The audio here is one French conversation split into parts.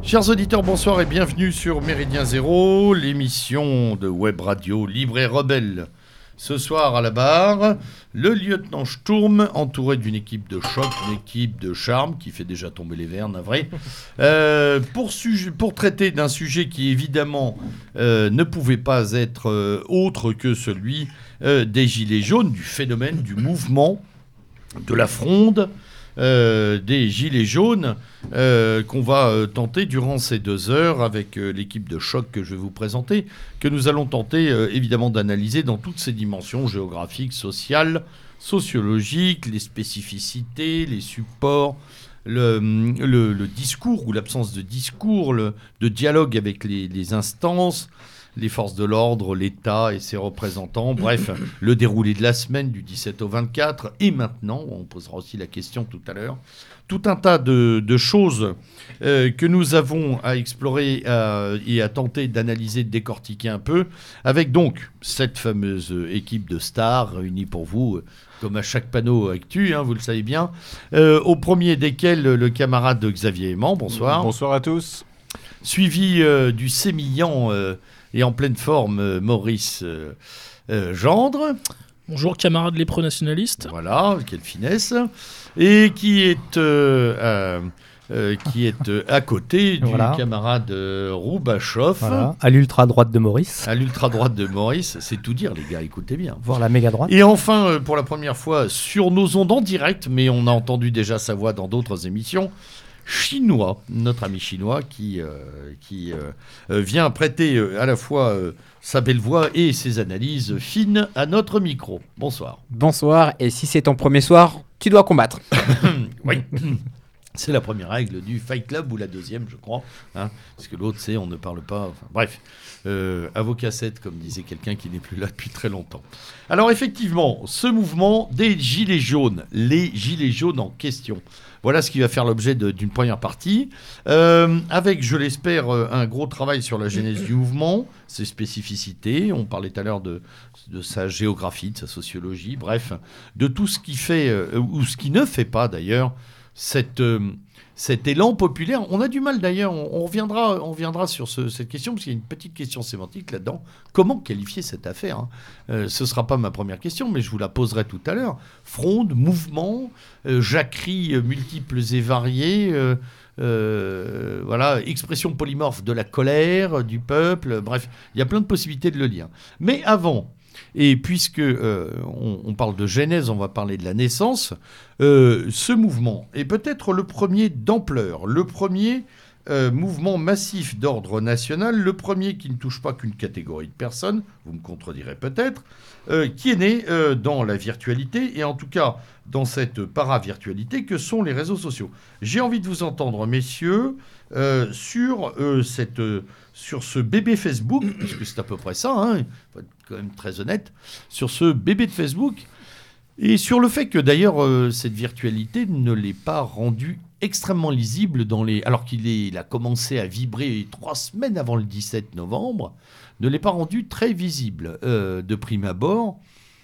Chers auditeurs, bonsoir et bienvenue sur Méridien Zéro, l'émission de web radio libre et rebelle. Ce soir à la barre, le lieutenant Sturm, entouré d'une équipe de choc, une équipe de charme qui fait déjà tomber les verres, navré, pour traiter d'un sujet qui évidemment ne pouvait pas être autre que celui des Gilets jaunes, du phénomène, du mouvement, de la fronde. Des Gilets jaunes qu'on va tenter durant ces 2 heures avec l'équipe de choc que je vais vous présenter, que nous allons tenter évidemment d'analyser dans toutes ses dimensions géographiques, sociales, sociologiques, les spécificités, les supports, le discours ou l'absence de discours, de dialogue avec les instances, les forces de l'ordre, l'État et ses représentants, bref, le déroulé de la semaine du 17 au 24, et maintenant, on posera aussi la question tout à l'heure, tout un tas de choses que nous avons à explorer et à tenter d'analyser, de décortiquer un peu, avec donc cette fameuse équipe de stars réunie pour vous, comme à chaque panneau actu, vous le savez bien, au premier desquels le camarade Xavier Aimant, bonsoir. Bonsoir à tous. Suivi du sémillant et en pleine forme, Maurice Gendre. Bonjour camarades lépreux nationalistes. Voilà, quelle finesse. Et qui est à côté du camarade Roubachoff. Voilà, à l'ultra-droite de Maurice. À l'ultra-droite de Maurice, c'est tout dire les gars, écoutez bien. Voir la méga-droite. Et enfin, pour la première fois, sur nos ondes en direct, mais on a entendu déjà sa voix dans d'autres émissions, Chinois, notre ami chinois qui vient prêter à la fois sa belle voix et ses analyses fines à notre micro. Bonsoir. Bonsoir, et si c'est ton premier soir, tu dois combattre. Oui, c'est la première règle du Fight Club, ou la deuxième, je crois. Parce que l'autre, c'est on ne parle pas. Enfin, bref, avocat 7, comme disait quelqu'un qui n'est plus là depuis très longtemps. Alors effectivement, ce mouvement des Gilets jaunes, les Gilets jaunes en question, voilà ce qui va faire l'objet d'une première partie, avec, je l'espère, un gros travail sur la genèse du mouvement, ses spécificités, on parlait tout à l'heure de sa géographie, de sa sociologie, bref, de tout ce qui fait, ou ce qui ne fait pas d'ailleurs, cet élan populaire. On a du mal d'ailleurs, on reviendra sur cette question, parce qu'il y a une petite question sémantique là-dedans. Comment qualifier cette affaire Ce ne sera pas ma première question, mais je vous la poserai tout à l'heure. Fronde, mouvement, jacqueries multiples et variées, voilà, expression polymorphe de la colère, du peuple, bref, il y a plein de possibilités de le lire. Mais avant... Et puisque on parle de genèse, on va parler de la naissance, ce mouvement est peut-être le premier d'ampleur, le premier mouvement massif d'ordre national, le premier qui ne touche pas qu'une catégorie de personnes, vous me contredirez peut-être, qui est né dans la virtualité, et en tout cas dans cette para-virtualité que sont les réseaux sociaux. J'ai envie de vous entendre, messieurs, sur ce bébé Facebook, puisque c'est à peu près ça, il faut être quand même très honnête, sur ce bébé de Facebook, et sur le fait que d'ailleurs cette virtualité ne l'est pas rendue extrêmement lisible alors qu'il a commencé à vibrer 3 semaines avant le 17 novembre, ne l'est pas rendu très visible de prime abord.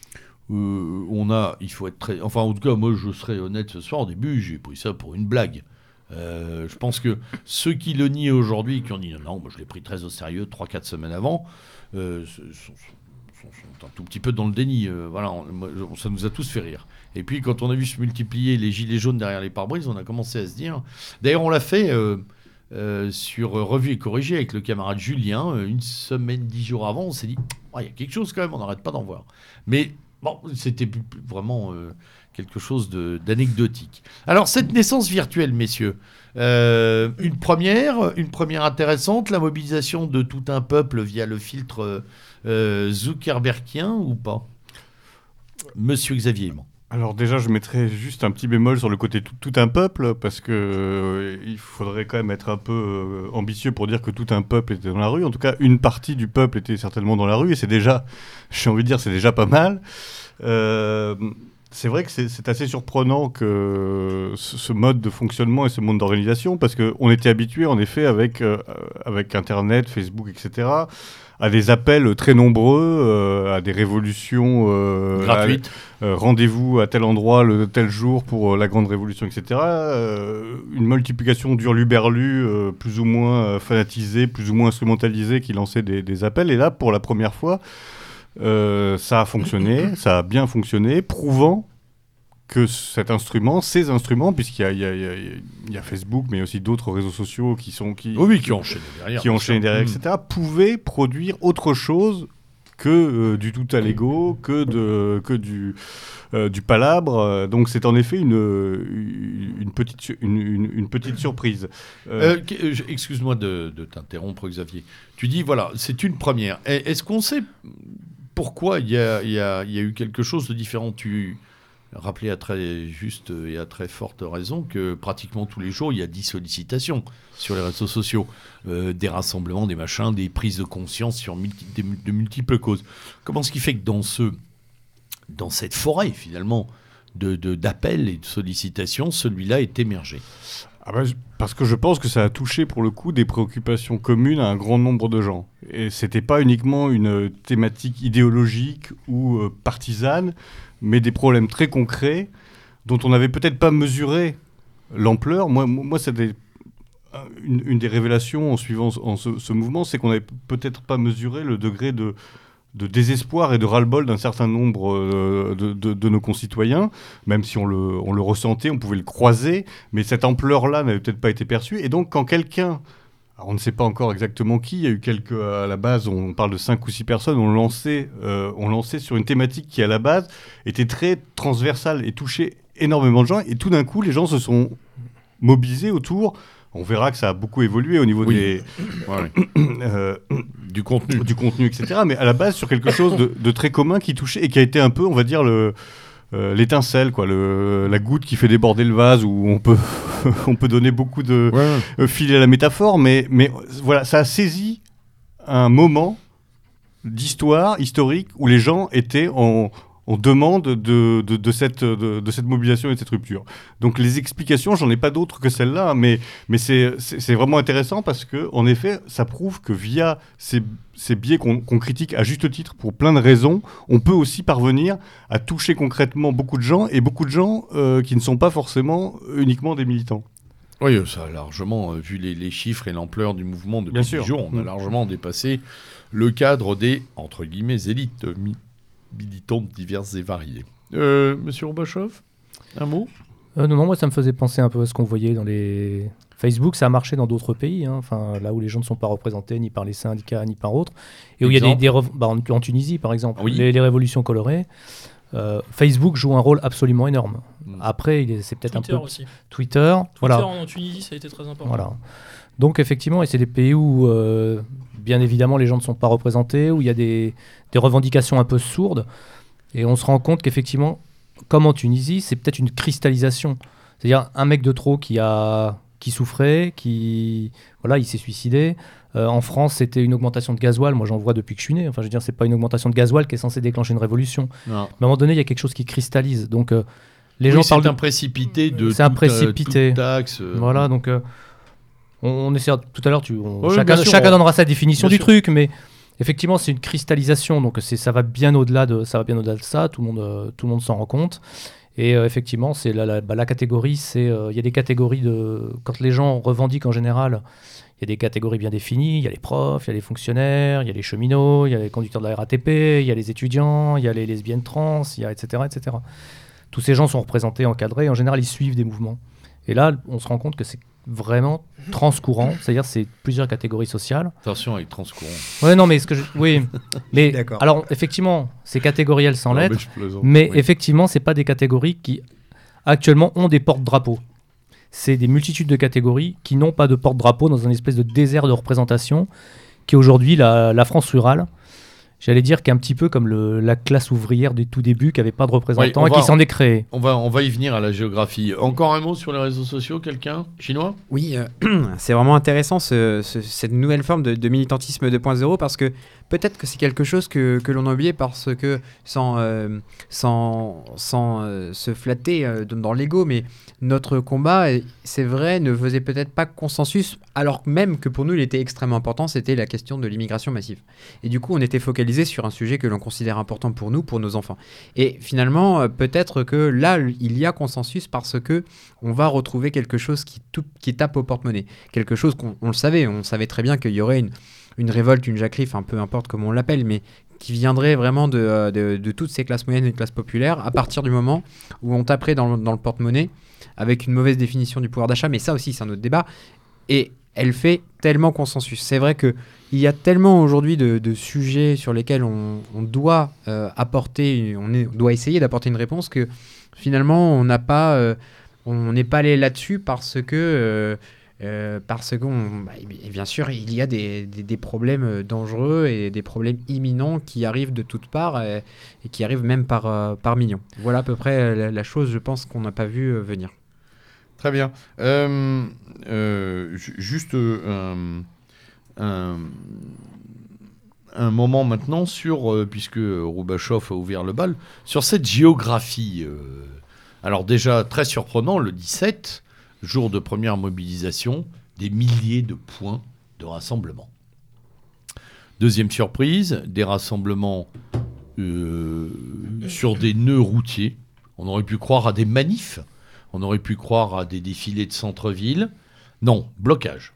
Il faut être très... Enfin, en tout cas, moi, je serai honnête ce soir. Au début, j'ai pris ça pour une blague. Je pense que ceux qui le nient aujourd'hui, qui ont dit non, moi je l'ai pris très au sérieux 3-4 semaines avant, sont un tout petit peu dans le déni. Voilà, ça nous a tous fait rire. Et puis quand on a vu se multiplier les gilets jaunes derrière les pare-brises, on a commencé à se dire... D'ailleurs, on l'a fait sur Revue et Corrigé avec le camarade Julien, 1 semaine, 10 jours avant, on s'est dit, il y a quelque chose quand même, on n'arrête pas d'en voir. Mais bon, c'était vraiment... quelque chose d'anecdotique. Alors, cette naissance virtuelle, messieurs, une première intéressante, la mobilisation de tout un peuple via le filtre Zuckerbergien ou pas ? Monsieur Xavier Aimant. Alors déjà, je mettrais juste un petit bémol sur le côté tout un peuple, parce que il faudrait quand même être un peu ambitieux pour dire que tout un peuple était dans la rue. En tout cas, une partie du peuple était certainement dans la rue, et c'est déjà, j'ai envie de dire, c'est déjà pas mal. c'est vrai que c'est assez surprenant que ce mode de fonctionnement et ce mode d'organisation, parce qu'on était habitué, en effet, avec Internet, Facebook, etc., à des appels très nombreux, à des révolutions Gratuite. rendez-vous à tel endroit, tel jour pour la grande révolution, etc. Une multiplication d'hurluberlus plus ou moins fanatisés, plus ou moins instrumentalisés qui lançaient des appels. Et là, pour la première fois, ça a fonctionné, ça a bien fonctionné, prouvant que ces instruments, puisqu'il y a Facebook, mais aussi d'autres réseaux sociaux qui ont enchaîné derrière. qui ont enchaîné derrière, etc., pouvaient produire autre chose que du tout à l'ego, que du palabre. Donc c'est en effet une petite surprise. Excuse-moi de t'interrompre, Xavier. Tu dis, voilà, c'est une première. Est-ce qu'on sait pourquoi il y a eu quelque chose de différent? Tu rappelais à très juste et à très forte raison que pratiquement tous les jours, il y a 10 sollicitations sur les réseaux sociaux, des rassemblements, des machins, des prises de conscience sur de multiples causes. Comment est-ce qui fait que dans cette forêt, finalement, d'appels et de sollicitations, celui-là est émergé? Parce que je pense que ça a touché pour le coup des préoccupations communes à un grand nombre de gens. Et c'était pas uniquement une thématique idéologique ou partisane, mais des problèmes très concrets dont on n'avait peut-être pas mesuré l'ampleur. Moi c'était une des révélations en suivant ce mouvement, c'est qu'on n'avait peut-être pas mesuré le degré de désespoir et de ras-le-bol d'un certain nombre de nos concitoyens, même si on le ressentait, on pouvait le croiser, mais cette ampleur-là n'avait peut-être pas été perçue. Et donc, quand quelqu'un, alors on ne sait pas encore exactement qui, il y a eu à la base, on parle de 5 ou 6 personnes, on lançait sur une thématique qui, à la base, était très transversale et touchait énormément de gens. Et tout d'un coup, les gens se sont mobilisés autour. On verra que ça a beaucoup évolué au niveau du contenu, etc. Mais à la base, sur quelque chose de très commun qui touchait et qui a été un peu, on va dire, l'étincelle, quoi, la goutte qui fait déborder le vase, où on peut donner beaucoup de fil à la métaphore, mais voilà, ça a saisi un moment d'histoire historique où les gens étaient en demande de cette mobilisation et de cette rupture. Donc les explications, j'en ai pas d'autres que celle-là, mais c'est vraiment intéressant parce que, en effet, ça prouve que via ces biais qu'on critique à juste titre pour plein de raisons, on peut aussi parvenir à toucher concrètement beaucoup de gens, et beaucoup de gens qui ne sont pas forcément uniquement des militants. Oui, ça a largement, vu les chiffres et l'ampleur du mouvement depuis 10 jours, on a largement dépassé le cadre des, entre guillemets, élites militantes diverses et variées. Monsieur Robachoff, un mot? Non, moi ça me faisait penser un peu à ce qu'on voyait dans les... Facebook, ça a marché dans d'autres pays, enfin, là où les gens ne sont pas représentés ni par les syndicats ni par autres, et où il y a en Tunisie par exemple, les révolutions colorées. Facebook joue un rôle absolument énorme. Après, c'est peut-être Twitter un peu... aussi. Twitter voilà. En Tunisie, ça a été très important. Voilà. Donc effectivement, et c'est des pays où, bien évidemment, les gens ne sont pas représentés, où il y a des revendications un peu sourdes, et on se rend compte qu'effectivement, comme en Tunisie, c'est peut-être une cristallisation. C'est-à-dire un mec de trop qui souffrait, il s'est suicidé. En France, c'était une augmentation de gasoil. Moi, j'en vois depuis que je suis né. Enfin, je veux dire, c'est pas une augmentation de gasoil qui est censée déclencher une révolution. Non. Mais à un moment donné, il y a quelque chose qui cristallise. Donc, les gens parlent un précipité de toute taxe. Voilà, donc on essaiera tout à l'heure. Chacun donnera sa définition du truc, mais effectivement, c'est une cristallisation. Donc, ça va bien au-delà de ça. Tout le monde s'en rend compte. Et effectivement, c'est la catégorie, il y a des catégories quand les gens revendiquent en général, il y a des catégories bien définies, il y a les profs, il y a les fonctionnaires, il y a les cheminots, il y a les conducteurs de la RATP, il y a les étudiants, il y a les lesbiennes trans, il y a etc. Tous ces gens sont représentés, encadrés, et en général, ils suivent des mouvements. Et là, on se rend compte que c'est vraiment transcourant, c'est-à-dire c'est plusieurs catégories sociales. Attention avec transcourant. Ouais, non, mais mais d'accord. Alors effectivement, c'est catégoriel sans l'être, mais effectivement, c'est pas des catégories qui actuellement ont des porte-drapeaux. C'est des multitudes de catégories qui n'ont pas de porte-drapeau dans un espèce de désert de représentation qui est aujourd'hui la France rurale. J'allais dire qu'un petit peu comme la classe ouvrière du tout début, qui n'avait pas de représentants et qui s'en est créée. On va y venir à la géographie. Encore un mot sur les réseaux sociaux, quelqu'un? Chinois? Oui, c'est vraiment intéressant cette nouvelle forme de militantisme 2.0 parce que peut-être que c'est quelque chose que l'on a oublié parce que, sans se flatter dans l'ego, mais notre combat, c'est vrai, ne faisait peut-être pas consensus, alors même que pour nous, il était extrêmement important, c'était la question de l'immigration massive. Et du coup, on était focalisé sur un sujet que l'on considère important pour nous, pour nos enfants. Et finalement, peut-être que là, il y a consensus parce que on va retrouver quelque chose qui tape au porte-monnaie. Quelque chose qu'on le savait. On savait très bien qu'il y aurait une révolte, une jacquerie, enfin peu importe comment on l'appelle, mais qui viendrait vraiment de toutes ces classes moyennes et classes populaires à partir du moment où on taperait dans le porte-monnaie avec une mauvaise définition du pouvoir d'achat. Mais ça aussi, c'est un autre débat. Et elle fait tellement consensus. C'est vrai qu'il y a tellement aujourd'hui de sujets sur lesquels on doit doit essayer d'apporter une réponse que finalement on n'est pas allé là-dessus parce que bien sûr il y a des problèmes dangereux et des problèmes imminents qui arrivent de toutes parts et qui arrivent même par millions. Voilà à peu près la chose, je pense, qu'on n'a pas vu venir. Très bien. Juste un moment maintenant sur, puisque Roubachov a ouvert le bal, sur cette géographie. Alors déjà, très surprenant, le 17, jour de première mobilisation, des milliers de points de rassemblement. Deuxième surprise, des rassemblements sur des nœuds routiers. On aurait pu croire à des manifs. On aurait pu croire à des défilés de centre-ville. Non, blocage.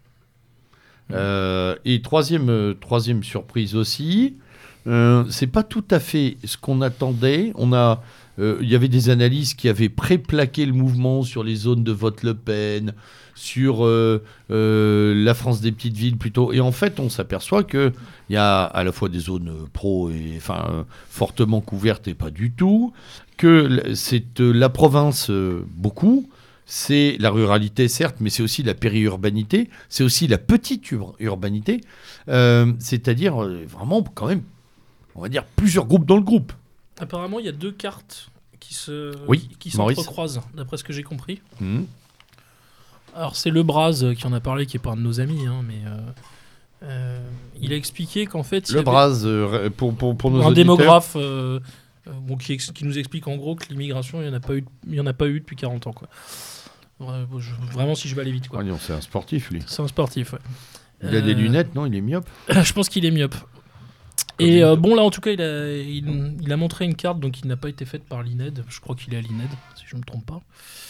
Et troisième surprise aussi, c'est pas tout à fait ce qu'on attendait. Il y avait des analyses qui avaient préplaqué le mouvement sur les zones de vote Le Pen, sur la France des petites villes plutôt. Et en fait, on s'aperçoit qu'il y a à la fois des zones pro et fortement couvertes et pas du tout, que c'est la province beaucoup, c'est la ruralité certes, mais c'est aussi la périurbanité, c'est aussi la petite urbanité, c'est-à-dire vraiment quand même, on va dire, plusieurs groupes dans le groupe. Apparemment, il y a 2 cartes qui Maurice. s'entrecroisent, d'après ce que j'ai compris. Alors, c'est Le Braz qui en a parlé, qui est pas un de nos amis, hein, mais il a expliqué qu'en fait... Le Braz, pour nos auditeurs... Un démographe qui nous explique en gros que l'immigration, il n'y en a pas eu depuis 40 ans, quoi. Vraiment, si je vais aller vite, quoi. Ah non, c'est un sportif, lui. C'est un sportif, ouais. Il a des lunettes, non? Il est myope? Je pense qu'il est myope. Et bon, là, en tout cas, il a montré une carte donc, qui n'a pas été faite par l'INED. Je crois qu'il est à l'INED, si je ne me trompe pas.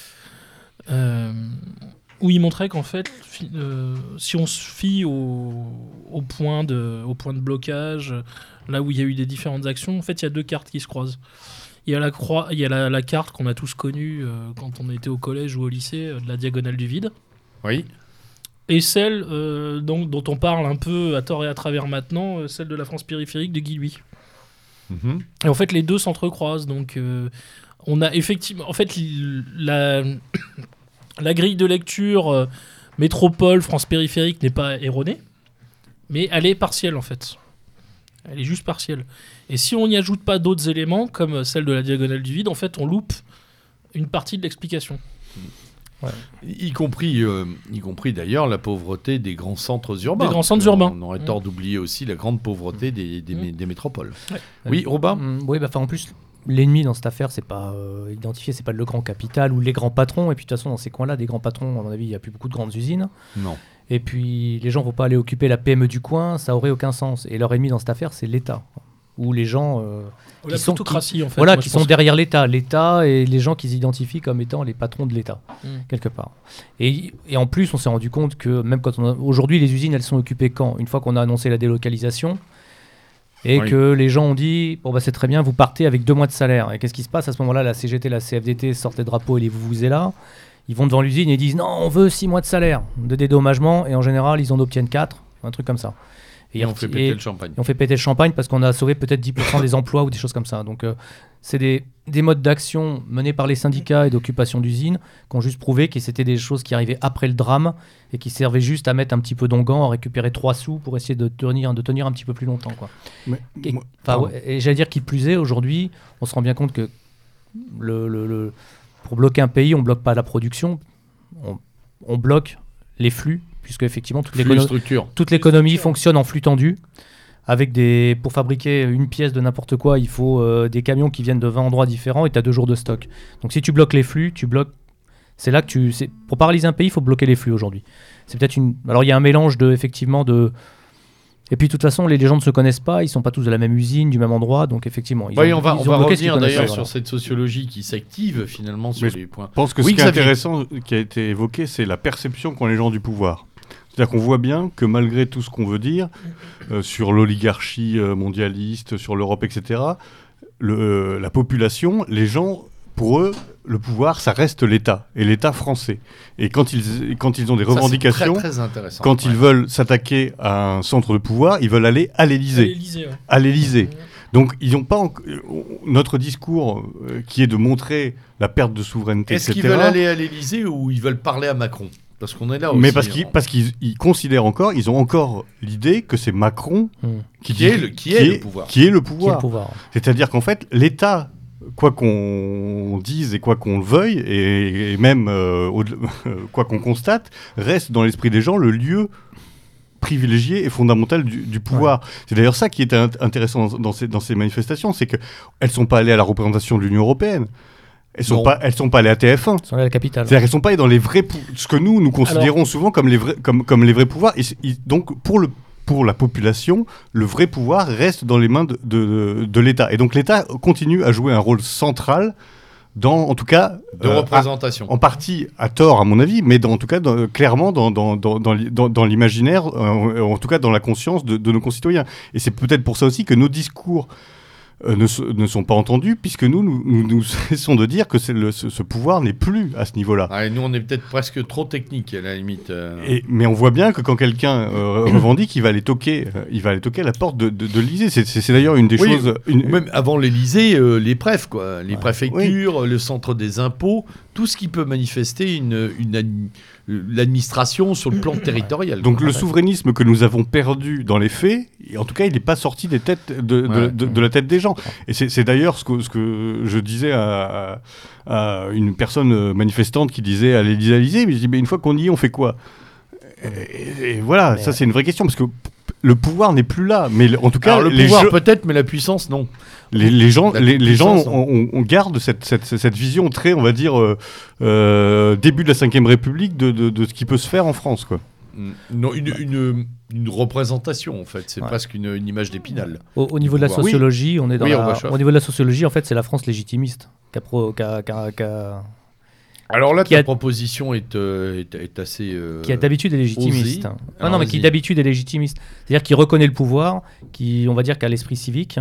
Où il montrait qu'en fait, si on se fie au point de blocage, là où il y a eu des différentes actions, en fait, il y a 2 cartes qui se croisent. Il y a la carte qu'on a tous connue quand on était au collège ou au lycée, de la diagonale du vide. Oui. Et celle dont on parle un peu à tort et à travers maintenant, celle de la France périphérique de Guy Louis. Mm-hmm. Et en fait, les deux s'entrecroisent. Donc, on a effectivement... En fait, la grille de lecture métropole, France périphérique n'est pas erronée, mais elle est partielle, en fait. Elle est juste partielle. Et si on n'y ajoute pas d'autres éléments, comme celle de la diagonale du vide, en fait, on loupe une partie de l'explication. Ouais. Y compris d'ailleurs la pauvreté des grands centres urbains. Des grands centres urbains. On aurait tort d'oublier aussi la grande pauvreté des métropoles. Ouais. Oui, Robin. Oui, en plus, l'ennemi dans cette affaire, c'est pas identifié, c'est pas le grand capital ou les grands patrons. Et puis de toute façon, dans ces coins-là, des grands patrons, à mon avis, il n'y a plus beaucoup de grandes usines. Non. Et puis les gens vont pas aller occuper la PME du coin, ça aurait aucun sens. Et leur ennemi dans cette affaire, c'est l'État. Ou les gens qui sont derrière l'État et les gens qu'ils identifient comme étant les patrons de l'État, quelque part. Et en plus, on s'est rendu compte que même quand aujourd'hui, les usines, elles sont occupées quand? Une fois qu'on a annoncé la délocalisation et que les gens ont dit, bon, c'est très bien, vous partez avec 2 mois de salaire. Et qu'est-ce qui se passe à ce moment-là? La CGT, la CFDT sortent les drapeaux et les vuvuzela. Ils vont devant l'usine et disent, non, on veut 6 mois de salaire de dédommagement. Et en général, ils en obtiennent 4, un truc comme ça. Et on fait péter le champagne. On fait péter le champagne parce qu'on a sauvé peut-être 10% des emplois ou des choses comme ça. Donc, c'est des modes d'action menés par les syndicats et d'occupation d'usines qui ont juste prouvé que c'était des choses qui arrivaient après le drame et qui servaient juste à mettre un petit peu d'onguent, à récupérer 3 sous pour essayer de tenir un petit peu plus longtemps, quoi. Et j'allais dire qu'il plus est, aujourd'hui, on se rend bien compte que pour bloquer un pays, on ne bloque pas la production, on bloque les flux, puisque effectivement toute l'économie fonctionne en flux tendu, pour fabriquer une pièce de n'importe quoi, il faut des camions qui viennent de 20 endroits différents et tu as 2 jours de stock. Donc si tu bloques les flux, c'est là que pour paralyser un pays, il faut bloquer les flux aujourd'hui. C'est peut-être alors il y a un mélange effectivement de. Et puis de toute façon, les gens ne se connaissent pas, ils sont pas tous de la même usine, du même endroit, donc effectivement. On va revenir d'ailleurs sur cette sociologie qui s'active finalement sur les points. Je pense que ce qui est intéressant, qui a été évoqué, c'est la perception qu'ont les gens du pouvoir. C'est-à-dire qu'on voit bien que malgré tout ce qu'on veut dire sur l'oligarchie mondialiste, sur l'Europe, etc., la population, les gens, pour eux, le pouvoir, ça reste l'État, et l'État français. Et quand ils ont des revendications, très, très intéressant, quand ils veulent s'attaquer à un centre de pouvoir, ils veulent aller à l'Élysée. À l'Élysée. Donc, ils n'ont pas notre discours qui est de montrer la perte de souveraineté, Est-ce etc. qu'ils veulent aller à l'Élysée ou ils veulent parler à Macron ? Parce qu'on est là aussi. Mais parce qu'ils considèrent encore, ils ont encore l'idée que c'est Macron qui est le pouvoir. C'est-à-dire qu'en fait, l'État, quoi qu'on dise et quoi qu'on le veuille, et même quoi qu'on constate, reste dans l'esprit des gens le lieu privilégié et fondamental du pouvoir. Ouais. C'est d'ailleurs ça qui est intéressant dans ces manifestations, c'est qu'elles ne sont pas allées à la représentation de l'Union européenne. Elles sont pas allées à TF1. Elles sont allées à la capitale. C'est-à-dire qu'elles sont pas allées dans les vrais ce que nous considérons souvent comme les vrais pouvoirs. Donc pour la population, le vrai pouvoir reste dans les mains de l'État. Et donc l'État continue à jouer un rôle central en tout cas de représentation. En partie à tort à mon avis, mais en tout cas clairement dans l'imaginaire, en tout cas dans la conscience de nos concitoyens. Et c'est peut-être pour ça aussi que nos discours ne sont pas entendus, puisque nous cessons de dire que ce pouvoir n'est plus à ce niveau-là. Ah, et nous, on est peut-être presque trop technique à la limite. Mais on voit bien que quand quelqu'un revendique, il va aller toquer à la porte de l'Élysée. C'est d'ailleurs une des choses. Même avant l'Élysée, les préfets, quoi, les préfectures, le centre des impôts, tout ce qui peut manifester l'administration sur le plan territorial. Donc le souverainisme que nous avons perdu dans les faits, en tout cas, il n'est pas sorti des têtes de la tête des gens. Et c'est d'ailleurs ce que je disais à une personne manifestante qui disait à l'Élysée, mais je dis, mais une fois qu'on y est, on fait quoi ? Et voilà, ça c'est une vraie question, parce que le pouvoir n'est plus là. Mais en tout cas, alors, le pouvoir peut-être, mais la puissance non. Les gens on garde cette vision très, on va dire, début de la Ve République de ce qui peut se faire en France, quoi. Non, une représentation en fait, c'est presque une image d'Épinal. Au niveau de la sociologie, on est au niveau de la sociologie, en fait, c'est la France légitimiste Alors là, ta proposition est assez. Qui d'habitude est légitimiste. Non, mais qui d'habitude est légitimiste. C'est-à-dire qui reconnaît le pouvoir, on va dire, qui a l'esprit civique.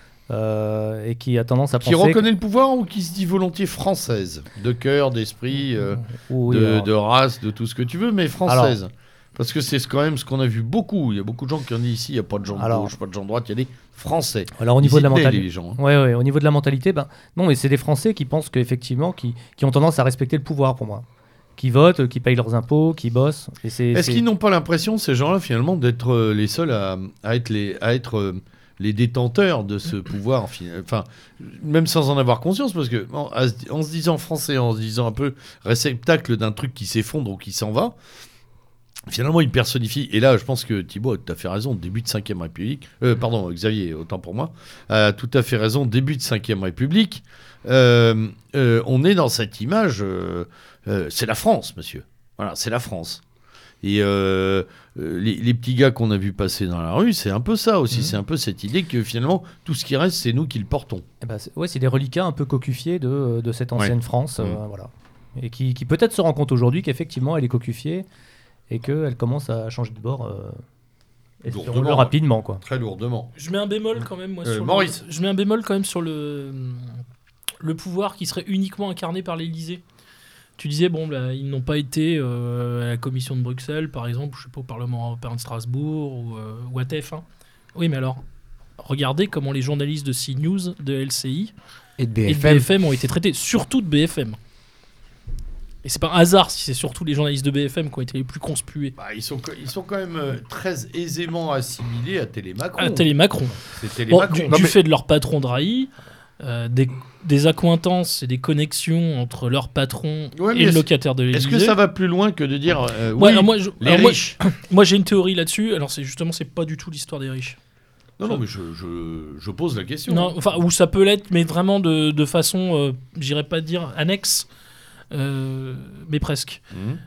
Et qui a tendance à penser... Qui reconnaît le pouvoir ou qui se dit volontiers française, de cœur, d'esprit, de race, de tout ce que tu veux, mais française. Alors, parce que c'est quand même ce qu'on a vu beaucoup. Il y a beaucoup de gens qui ont dit ici, il n'y a pas de gens de gauche, pas de gens de droite, il y a des Français. Alors au niveau de la mentalité, les gens, au niveau de la mentalité, non, mais c'est des Français qui pensent qu'effectivement, qui ont tendance à respecter le pouvoir pour moi. Qui votent, qui payent leurs impôts, qui bossent. Est-ce qu'ils n'ont pas l'impression, ces gens-là, finalement, d'être les seuls à être les détenteurs de ce pouvoir, enfin, même sans en avoir conscience, parce que en se disant français, en se disant un peu réceptacle d'un truc qui s'effondre ou qui s'en va, finalement, il personnifie. Et là, je pense que Thibaut, tu as fait raison, début de 5e République. Pardon, Xavier, autant pour moi. Tout à fait raison, début de 5e République. On est dans cette image. C'est la France, monsieur. Voilà, c'est la France. Et les petits gars qu'on a vus passer dans la rue, c'est un peu ça aussi. C'est un peu cette idée que finalement, tout ce qui reste, c'est nous qui le portons. C'est des reliquats un peu cocufiés de cette ancienne France. Voilà. Et qui peut-être se rend compte aujourd'hui qu'effectivement, elle est cocufiée. Et qu'elle commence à changer de bord rapidement, quoi. Très lourdement. Je mets un bémol quand même, moi, Maurice. Je mets un bémol quand même sur le pouvoir qui serait uniquement incarné par l'Élysée. Tu disais, ils n'ont pas été à la commission de Bruxelles, par exemple, je sais pas, au Parlement européen de Strasbourg ou à TF1. Oui, mais alors, regardez comment les journalistes de CNews, de LCI et de BFM ont été traités, surtout de BFM. Et c'est pas un hasard si c'est surtout les journalistes de BFM qui ont été les plus conspués. Ils sont quand même très aisément assimilés à Télémacron. À Télémacron. C'est Télémacron. Du fait de leur patron Drahi, des accointances et des connexions entre leur patron et le locataire de l'Élysée. Est-ce que ça va plus loin que de dire les riches moi, j'ai une théorie là-dessus. Alors c'est pas du tout l'histoire des riches. Non, mais je pose la question. Non, enfin, ou ça peut l'être, mais vraiment de façon, j'irais pas dire annexe, mais presque.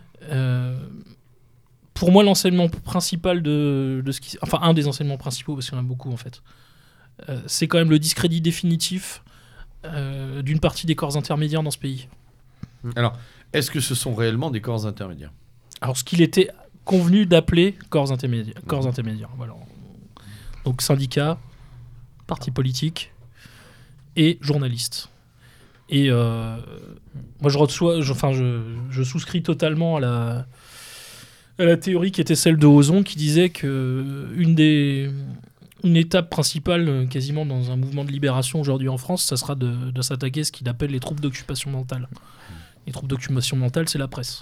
Pour moi, l'enseignement principal de ce qui... Enfin, un des enseignements principaux, parce qu'il y en a beaucoup en fait, c'est quand même le discrédit définitif d'une partie des corps intermédiaires dans ce pays. Alors, est-ce que ce sont réellement des corps intermédiaires ? Alors, ce qu'il était convenu d'appeler corps intermédiaires. Voilà. Donc, syndicats, partis politiques et journalistes. Et moi, je souscris totalement à la théorie qui était celle de Ozon, qui disait que une étape principale, quasiment dans un mouvement de libération aujourd'hui en France, ça sera de s'attaquer à ce qu'il appelle les troubles d'occupation mentale. Les troubles d'occupation mentale, c'est la presse.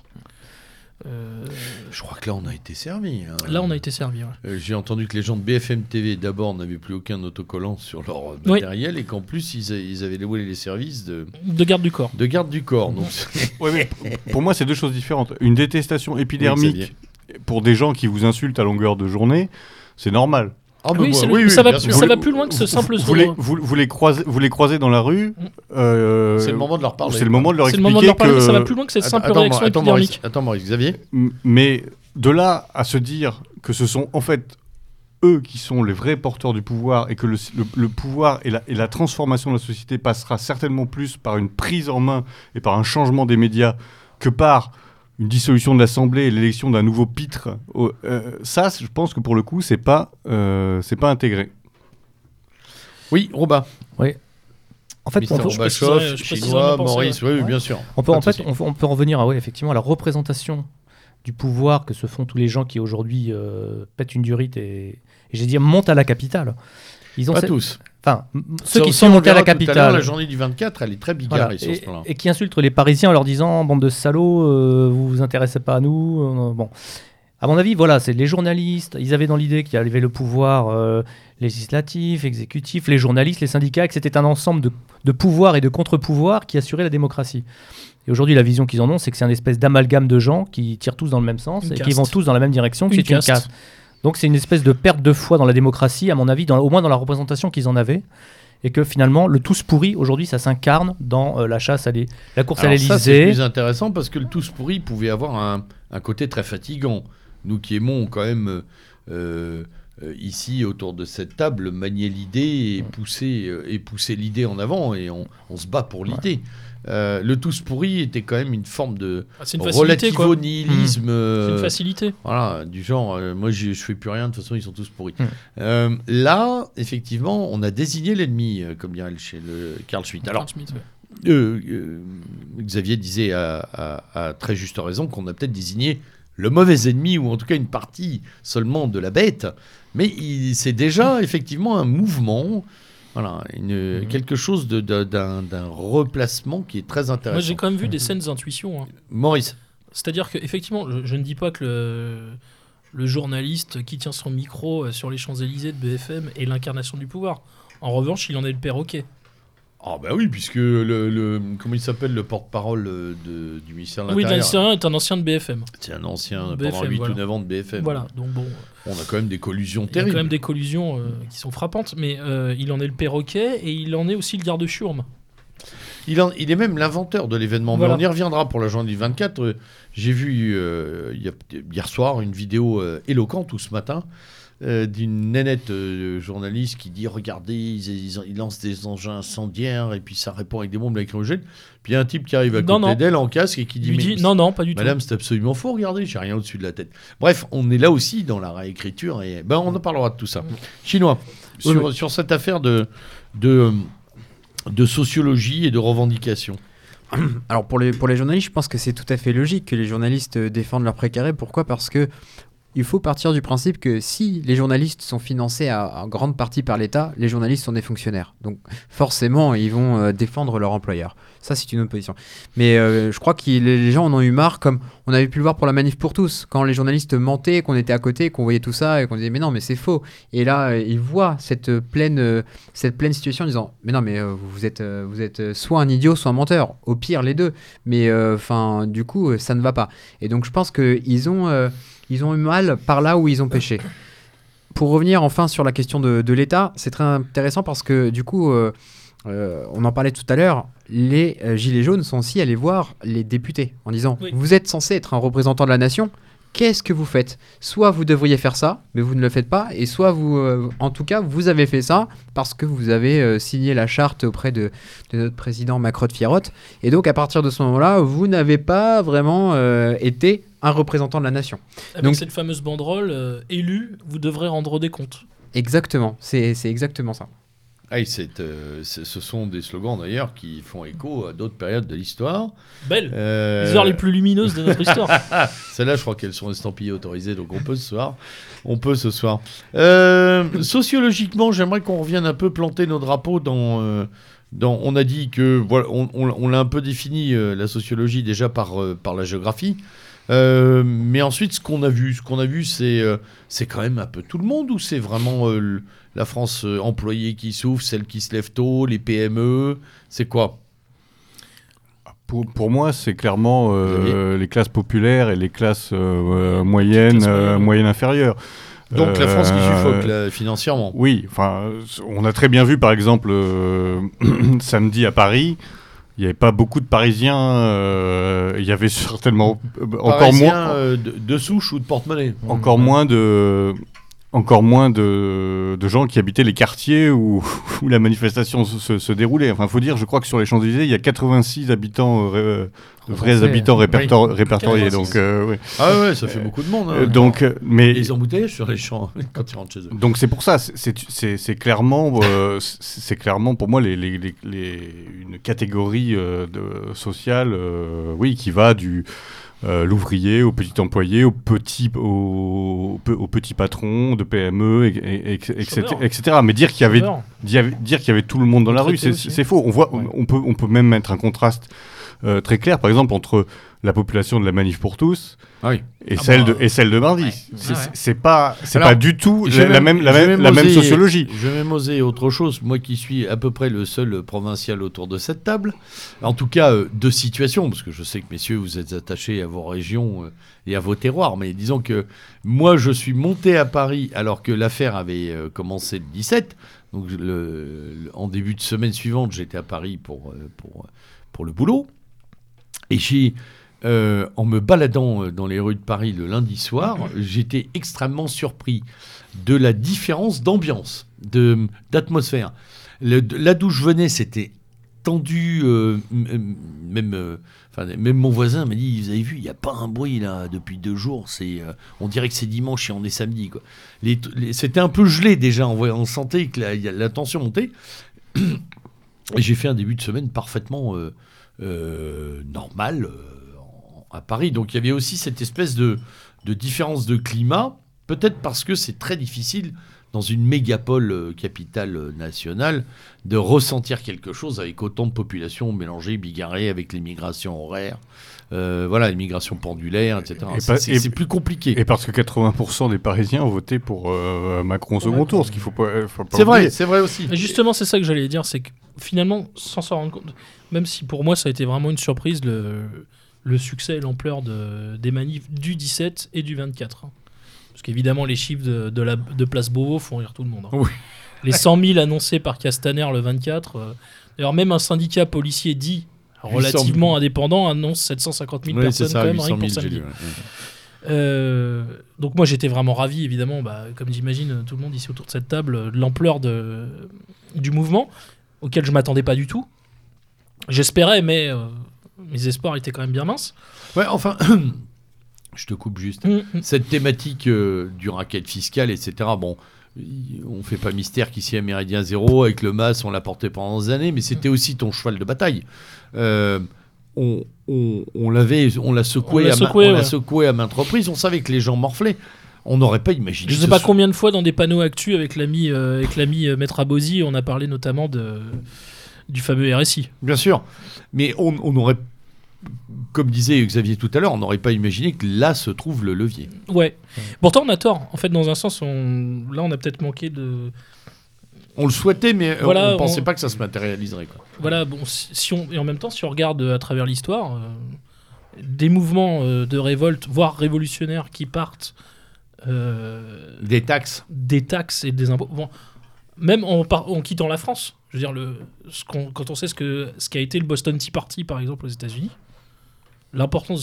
Je crois que là, on a été servi. Là, on a été servi, ouais. J'ai entendu que les gens de BFM TV, d'abord, n'avaient plus aucun autocollant sur leur matériel et qu'en plus, ils avaient dévoilé les services de garde du corps. De garde du corps. Donc, mais pour moi, c'est deux choses différentes. Une détestation épidermique pour des gens qui vous insultent à longueur de journée, c'est normal. Ça va plus loin que ce simple vous les croisez dans la rue. C'est le moment de leur parler. C'est le moment de leur expliquer que ça va plus loin que cette simple réaction épidermique. Attends, Maurice, Xavier. Mais de là à se dire que ce sont en fait eux qui sont les vrais porteurs du pouvoir et que le pouvoir et la transformation de la société passera certainement plus par une prise en main et par un changement des médias que par une dissolution de l'Assemblée et l'élection d'un nouveau pitre, ça, je pense que pour le coup, c'est pas intégré. Oui, Robin. Oui. En fait, Chinois, Maurice, oui, bien sûr. On peut revenir effectivement à la représentation du pouvoir que se font tous les gens qui aujourd'hui pètent une durite et j'ai dit montent à la capitale. Pas tous. Enfin, ceux qui sont montés à la capitale. La journée du 24, elle est très bigarrée sur ce plan-là. Et qui insultent les Parisiens en leur disant bande de salauds, vous vous intéressez pas à nous. Bon. À mon avis, voilà, c'est les journalistes. Ils avaient dans l'idée qu'il y avait le pouvoir législatif, exécutif, les journalistes, les syndicats, que c'était un ensemble de pouvoirs et de contre-pouvoirs qui assuraient la démocratie. Et aujourd'hui, la vision qu'ils en ont, c'est que c'est une espèce d'amalgame de gens qui tirent tous dans le même sens et qui vont tous dans la même direction, que c'est une caste. Donc c'est une espèce de perte de foi dans la démocratie, à mon avis, au moins dans la représentation qu'ils en avaient. Et que finalement, le tous pourri, aujourd'hui, ça s'incarne dans la chasse la course à l'Élysée. Ça, c'est plus intéressant parce que le tous pourri pouvait avoir un côté très fatigant. Nous qui aimons quand même, ici, autour de cette table, manier l'idée et pousser l'idée en avant. Et on se bat pour l'idée. Le tous pourri était quand même une forme de relativo-nihilisme. C'est une facilité. Voilà, du genre, moi je fais plus rien, de toute façon ils sont tous pourris. Là, effectivement, on a désigné l'ennemi, comme dirait chez Carl Schmitt. Alors, Xavier disait à très juste raison qu'on a peut-être désigné le mauvais ennemi, ou en tout cas une partie seulement de la bête, mais c'est déjà effectivement un mouvement. Voilà, quelque chose d'un replacement qui est très intéressant. Moi, j'ai quand même vu des scènes d'intuition. Maurice. C'est-à-dire qu'effectivement, je ne dis pas que le journaliste qui tient son micro sur les Champs-Élysées de BFM est l'incarnation du pouvoir. En revanche, il en est le perroquet. Ah bah oui, puisque comment il s'appelle, le porte-parole du ministère de l'Intérieur. Oui, l'Intérieur est un ancien de BFM. C'est un ancien, BFM, pendant 8 ou 9 ans de BFM. Voilà, donc bon... On a quand même des collusions terribles. Il y a quand même des collusions qui sont frappantes, mais il en est le perroquet et il en est aussi le garde-chiourme. Il est même l'inventeur de l'événement. Voilà. Mais on y reviendra pour la journée du 24. J'ai vu hier soir une vidéo éloquente, ou ce matin, d'une nénette journaliste qui dit regardez, ils lancent des engins incendiaires et puis ça répond avec des bombes lacrymogènes. Puis il y a un type qui arrive à côté d'elle en casque et qui dit non, pas du tout. Madame, c'est absolument faux, regardez, j'ai rien au-dessus de la tête. Bref, on est là aussi dans la réécriture et on en parlera de tout ça. Chinois, sur cette affaire de sociologie et de revendication. Alors pour les journalistes, je pense que c'est tout à fait logique que les journalistes défendent leur précaré. Pourquoi ? Parce que il faut partir du principe que si les journalistes sont financés en grande partie par l'État, les journalistes sont des fonctionnaires. Donc forcément, ils vont défendre leur employeur. Ça, c'est une autre position. Mais je crois que les gens en ont eu marre, comme on avait pu le voir pour la manif pour tous. Quand les journalistes mentaient, qu'on était à côté, qu'on voyait tout ça et qu'on disait « mais non, mais c'est faux ». Et là, ils voient cette pleine situation en disant « mais non, mais vous êtes soit un idiot, soit un menteur. Au pire, les deux. Mais du coup, ça ne va pas ». Et donc, je pense qu'ils ont eu mal par là où ils ont péché. pour revenir enfin sur la question de l'État, c'est très intéressant parce que du coup, on en parlait tout à l'heure, les Gilets jaunes sont aussi allés voir les députés en disant Oui. vous êtes censé être un représentant de la nation, qu'est-ce que vous faites ? Soit vous devriez faire ça, mais vous ne le faites pas, et soit vous, en tout cas, vous avez fait ça parce que vous avez signé la charte auprès de notre président Macron-Fierotte, et donc à partir de ce moment-là, vous n'avez pas vraiment été un représentant de la nation. Avec Donc- cette fameuse banderole, élu, vous devrez rendre des comptes. Exactement, c'est exactement ça. Ah, ce sont des slogans d'ailleurs qui font écho à d'autres périodes de l'histoire. Belle. Euh, Les heures les plus lumineuses de notre histoire. Celles-là, je crois qu'elles sont estampillées autorisées, donc on peut ce soir. Sociologiquement, j'aimerais qu'on revienne un peu planter nos drapeaux dans. On a dit que voilà, on l'a un peu défini la sociologie déjà par la géographie. Mais ensuite, ce qu'on a vu, c'est quand même un peu tout le monde, ou c'est vraiment la France employée qui souffre, celle qui se lève tôt, les PME, c'est quoi? Pour moi, c'est clairement Oui. les classes populaires et les classes moyennes, moyennes inférieures. Donc la France qui suffoque là, financièrement. Oui, enfin, on a très bien vu, par exemple, samedi à Paris, il n'y avait pas beaucoup de Parisiens. Il y avait certainement encore moins, de souche ou de porte-monnaie. encore moins de gens qui habitaient les quartiers où la manifestation se déroulait. Enfin, il faut dire, je crois que sur les Champs-Élysées, il y a 86 habitants, vrais habitants répertoriés. 86. Donc, oui. Ah ouais, ça fait beaucoup de monde. Hein. Donc, mais Les embouteillages sur les champs quand ils rentrent chez eux. donc c'est pour ça, c'est clairement, c'est clairement pour moi une catégorie sociale, oui, qui va du l'ouvrier au petit employé, au petit patron de PME, etc. Mais dire qu'il y avait tout le monde dans la rue, Retraité aussi. c'est faux. On peut même mettre un contraste très clair, par exemple, entre la population de la Manif pour tous Ah oui. et celle de mardi. ouais. C'est pas Alors, du tout Je vais la même sociologie. Je vais même oser autre chose. Moi qui suis à peu près le seul provincial autour de cette table, en tout cas de situation, parce que je sais que messieurs, vous êtes attachés à vos régions et à vos terroirs, mais disons que moi je suis monté à Paris alors que l'affaire avait commencé le 17. Donc en début de semaine suivante, j'étais à Paris pour le boulot. Et en me baladant dans les rues de Paris le lundi soir, j'étais extrêmement surpris de la différence d'ambiance, d'atmosphère. Là d'où je venais, c'était tendu. Même mon voisin m'a dit, vous avez vu, il n'y a pas un bruit là depuis 2 jours. On dirait que c'est dimanche et on est samedi, quoi. C'était un peu gelé déjà. On sentait que la tension montait. Et j'ai fait un début de semaine parfaitement normal à Paris. Donc il y avait aussi cette espèce de différence de climat, peut-être parce que c'est très difficile dans une mégapole capitale nationale de ressentir quelque chose avec autant de population mélangée, bigarrée, avec l'immigration horaire, l'immigration pendulaire, etc. C'est plus compliqué. Et parce que 80% des Parisiens ont voté pour Macron au second tour, ce qu'il faut pas C'est vrai aussi. Et justement, c'est ça que j'allais dire, c'est que finalement, sans s'en rendre compte, même si pour moi ça a été vraiment une surprise, le succès et l'ampleur des manifs du 17 et du 24. Hein. Parce qu'évidemment, les chiffres de Place Beauvau font rire tout le monde. Hein. Oui. Les 100 000 annoncés par Castaner le 24. D'ailleurs, même un syndicat policier dit relativement indépendant annonce 750 000 personnes c'est ça, quand même, 800 rien 000, que pour samedi. j'ai lu, ouais. Donc moi j'étais vraiment ravi évidemment, comme j'imagine tout le monde ici autour de cette table, de l'ampleur du mouvement auquel je m'attendais pas du tout. J'espérais, mais mes espoirs étaient quand même bien minces. Ouais, enfin, je te coupe juste. Cette thématique du racket fiscal, etc., bon, on fait pas mystère qu'ici à Méridien Zéro, avec le MAS, on l'a porté pendant des années, mais c'était aussi ton cheval de bataille. On l'a secoué à maintes reprises, on savait que les gens morflaient. On n'aurait pas imaginé. Je sais pas combien de fois dans des panneaux actus avec l'ami Maître Abosi, on a parlé notamment du fameux RSI. Bien sûr, mais on aurait, comme disait Xavier tout à l'heure, on n'aurait pas imaginé que là se trouve le levier. Ouais. Pourtant on a tort. En fait, dans un sens, là on a peut-être manqué de... On le souhaitait, mais Voilà, on ne pensait pas que ça se matérialiserait, quoi. Voilà, bon, et en même temps, si on regarde à travers l'histoire, des mouvements de révolte, voire révolutionnaires, qui partent Des taxes. Des taxes et des impôts. Bon, même en quittant la France. Je veux dire, quand on sait ce qu'a été le Boston Tea Party, par exemple, aux États-Unis, l'importance de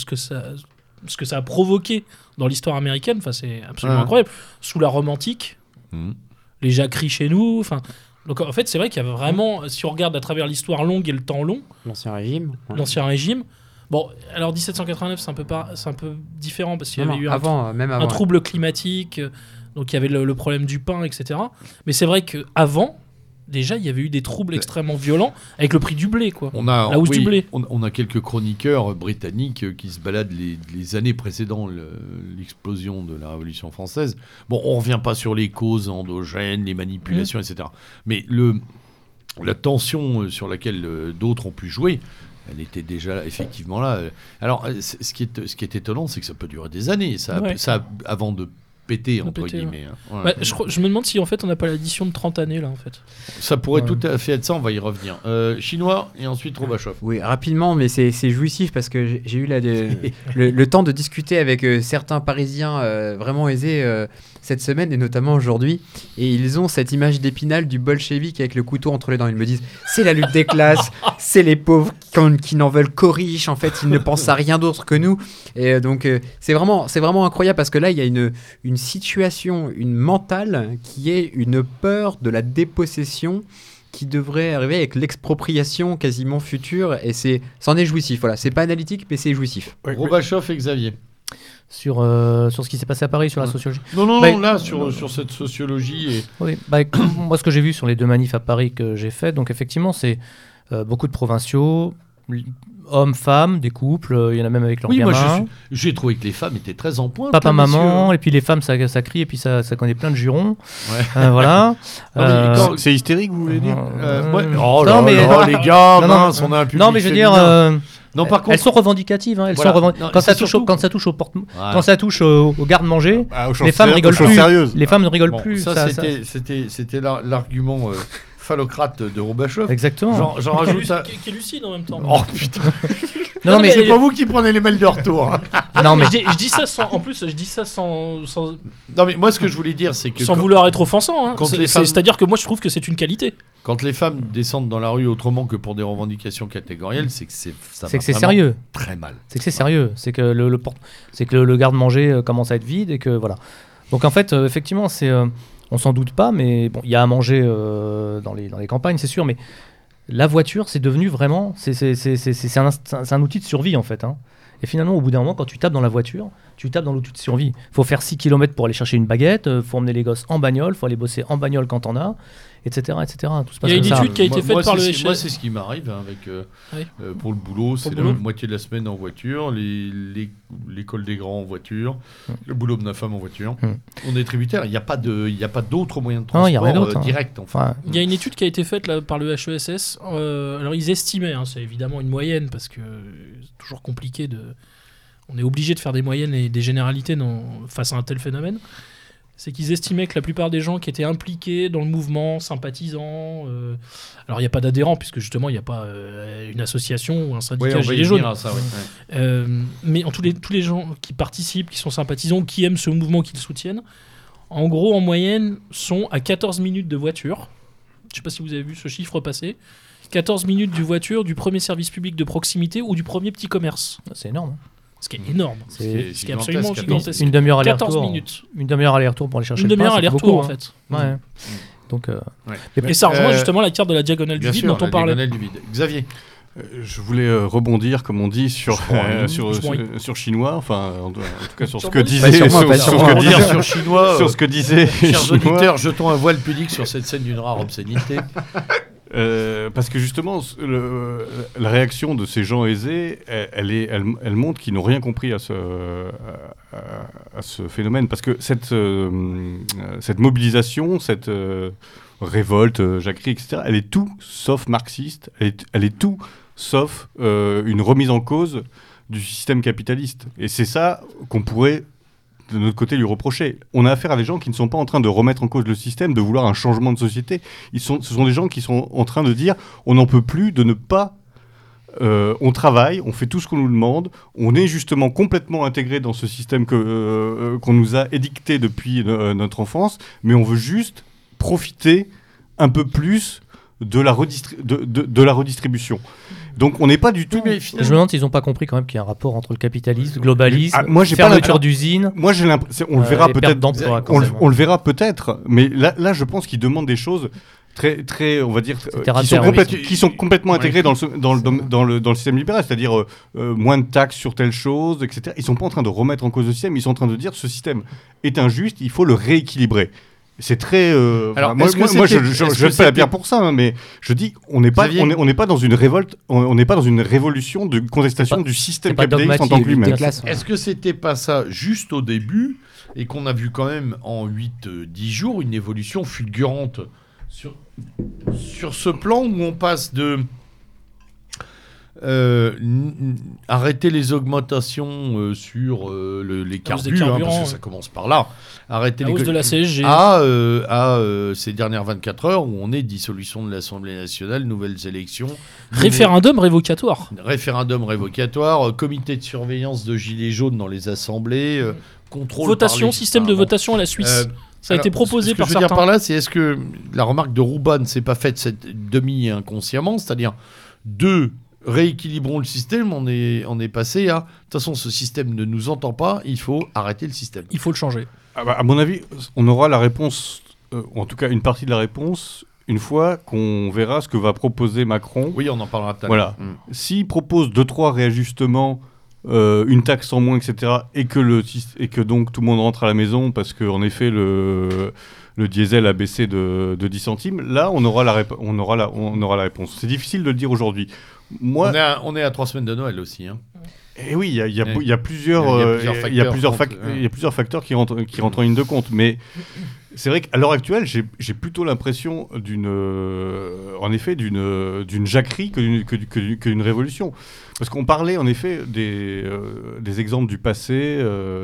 ce que ça a provoqué dans l'histoire américaine, c'est absolument incroyable. Sous la Rome antique, les jacqueries chez nous, donc en fait, c'est vrai qu'il y a vraiment, si on regarde à travers l'histoire longue et le temps long, L'ancien régime. l'ancien régime. Bon, alors 1789, c'est un peu différent parce qu'il y avait eu un trouble climatique, donc il y avait le problème du pain, etc. Mais c'est vrai qu'avant, déjà, il y avait eu des troubles extrêmement violents avec le prix du blé, quoi. La hausse du blé. On a quelques chroniqueurs britanniques qui se baladent les années précédant l'explosion de la Révolution française. Bon, on revient pas sur les causes endogènes, les manipulations, etc. Mais la tension sur laquelle d'autres ont pu jouer, elle était déjà effectivement là. Alors, ce qui est étonnant, c'est que ça peut durer des années. Ça avant de péter, entre guillemets. Ouais. Je me demande si en fait on n'a pas l'addition de 30 années là en fait. Ça pourrait tout à fait être ça, on va y revenir. Chinois et ensuite Robachoff. Oui, rapidement, mais c'est jouissif parce que j'ai eu le temps de discuter avec certains Parisiens vraiment aisés cette semaine et notamment aujourd'hui. Et ils ont cette image d'Épinal du bolchevique avec le couteau entre les dents. Ils me disent, c'est la lutte des classes, c'est les pauvres qui n'en veulent qu'aux riches. En fait, ils ne pensent à rien d'autre que nous. Et donc, c'est vraiment incroyable parce que là, il y a une situation, une mentale qui est une peur de la dépossession qui devrait arriver avec l'expropriation quasiment future et c'en est jouissif. Voilà, c'est pas analytique mais c'est jouissif. Robachoff et Xavier. Sur ce qui s'est passé à Paris, sur la sociologie. Non, là, sur cette sociologie. Oui, moi, ce que j'ai vu sur les 2 manifs à Paris que j'ai fait, donc effectivement, c'est beaucoup de provinciaux, hommes, femmes, des couples, il y en a même avec leurs gamins. Moi, j'ai trouvé que les femmes étaient très en pointe. Papa, maman, et puis les femmes, ça crie, et puis ça connaît plein de jurons. Ouais. Voilà. C'est hystérique, vous voulez dire les gars, on a un public. Non, mais je veux dire... Non, par contre, elles sont revendicatives. Hein, quand ça touche au quand ça touche au garde-manger, les femmes rigolent plus. Les femmes ne rigolent plus. C'était l'argument phallocrate de Robachoff. Exactement. J'en rajoute ça. Qui est lucide en même temps. Oh putain. Non, mais c'est pas vous qui prenez les mails de retour. Non, mais je dis ça sans. En plus, je dis ça sans. Non, mais moi, ce que je voulais dire, c'est que sans vouloir être offensant. Hein. C'est-à-dire que moi, je trouve que c'est une qualité. Quand les femmes descendent dans la rue autrement que pour des revendications catégorielles, c'est que c'est sérieux. Très mal. C'est que c'est sérieux. C'est que le garde-manger commence à être vide et que voilà. Donc en fait, effectivement, on s'en doute pas, mais bon, il y a à manger dans les campagnes, c'est sûr, mais la voiture, c'est devenu vraiment, c'est un outil de survie en fait. Hein. Et finalement, au bout d'un moment, quand tu tapes dans la voiture, tu tapes dans l'outil de survie. Il faut faire 6 km pour aller chercher une baguette, il faut emmener les gosses en bagnole, il faut aller bosser en bagnole quand t'en as, etc. Tout se passe. Il y a une étude qui a été faite par le HL. Moi, c'est ce qui m'arrive pour le boulot. C'est la moitié de la semaine en voiture, l'école des grands en voiture, le boulot de ma femme en voiture. On est tributaire. Il n'y a pas d'autres moyens de transport direct. Enfin. Il y a une étude qui a été faite là, par le HESS. Alors, ils estimaient, c'est évidemment une moyenne parce que c'est toujours compliqué on est obligé de faire des moyennes et des généralités face à un tel phénomène. C'est qu'ils estimaient que la plupart des gens qui étaient impliqués dans le mouvement, sympathisants, alors il n'y a pas d'adhérents puisque justement il n'y a pas une association ou un syndicat Gilets jaunes. Mais tous les gens qui participent, qui sont sympathisants, qui aiment ce mouvement, qui le soutiennent, en gros en moyenne sont à 14 minutes de voiture. Je ne sais pas si vous avez vu ce chiffre passer. 14 minutes de voiture du premier service public de proximité ou du premier petit commerce. C'est énorme. Ce qui est énorme. Ce qui est absolument gigantesque. Une demi-heure 14 minutes. Une demi-heure aller-retour pour aller chercher une le pain. Une demi-heure aller-retour, en fait. Ouais. Donc, et ça rejoint justement la carte de la diagonale du vide dont on parlait. Diagonale du vide. Xavier. Je voulais rebondir, comme on dit, sur chinois, enfin, en tout cas sur ce que disait, sur chinois, sur ce que disait. Chers auditeurs, jetons un voile pudique sur cette scène d'une rare obscénité. Parce que justement, la réaction de ces gens aisés, elle montre qu'ils n'ont rien compris à ce phénomène. Parce que cette mobilisation, cette révolte, jacquerie, etc., elle est tout sauf marxiste, elle est tout sauf une remise en cause du système capitaliste. Et c'est ça qu'on pourrait de notre côté lui reprocher. On a affaire à des gens qui ne sont pas en train de remettre en cause le système, de vouloir un changement de société. Ce sont des gens qui sont en train de dire on n'en peut plus de ne pas on travaille, on fait tout ce qu'on nous demande, on est justement complètement intégré dans ce système qu'on nous a édicté depuis notre enfance, mais on veut juste profiter un peu plus de la redistribution. Donc on n'est pas du tout... Je me demande s'ils n'ont pas compris quand même qu'il y a un rapport entre le capitalisme, le globalisme, fermeture d'usines, moi j'ai l'impression, on le verra peut-être, on le verra peut-être, mais là je pense qu'ils demandent des choses très on va dire, qui sont complètement intégrées dans le système libéral, c'est-à-dire moins de taxes sur telle chose, etc. Ils ne sont pas en train de remettre en cause le système, ils sont en train de dire ce système est injuste, il faut le rééquilibrer. C'est très. Alors, moi, je ne fais la pierre pour ça, hein, mais je dis, on n'est pas dans une révolte, on n'est pas dans une révolution de contestation du système capitaliste en tant que lui-même. Est-ce que c'était pas ça juste au début et qu'on a vu quand même en 8-10 jours une évolution fulgurante sur ce plan où on passe de arrêter les augmentations sur les carburants, parce que ça commence par là. Arrêter la hausse de la CSG. À ces dernières 24 heures où on est dissolution de l'Assemblée nationale, nouvelles élections. Référendum révocatoire. Référendum révocatoire, comité de surveillance de gilets jaunes dans les assemblées, contrôle. Votation, système de votation à la Suisse. Ça a été proposé par certains. Ce que je veux dire par là, c'est est-ce que la remarque de Rouba ne s'est pas faite demi-inconsciemment, c'est-à-dire rééquilibrons le système, on est passé à... De toute façon, ce système ne nous entend pas, il faut arrêter le système. Il faut le changer. À mon avis, on aura la réponse, ou en tout cas une partie de la réponse, une fois qu'on verra ce que va proposer Macron. Oui, on en parlera tout à l'heure. Voilà. S'il propose 2-3 réajustements, une taxe en moins, etc., et que donc tout le monde rentre à la maison parce qu'en effet, le diesel a baissé de 10 centimes, là, on aura la réponse. C'est difficile de le dire aujourd'hui. Moi, on est à 3 semaines de Noël aussi. Hein. Et oui, il y a plusieurs facteurs qui rentrent en ligne de compte. Mais c'est vrai qu'à l'heure actuelle, j'ai plutôt l'impression d'une jacquerie que d'une révolution. Parce qu'on parlait en effet des exemples du passé,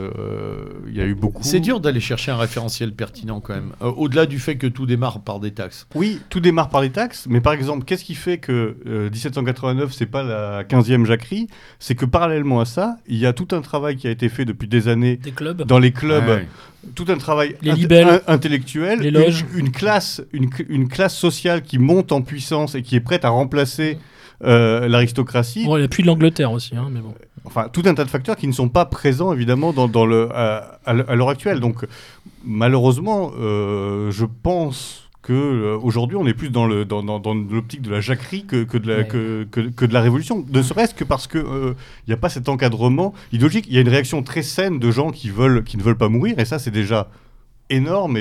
il y a eu beaucoup... C'est dur d'aller chercher un référentiel pertinent quand même, au-delà du fait que tout démarre par des taxes. Oui, tout démarre par des taxes, mais par exemple, qu'est-ce qui fait que 1789, c'est pas la 15e jacquerie? C'est que parallèlement à ça, il y a tout un travail qui a été fait depuis des années dans les clubs, tout un travail intellectuel, les loges. Une classe sociale qui monte en puissance et qui est prête à remplacer... l'aristocratie. Bon, il y a puis de l'Angleterre aussi, hein, mais bon. Enfin, tout un tas de facteurs qui ne sont pas présents évidemment à l'heure actuelle. Donc, malheureusement, je pense que aujourd'hui, on est plus dans l'optique de la jacquerie que de la révolution. Ne serait-ce que parce que il n'y a pas cet encadrement idéologique. Il y a une réaction très saine de gens qui ne veulent pas mourir, et ça, c'est déjà énorme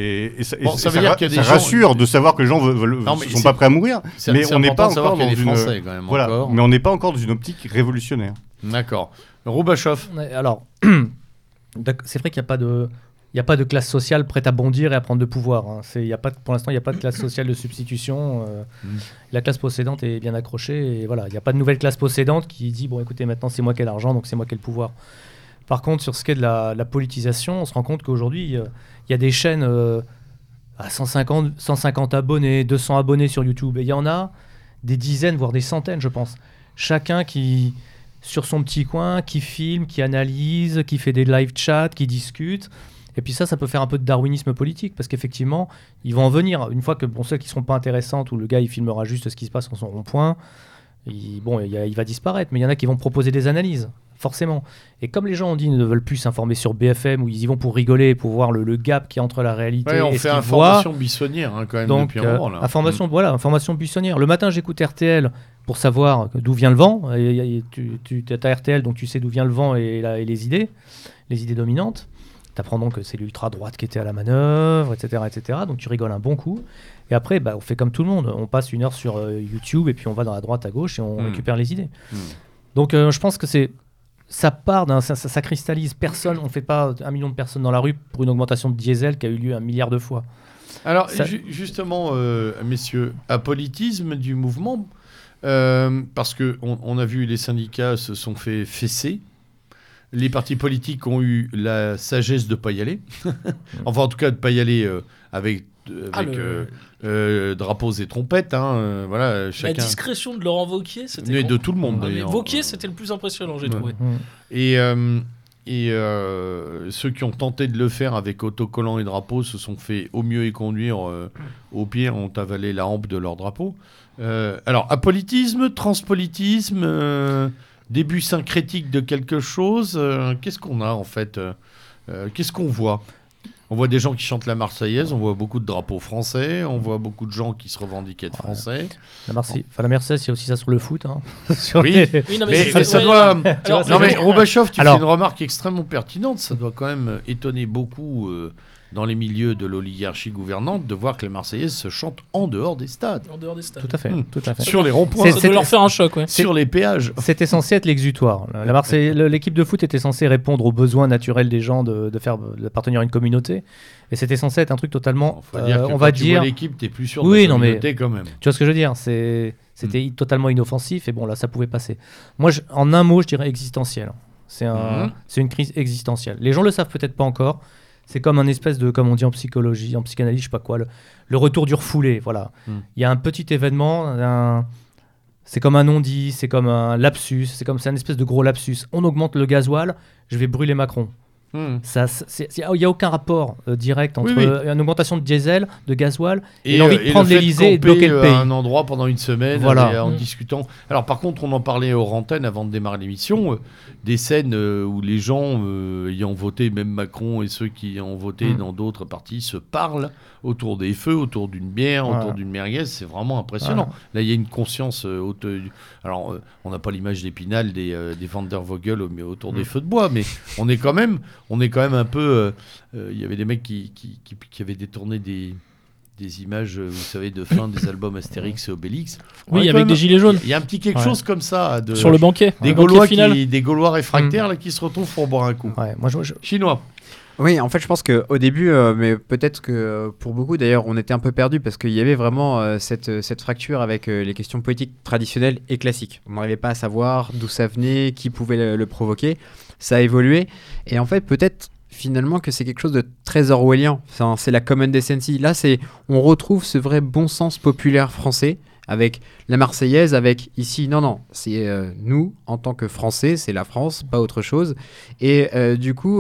ça rassure de savoir que les gens ne sont pas prêts à mourir, mais on n'est pas encore dans Français, quand même, mais on n'est pas encore dans une optique révolutionnaire. D'accord. Roubachoff. Alors, c'est vrai qu'il n'y a pas de classe sociale prête à bondir et à prendre de pouvoir. Hein. Pour l'instant, il n'y a pas de classe sociale de substitution. La classe possédante est bien accrochée. Et voilà, il n'y a pas de nouvelle classe possédante qui dit bon, écoutez, maintenant c'est moi qui ai l'argent, donc c'est moi qui ai le pouvoir. Par contre, sur ce qui est de la politisation, on se rend compte qu'aujourd'hui, il y a des chaînes à 150 abonnés, 200 abonnés sur YouTube. Et il y en a des dizaines, voire des centaines, je pense. Chacun qui, sur son petit coin, qui filme, qui analyse, qui fait des live chats, qui discute. Et puis ça peut faire un peu de darwinisme politique, parce qu'effectivement, ils vont en venir. Une fois que ceux qui ne seront pas intéressantes, où le gars il filmera juste ce qui se passe en son rond-point, il va disparaître. Mais il y en a qui vont proposer des analyses. Forcément. Et comme les gens ont dit ne veulent plus s'informer sur BFM, où ils y vont pour rigoler, pour voir le gap qui est entre la réalité et ce qu'ils voient. On fait information buissonnière quand même depuis un moment. Là. Information buissonnière. Le matin, j'écoute RTL pour savoir d'où vient le vent. Tu as RTL, donc tu sais d'où vient le vent et les idées dominantes. Tu apprends donc que c'est l'ultra-droite qui était à la manœuvre, etc., etc. Donc tu rigoles un bon coup. Et après, on fait comme tout le monde. On passe 1 heure sur YouTube et puis on va dans la droite à gauche et on récupère les idées. Donc je pense que ça part ça cristallise. Personne, on ne fait pas 1 million de personnes dans la rue pour une augmentation de diesel qui a eu lieu 1 milliard de fois. Alors, justement, messieurs, apolitisme du mouvement, parce qu'on a vu les syndicats se sont fait fesser. Les partis politiques ont eu la sagesse de ne pas y aller. Enfin, en tout cas, de ne pas y aller avec avec drapeaux et trompettes. Voilà, chacun. La discrétion de Laurent Wauquiez, c'était. Mais de tout le monde, Ah, mais d'ailleurs. Wauquiez, c'était le plus impressionnant, j'ai trouvé. Et ceux qui ont tenté de le faire avec autocollants et drapeaux se sont fait au mieux éconduire, au pire ont avalé la hampe de leur drapeau. Alors, apolitisme, transpolitisme, début syncrétique de quelque chose, qu'est-ce qu'on a en fait qu'est-ce qu'on voit ? On voit des gens qui chantent la Marseillaise, on voit beaucoup de drapeaux français, on voit beaucoup de gens qui se revendiquent être français. La Marseillaise, il y a aussi ça sur le foot. Hein. Oui, mais ça doit... Alors, non mais Robachoff, tu Alors- fais une remarque extrêmement pertinente, ça doit quand même étonner beaucoup dans les milieux de l'oligarchie gouvernante de voir que la Marseillaise se chante en dehors des stades, En dehors des stades. Tout à fait. Tout à fait. sur les ronds-points, Ça doit leur faire un choc, ouais. sur les péages. C'était censé être l'exutoire. L'équipe de foot était censée répondre aux besoins naturels des gens d'appartenir à une communauté. Et c'était censé être un truc totalement, Faut dire que on quand va tu dire... vois l'équipe, t'es plus sûr de Oui, la non, mais- communauté quand même. Tu vois ce que je veux dire C'était totalement inoffensif et bon, là, ça pouvait passer. Moi, en un mot, je dirais existentiel. C'est une crise existentielle. Les gens le savent peut-être pas encore. C'est comme un espèce de, comme on dit en psychologie, en psychanalyse, je sais pas quoi, le retour du refoulé. Voilà. Il y a un petit événement, c'est comme un non-dit, c'est comme un lapsus, c'est un espèce de gros lapsus. On augmente le gasoil, je vais brûler Macron. Il n'y a aucun rapport direct entre une augmentation de diesel, de gasoil, et l'envie de prendre l'Elysée et de bloquer le pays. À un endroit pendant une semaine, Voilà. en discutant. Alors par contre, on en parlait hors antenne avant de démarrer l'émission, des scènes où les gens ayant voté, même Macron et ceux qui ont voté dans d'autres partis, se parlent autour des feux, autour d'une bière, autour d'une merguez. C'est vraiment impressionnant. Là, il y a une conscience alors, on n'a pas l'image d'Épinal des Van der Vogel autour des feux de bois, mais on est quand même un peu... Il y avait des mecs qui avaient détourné des images, vous savez, de fin des albums Astérix et Obélix. Oui, avec des gilets jaunes. Il y a un petit quelque chose comme ça. Sur le banquet. Des le banquet Gaulois, final. des Gaulois réfractaires là, qui se retrouvent pour boire un coup. Ouais, moi, Chinois. Oui, en fait, je pense qu'au début, mais peut-être que pour beaucoup d'ailleurs, on était un peu perdus parce qu'il y avait vraiment cette fracture avec les questions politiques traditionnelles et classiques. On n'arrivait pas à savoir d'où ça venait, qui pouvait le provoquer. Ça a évolué. Et en fait, peut-être finalement que c'est quelque chose de très orwellien. Enfin, c'est la common decency. Là, on retrouve ce vrai bon sens populaire français avec la Marseillaise, avec ici, non, c'est nous, en tant que Français, c'est la France, pas autre chose. Et du coup...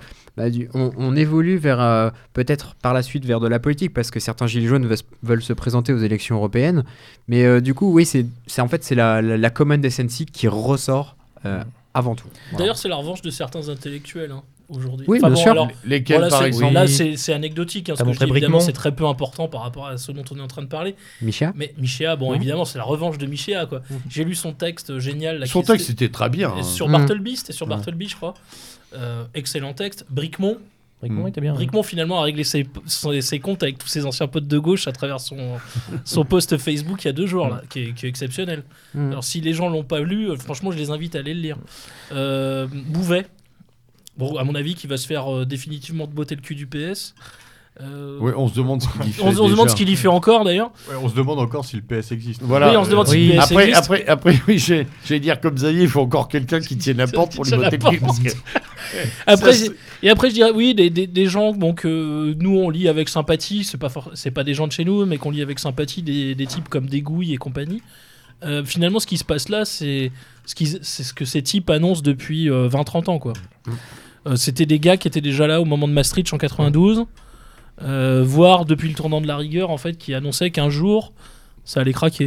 on évolue vers peut-être par la suite vers de la politique parce que certains gilets jaunes veulent se présenter aux élections européennes, mais du coup oui c'est la common decency qui ressort avant tout. D'ailleurs, c'est la revanche de certains intellectuels aujourd'hui. Oui, bien sûr. Alors, Lesquels, voilà, par exemple là, c'est anecdotique. Ce T'as que je montré dis, évidemment, Bricmont. c'est très peu important par rapport à ce dont on est en train de parler. Micha. Mais Michéa, évidemment, c'est la revanche de Michéa, quoi. J'ai lu son texte génial. Là, Son qui- texte était très bien. Sur Bartleby, c'était sur Bartleby, je crois. Excellent texte. Bricmont était bien. Bricmont finalement a réglé ses comptes avec tous ses anciens potes de gauche à travers son post Facebook il y a 2 jours, là, qui est exceptionnel. Alors si les gens l'ont pas lu, franchement je les invite à aller le lire. Bouvet, bon, à mon avis qui va se faire définitivement botter le cul du PS. Oui, on se demande ce qu'il y fait. On se demande ce qu'il y fait encore d'ailleurs. Ouais, on se demande encore si le PS existe. Voilà. Oui, on se demande si le PS existe. Après, oui, j'allais dire comme Xavier, il faut encore quelqu'un qui tienne la porte pour lui botter le cul. Parce que... Après, je dirais oui, des gens que nous on lit avec sympathie, c'est pas des gens de chez nous, mais qu'on lit avec sympathie, des types comme Desgouilles et compagnie. Finalement, ce qui se passe là, c'est ce que ces types annoncent depuis 20-30 ans, quoi. C'était des gars qui étaient déjà là au moment de Maastricht en 92, voire depuis le tournant de la rigueur, en fait, qui annonçaient qu'un jour, ça allait craquer.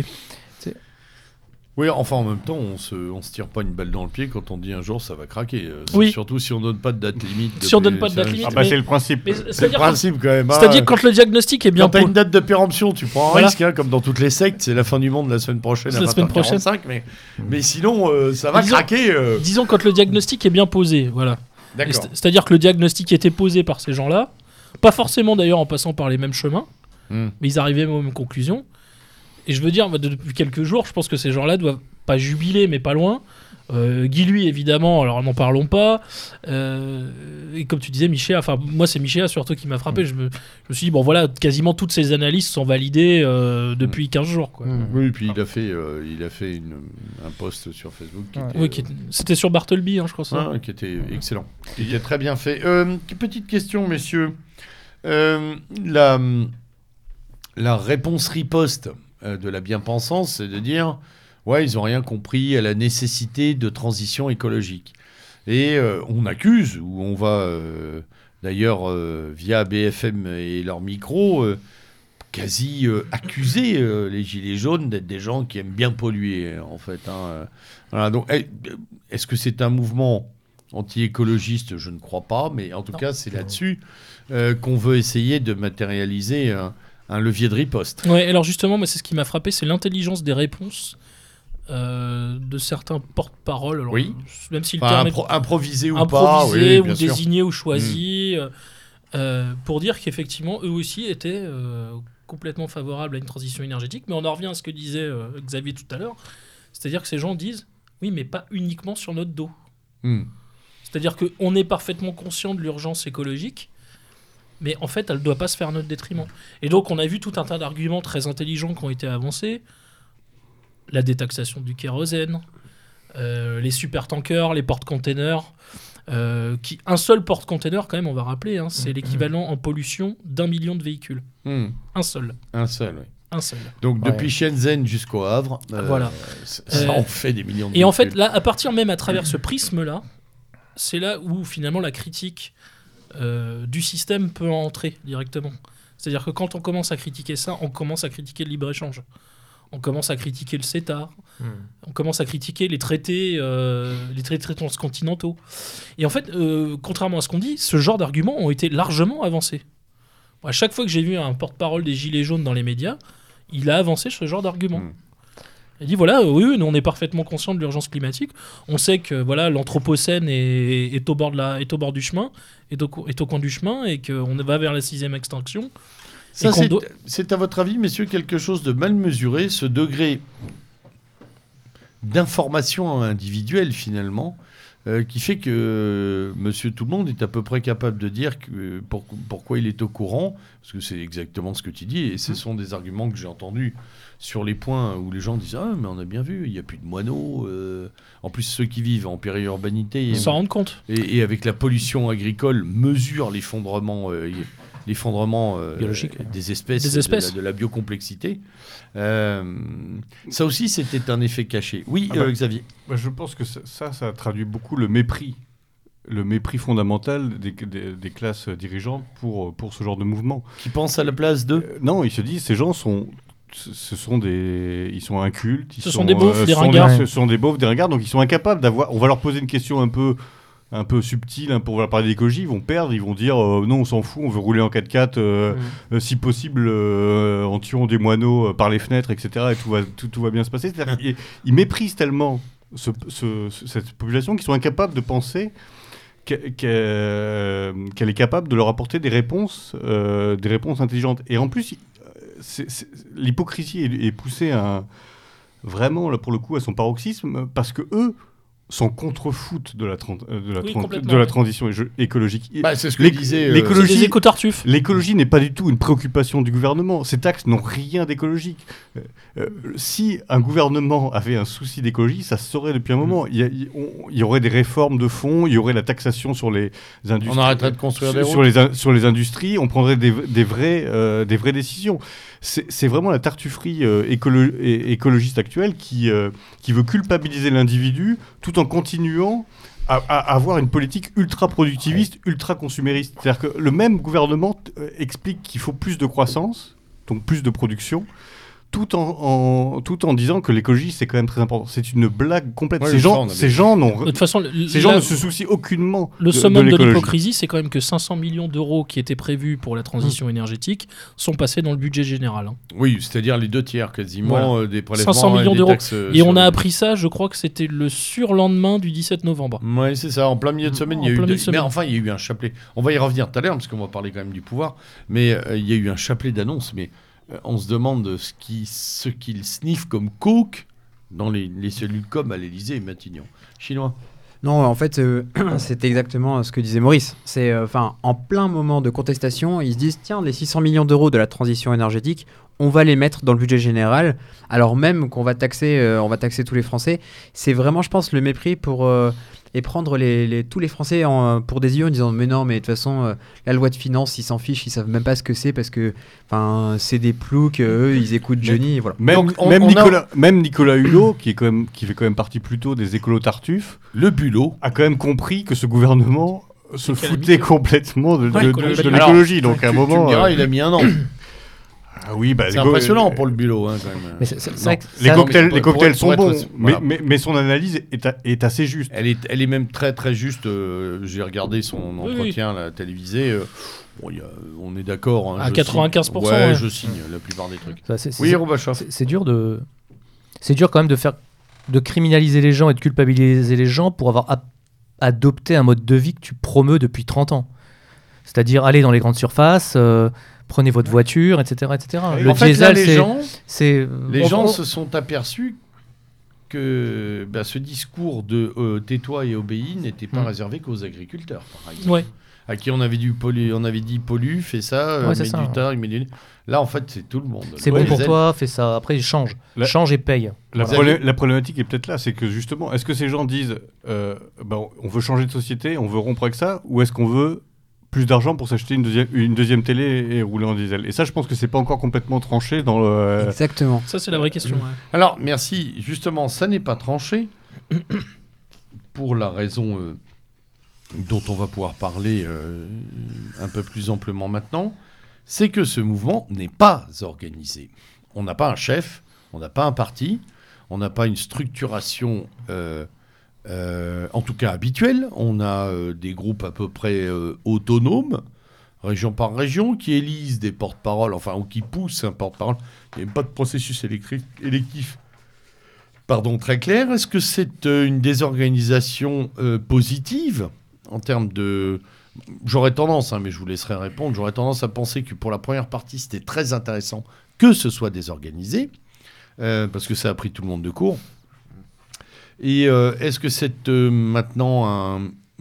Oui, enfin en même temps, on se tire pas une balle dans le pied quand on dit un jour ça va craquer. Oui. Surtout si on donne pas de date limite. Si on donne pas de date limite. Ah bah c'est le principe. Mais C'est le c'est-à-dire principe quand même. que quand le diagnostic est bien Quand t'as posé. une date de péremption, tu prends un Voilà. risque, comme dans toutes les sectes, c'est la fin du monde la semaine prochaine C'est à la semaine 20h45, mais sinon ça va Disons- craquer. Disons quand le diagnostic est bien posé, voilà. Et D'accord. C'est-à-dire que le diagnostic était posé par ces gens-là, pas forcément d'ailleurs en passant par les mêmes chemins, mais ils arrivaient aux mêmes conclusions. Et je veux dire, depuis quelques jours, je pense que ces gens-là doivent pas jubiler, mais pas loin. Guy, lui, évidemment, alors n'en parlons pas. Et comme tu disais, Michéa, enfin, moi, c'est Michéa surtout qui m'a frappé. Je me suis dit, bon, voilà, quasiment toutes ces analyses sont validées depuis 15 jours, quoi. Oui, puis il a fait un post sur Facebook qui était, Oui, c'était sur Bartleby, hein, je crois ça. qui était excellent. Qui était très bien fait. Petite question, messieurs. la réponse riposte de la bien-pensance, c'est de dire ouais, ils n'ont rien compris à la nécessité de transition écologique. Et on accuse, ou on va d'ailleurs via BFM et leurs micros quasi accuser les gilets jaunes d'être des gens qui aiment bien polluer en fait. Voilà, donc, est-ce que c'est un mouvement anti-écologiste? Je ne crois pas, mais en tout cas c'est là-dessus qu'on veut essayer de matérialiser un levier de riposte. Ouais, alors justement, moi, c'est ce qui m'a frappé, c'est l'intelligence des réponses de certains porte-paroles. Alors, Oui. Même s'ils improvisé ou pas, oui, ou désigné ou choisi, pour dire qu'effectivement, eux aussi étaient complètement favorables à une transition énergétique. Mais on en revient à ce que disait Xavier tout à l'heure, c'est-à-dire que ces gens disent oui, mais pas uniquement sur notre dos. C'est-à-dire qu'on est parfaitement conscient de l'urgence écologique, mais en fait, elle ne doit pas se faire à notre détriment. Et donc, on a vu tout un tas d'arguments très intelligents qui ont été avancés. La détaxation du kérosène, les supertankers, les porte-containers. Un seul porte-container, quand même, on va rappeler, c'est l'équivalent en pollution d'1 million de véhicules. Un seul. Un seul, oui. Un seul. Donc depuis Shenzhen jusqu'au Havre, voilà. Ça en fait des millions de véhicules. Et en fait, là, à partir même à travers ce prisme-là, c'est là où finalement la critique du système peut entrer directement. C'est-à-dire que quand on commence à critiquer ça, on commence à critiquer le libre-échange. On commence à critiquer le CETA. On commence à critiquer les traités transcontinentaux. Et en fait, contrairement à ce qu'on dit, ce genre d'arguments ont été largement avancés. À chaque fois que j'ai vu un porte-parole des Gilets jaunes dans les médias, il a avancé ce genre d'argument. Il dit voilà, oui, nous on est parfaitement conscient de l'urgence climatique. On sait que voilà, l'anthropocène est au bord du chemin, est au coin du chemin, et qu'on va vers la 6e extinction. Ça, c'est à votre avis, messieurs, quelque chose de mal mesuré, ce degré d'information individuelle finalement, qui fait que Monsieur Tout-le-Monde est à peu près capable de dire pourquoi il est au courant, parce que c'est exactement ce que tu dis, et ce sont des arguments que j'ai entendus sur les points où les gens disent « Ah, mais on a bien vu, il n'y a plus de moineaux. » En plus, ceux qui vivent en périurbanité s'en rendent compte. Et avec la pollution agricole, mesurent l'effondrement biologique des espèces. De la biocomplexité. Ça aussi, c'était un effet caché. Oui, Xavier. Je pense que ça traduit beaucoup le mépris fondamental des classes dirigeantes pour ce genre de mouvement. Qui pensent à la place de non, ils se disent, ces gens sont incultes. Ce sont des beaufs, des ringards. Ce sont des beaufs, des ringards, donc ils sont incapables d'avoir... On va leur poser une question un peu subtil pour leur parler d'écologie, ils vont perdre, ils vont dire non, on s'en fout, on veut rouler en 4x4, si possible en tuant des moineaux par les fenêtres, etc. Et tout va bien se passer. C'est-à-dire ils méprisent tellement cette population qu'ils sont incapables de penser qu'elle est capable de leur apporter des réponses intelligentes. Et en plus, l'hypocrisie est poussée vraiment, là, pour le coup, à son paroxysme, parce que eux s'en contre-foutent de la transition écologique. C'est ce que disait... L'écologie n'est pas du tout une préoccupation du gouvernement. Ces taxes n'ont rien d'écologique. Si un gouvernement avait un souci d'écologie, ça se saurait depuis un moment. Il y aurait des réformes de fond, il y aurait la taxation sur les industries. On arrêterait de construire des routes. Sur les industries, on prendrait des vraies décisions. C'est vraiment la tartufferie écologiste actuelle qui veut culpabiliser l'individu tout en continuant à avoir une politique ultra-productiviste, ultra-consumériste. C'est-à-dire que le même gouvernement explique qu'il faut plus de croissance, donc plus de production, tout en disant que l'écologie, c'est quand même très important. C'est une blague complète. Ouais, ces gens ne se soucient aucunement le summum de l'hypocrisie, c'est quand même que 500 millions d'euros qui étaient prévus pour la transition énergétique sont passés dans le budget général. Oui, c'est-à-dire les 2/3 quasiment des prélèvements 500 millions et des d'euros. taxes. Et on a appris ça, je crois que c'était le surlendemain du 17 novembre. Oui, c'est ça, en plein milieu de semaine. Mais enfin, il y a eu un chapelet. On va y revenir tout à l'heure, parce qu'on va parler quand même du pouvoir. Mais il y a eu un chapelet d'annonces, mais... on se demande ce qu'ils sniffent comme coke dans les cellules com à l'Élysée et Matignon. Chinois. Non, en fait, c'est exactement ce que disait Maurice. C'est en plein moment de contestation, ils se disent tiens, les 600 millions d'euros de la transition énergétique, on va les mettre dans le budget général, alors même qu'on va taxer tous les Français. C'est vraiment, je pense, le mépris pour et prendre tous les Français pour des idiots en disant mais non, mais de toute façon, la loi de finances, ils s'en fichent, ils savent même pas ce que c'est parce que c'est des ploucs, eux, ils écoutent Johnny, et voilà. Même Nicolas Hulot, qui fait quand même partie plutôt des écolos tartuffes, le bulot a quand même compris que ce gouvernement se foutait complètement de l'écologie. l'écologie. Donc à un moment, tu me diras, il a mis un an. Ah oui, c'est impressionnant pour le bulot, hein, quand même. Mais c'est vrai que les cocktails sont bons, voilà. mais son analyse est assez juste. Elle est même très très juste. J'ai regardé son entretien là, télévisé. On est d'accord. Hein, à 95%. Ouais, je signe la plupart des trucs. Oui, Roubachov. C'est dur quand même de criminaliser les gens et de culpabiliser les gens pour avoir adopté un mode de vie que tu promeus depuis 30 ans. C'est-à-dire aller dans les grandes surfaces, prenez votre voiture, etc. etc. Le diesel, les gens se sont aperçus que ce discours de tais-toi et obéis n'était pas réservé qu'aux agriculteurs, par exemple. Ouais. À qui on avait dit pollue, fais ça, mets du tas, Là, en fait, c'est tout le monde. C'est bon pour toi, fais ça. Après, change et paye. La problématique est peut-être là, c'est que justement, est-ce que ces gens disent on veut changer de société, on veut rompre avec ça, ou est-ce qu'on veut plus d'argent pour s'acheter une deuxième télé et rouler en diesel? Et ça, je pense que c'est pas encore complètement tranché dans le... Exactement. Ça, c'est la vraie question. Ouais. Alors, merci. Justement, ça n'est pas tranché pour la raison dont on va pouvoir parler un peu plus amplement maintenant. C'est que ce mouvement n'est pas organisé. On n'a pas un chef, on n'a pas un parti, on n'a pas une structuration... en tout cas habituel, on a des groupes à peu près autonomes, région par région, qui élisent des porte-paroles, ou qui poussent un porte-parole. Il n'y a même pas de processus électif très clair. Est-ce que c'est une désorganisation positive en termes de... J'aurais tendance, mais je vous laisserai répondre, j'aurais tendance à penser que pour la première partie, c'était très intéressant que ce soit désorganisé, parce que ça a pris tout le monde de court. Et est-ce que c'est maintenant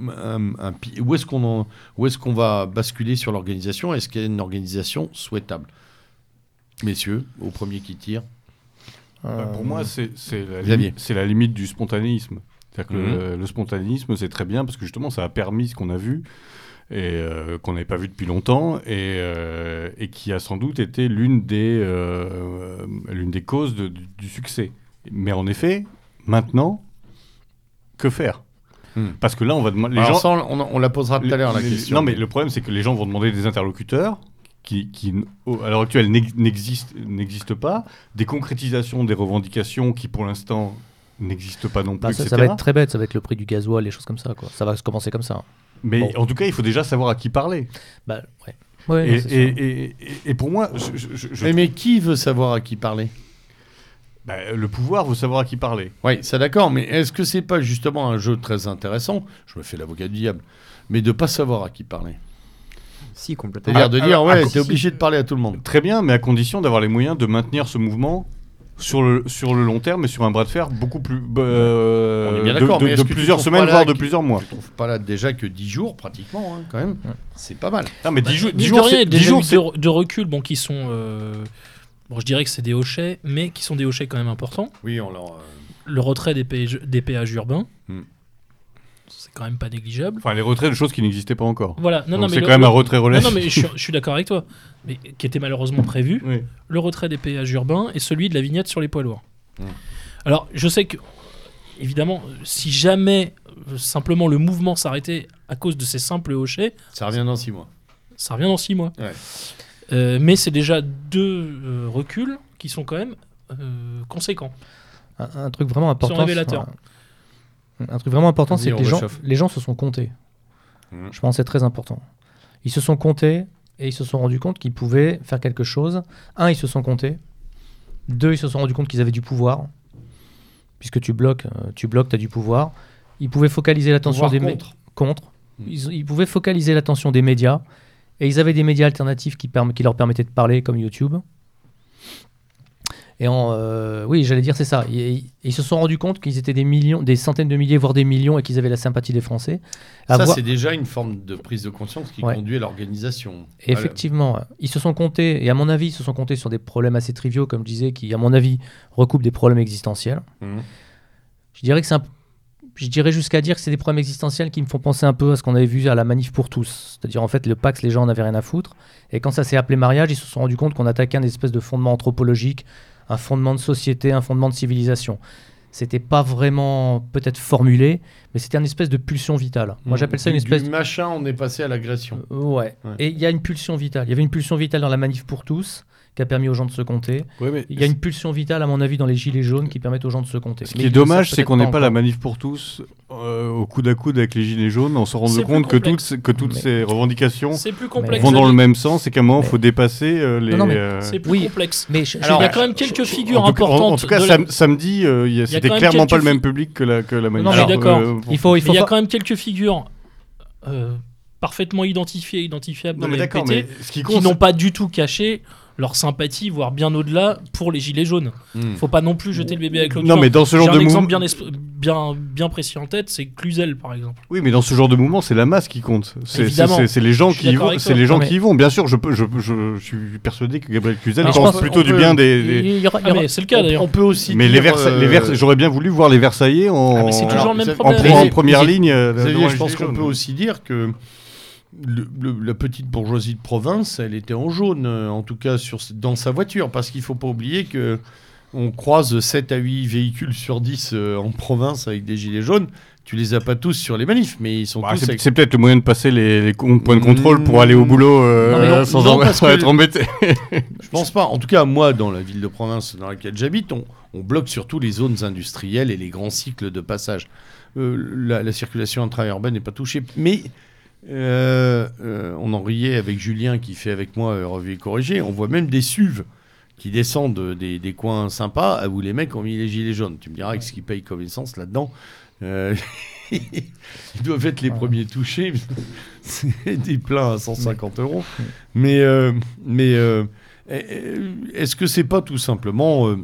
où est-ce qu'on va basculer sur l'organisation? Est-ce qu'il y a une organisation souhaitable? Messieurs, au premier qui tire. Pour moi, c'est la limite du spontanéisme. C'est-à-dire que le spontanéisme, c'est très bien parce que justement, ça a permis ce qu'on a vu et qu'on n'avait pas vu depuis longtemps et qui a sans doute été l'une des causes du succès. Mais en effet, maintenant, que faire? Parce que là, on va demander... on la posera tout à l'heure, la question. Non, mais le problème, c'est que les gens vont demander des interlocuteurs qui à l'heure actuelle, n'existent pas, des concrétisations des revendications qui, pour l'instant, n'existent pas non plus, etc. Ça va être très bête, ça va être le prix du gasoil, les choses comme ça, quoi. Ça va commencer comme ça. Mais en tout cas, il faut déjà savoir à qui parler. Et pour moi... Mais qui veut savoir à qui parler? Le pouvoir veut savoir à qui parler. Oui, c'est d'accord, mais est-ce que c'est pas justement un jeu très intéressant, je me fais l'avocat du diable, mais de pas savoir à qui parler? Si, complètement. C'est-à-dire de dire, t'es obligé de parler à tout le monde. Très bien, mais à condition d'avoir les moyens de maintenir ce mouvement sur le long terme et sur un bras de fer beaucoup plus... on est bien d'accord, mais de plusieurs semaines, voire de plusieurs mois. Tu trouves pas là déjà que 10 jours, pratiquement, quand même. C'est pas mal. Non, mais 10 jours, de recul, qui sont... je dirais que c'est des hochets, mais qui sont des hochets quand même importants. Oui, le retrait des péages urbains, c'est quand même pas négligeable. Enfin, les retraits de choses qui n'existaient pas encore. Voilà, mais c'est quand même un retrait relatif. Non, mais je suis d'accord avec toi, mais qui était malheureusement prévu. Oui. Le retrait des péages urbains et celui de la vignette sur les poids lourds. Alors, je sais que, évidemment, si jamais simplement le mouvement s'arrêtait à cause de ces simples hochets, ça revient dans 6 mois. Ouais. Mais c'est déjà 2 reculs qui sont quand même conséquents. Un truc vraiment important. Qui sont révélateurs. Un truc vraiment important, c'est que les gens se sont comptés. Je pense que c'est très important. Ils se sont comptés et ils se sont rendus compte qu'ils pouvaient faire quelque chose. 1, ils se sont comptés. 2, ils se sont rendus compte qu'ils avaient du pouvoir. Puisque tu bloques, tu as du pouvoir. Ils pouvaient focaliser l'attention des médias. Ils pouvaient focaliser l'attention des médias. Et ils avaient des médias alternatifs qui leur permettaient de parler, comme YouTube. Et oui, j'allais dire, c'est ça. Ils se sont rendus compte qu'ils étaient des centaines de milliers, voire des millions, et qu'ils avaient la sympathie des Français. C'est déjà une forme de prise de conscience qui conduit à l'organisation. Et effectivement, ils se sont comptés, et à mon avis, ils se sont comptés sur des problèmes assez triviaux, comme je disais, qui, à mon avis, recoupent des problèmes existentiels. Je dirais que je dirais jusqu'à dire que c'est des problèmes existentiels qui me font penser un peu à ce qu'on avait vu à la manif pour tous. C'est-à-dire, en fait, le Pax, les gens en avaient rien à foutre. Et quand ça s'est appelé mariage, ils se sont rendus compte qu'on attaquait un espèce de fondement anthropologique, un fondement de société, un fondement de civilisation. C'était pas vraiment peut-être formulé, mais c'était une espèce de pulsion vitale. Moi, j'appelle ça une espèce du machin, on est passé à l'agression. Ouais. Et il y a une pulsion vitale. Il y avait une pulsion vitale dans la manif pour tous qui a permis aux gens de se compter. Ouais, mais il y a une pulsion vitale, à mon avis, dans les gilets jaunes qui permettent aux gens de se compter. Ce qui est dommage, c'est qu'on n'ait pas la manif pour tous au coude à coude avec les gilets jaunes, en se rendant compte que toutes ces revendications vont dans le même sens et qu'à un moment, il faut dépasser les... C'est plus complexe. Mais il y a quand même quelques figures importantes. En tout cas, samedi, c'était clairement pas le même public que la manif. Non, mais d'accord. Il y a quand même quelques figures parfaitement identifiables de la NPT qui n'ont pas du tout caché leur sympathie, voire bien au-delà, pour les gilets jaunes. Faut pas non plus jeter le bébé avec l'eau du bain. Non, mais dans ce genre de exemple bien précis en tête, c'est Cluzel, par exemple. Oui, mais dans ce genre de mouvement, c'est la masse qui compte. C'est les gens qui y vont. C'est les gens qui y vont. Bien sûr, je suis persuadé que Gabriel Cluzel pense plutôt du bien des. C'est le cas d'ailleurs. On peut aussi. Mais j'aurais bien voulu voir les Versaillais en. C'est toujours le même problème. En première ligne. Je pense qu'on peut aussi dire que la petite bourgeoisie de province, elle était en jaune, en tout cas dans sa voiture, parce qu'il ne faut pas oublier qu'on croise 7 à 8 véhicules sur 10 en province avec des gilets jaunes. Tu les as pas tous sur les manifs, mais ils sont tous... C'est peut-être le moyen de passer les points de contrôle pour aller au boulot sans être embêté. Je pense pas. En tout cas, moi, dans la ville de province dans laquelle j'habite, on bloque surtout les zones industrielles et les grands cycles de passage. La circulation intra-urbaine n'est pas touchée, mais... on en riait avec Julien qui fait avec moi Revue et Corrigé. On voit même des SUV qui descendent des coins sympas où les mecs ont mis les gilets jaunes. Tu me diras ce qu'ils payent comme essence là-dedans. Ils doivent être les premiers touchés. C'est des pleins à 150 €. Mais est-ce que c'est pas tout simplement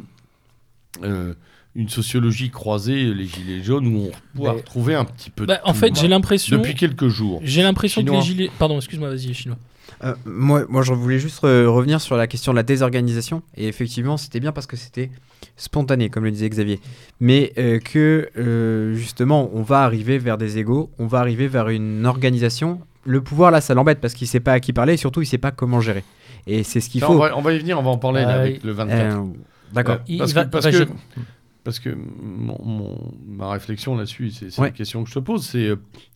une sociologie croisée, les gilets jaunes, où on pourra retrouver un petit peu de en fait, j'ai l'impression... Depuis quelques jours. J'ai l'impression que les gilets... Pardon, excuse-moi, vas-y, Chinois. Moi, je voulais juste revenir sur la question de la désorganisation. Et effectivement, c'était bien parce que c'était spontané, comme le disait Xavier. Mais justement, on va arriver vers des égos, on va arriver vers une organisation. Le pouvoir, là, ça l'embête parce qu'il ne sait pas à qui parler et surtout, il ne sait pas comment gérer. Et c'est ce qu'il faut... On va y venir, on va en parler là, avec le 24. D'accord. Parce que ma réflexion là-dessus, c'est la question que je te pose, c'est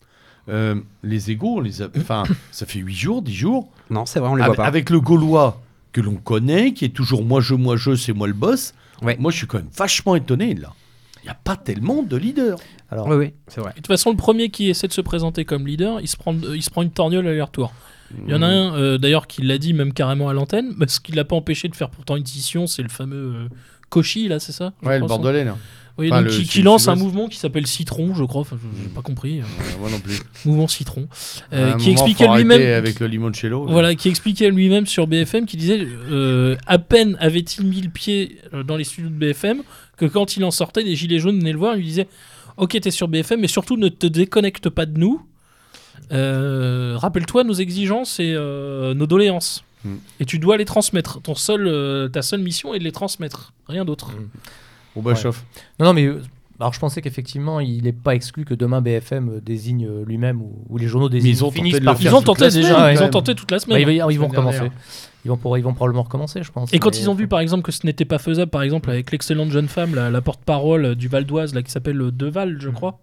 les égos, ça fait 8 jours, 10 jours. Non, c'est vrai, on les voit pas. Avec le Gaulois que l'on connaît, qui est toujours moi, je, c'est moi le boss. Ouais. Moi, je suis quand même vachement étonné, là. Il n'y a pas tellement de leaders. Alors, oui, c'est vrai. De toute façon, le premier qui essaie de se présenter comme leader, il se prend une torgnole à aller-retour. Il y en a un, d'ailleurs, qui l'a dit même carrément à l'antenne, parce qu'il l'a pas empêché de faire pourtant une scission, c'est le fameux... Cauchy, là, c'est ça? Ouais, le Bordelais, là. Oui, donc qui lance un mouvement qui s'appelle Citron, je crois. Enfin, j'ai pas compris. Moi non plus. Mouvement Citron. Qui expliquait lui-même. Avec le limoncello. Voilà, qui expliquait lui-même sur BFM, qui disait à peine avait-il mis le pied dans les studios de BFM que quand il en sortait, des gilets jaunes venaient le voir, il lui disaient ok, t'es sur BFM, mais surtout ne te déconnecte pas de nous. Rappelle-toi nos exigences et nos doléances. Et tu dois les transmettre. Ta seule mission est de les transmettre. Rien d'autre. Bon bah chauffe. Non, mais alors je pensais qu'effectivement, il n'est pas exclu que demain BFM désigne lui-même ou les journaux désignent. Ils ont tenté déjà. Ils ont tenté toute la semaine. Ils vont recommencer. Ils vont probablement recommencer, je pense. Et quand ils ont vu, par exemple, que ce n'était pas faisable, par exemple, avec l'excellente jeune femme, la porte-parole du Val d'Oise, là, qui s'appelle Deval, je crois,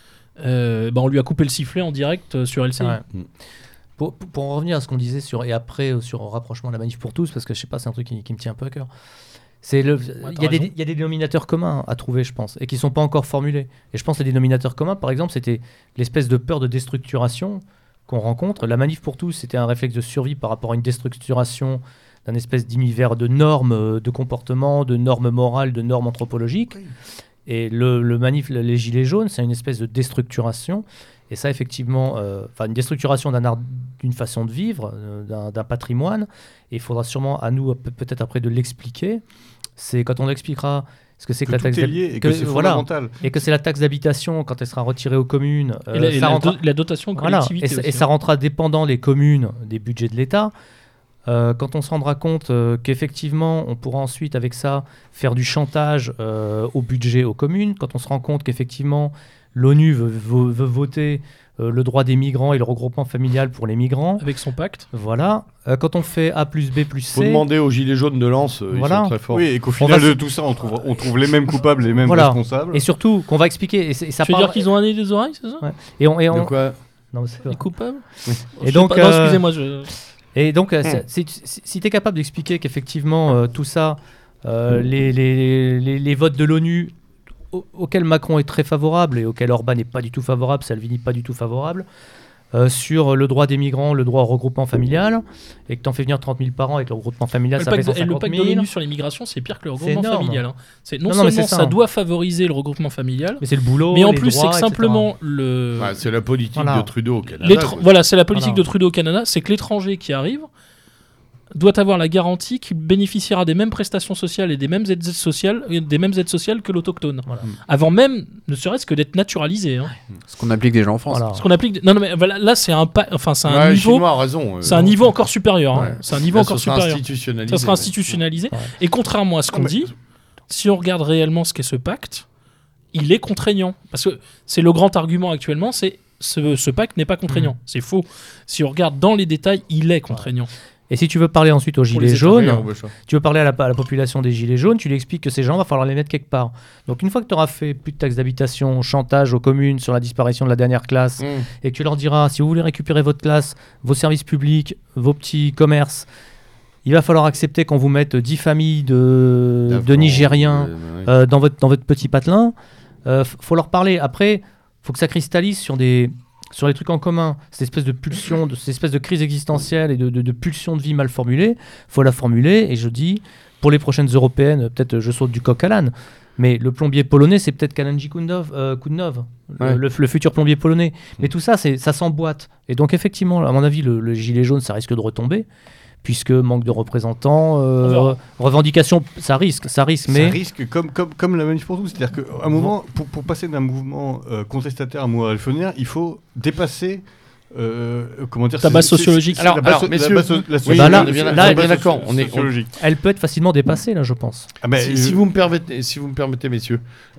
on lui a coupé le sifflet en direct sur LCI. Pour en revenir à ce qu'on disait sur le rapprochement de la manif pour tous, parce que je sais pas, c'est un truc qui me tient un peu à cœur. Il y a des dénominateurs communs à trouver, je pense, et qui ne sont pas encore formulés. Et je pense que les dénominateurs communs, par exemple, c'était l'espèce de peur de déstructuration qu'on rencontre. La manif pour tous, c'était un réflexe de survie par rapport à une déstructuration d'un espèce d'univers de normes, de comportement, de normes morales, de normes anthropologiques. Oui. Et les gilets jaunes, c'est une espèce de déstructuration. Et ça, effectivement, une déstructuration d'un art, d'une façon de vivre, d'un patrimoine. Et il faudra sûrement, à nous, peut-être après, de l'expliquer. C'est quand on expliquera ce que c'est que la taxe d'habitation. Et que c'est fondamental. Et que c'est la taxe d'habitation quand elle sera retirée aux communes. Et la dotation aux collectivités. Voilà. Et ça rentrera dépendant les communes des budgets de l'État. Quand on se rendra compte qu'effectivement, on pourra ensuite, avec ça, faire du chantage au budget aux communes. Quand on se rend compte qu'effectivement, l'ONU veut voter le droit des migrants et le regroupement familial pour les migrants. Avec son pacte. Voilà. Quand on fait A plus B plus C... Faut demander aux gilets jaunes de Lens, ils sont très forts. Oui, et qu'au final de tout ça, on trouve les mêmes coupables, les mêmes responsables. Et surtout, qu'on va expliquer... Et ça tu veux dire qu'ils ont un nez et des oreilles, c'est ça? Ouais. Et on... De quoi? Non, c'est Les coupables. Et donc, non, excusez-moi, Et donc, si tu es capable d'expliquer qu'effectivement, tout ça, les votes de l'ONU auxquels Macron est très favorable et auxquels Orban n'est pas du tout favorable, Salvini pas du tout favorable, sur le droit des migrants, le droit au regroupement familial, et que tu en fais venir 30 000 par an avec le regroupement familial, ça fait 150 000. Le pacte de l'ONU sur l'immigration, c'est pire que le regroupement familial. Hein. Non, seulement ça doit favoriser le regroupement familial, mais c'est le boulot, mais en plus droits, c'est que simplement c'est la politique de Trudeau au Canada. C'est la politique de Trudeau au Canada, c'est que l'étranger qui arrive doit avoir la garantie qu'il bénéficiera des mêmes prestations sociales et des mêmes aides sociales que l'autochtone. Voilà. Avant même, ne serait-ce que d'être naturalisé. Hein. Ce qu'on applique déjà en France. Voilà. Ce qu'on applique. Non, mais voilà, là, c'est un niveau. Chinois a raison. C'est un niveau encore supérieur. Hein. Ouais. C'est un niveau encore supérieur. Ça sera institutionnalisé. Ouais. Et contrairement à ce qu'on dit, si on regarde réellement ce qu'est ce pacte, il est contraignant. Parce que c'est le grand argument actuellement, c'est ce pacte n'est pas contraignant. C'est faux. Si on regarde dans les détails, il est contraignant. Et si tu veux parler ensuite aux gilets jaunes, tu veux parler à la population des gilets jaunes, tu lui expliques que ces gens, va falloir les mettre quelque part. Donc une fois que tu auras fait plus de taxes d'habitation, chantage aux communes sur la disparition de la dernière classe, et que tu leur diras, si vous voulez récupérer votre classe, vos services publics, vos petits commerces, il va falloir accepter qu'on vous mette 10 familles de Nigériens dans votre petit patelin. Faut leur parler. Après, faut que ça cristallise sur les trucs en commun, cette espèce de pulsion, cette espèce de crise existentielle et de pulsion de vie mal formulée, faut la formuler. Et je dis, pour les prochaines européennes, peut-être je saute du coq à l'âne, mais le plombier polonais, c'est peut-être Kalenji Koudnov, le futur plombier polonais. Mais tout ça, ça s'emboîte. Et donc effectivement, à mon avis, le gilet jaune, ça risque de retomber. Puisque manque de représentants, revendications, ça risque, mais... Ça risque comme la manif pour tous, c'est-à-dire qu'à un moment, pour passer d'un mouvement contestataire à un mouvement révolutionnaire, il faut dépasser... ta base sociologique. Alors, messieurs, là, on est d'accord. Elle peut être facilement dépassée, là, je pense. Si vous me permettez, messieurs,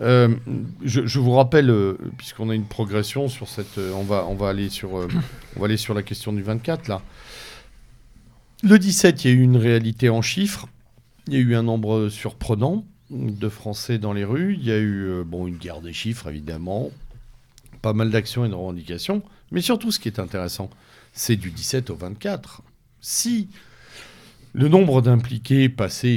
je vous rappelle, puisqu'on a une progression sur cette... on va aller sur la question du 24, là. Le 17, il y a eu une réalité en chiffres. Il y a eu un nombre surprenant de Français dans les rues. Il y a eu une guerre des chiffres, évidemment. Pas mal d'actions et de revendications. Mais surtout, ce qui est intéressant, c'est du 17 au 24. Si le nombre d'impliqués passait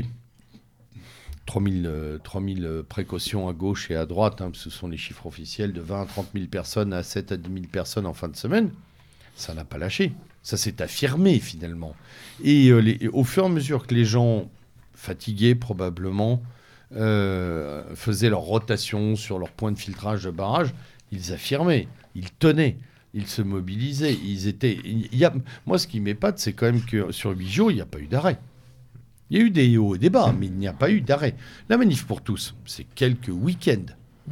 3000 précautions à gauche et à droite, ce sont les chiffres officiels, de 20 à 30 000 personnes à 7 à 10 000 personnes en fin de semaine, ça n'a pas lâché. Ça s'est affirmé, finalement. Et au fur et à mesure que les gens, fatigués probablement, faisaient leur rotation sur leur point de filtrage de barrage, ils affirmaient, ils tenaient, ils se mobilisaient. Moi, ce qui m'épate, c'est quand même que sur 8 jours, il n'y a pas eu d'arrêt. Il y a eu des hauts et des bas, mais il n'y a pas eu d'arrêt. La manif pour tous, c'est quelques week-ends.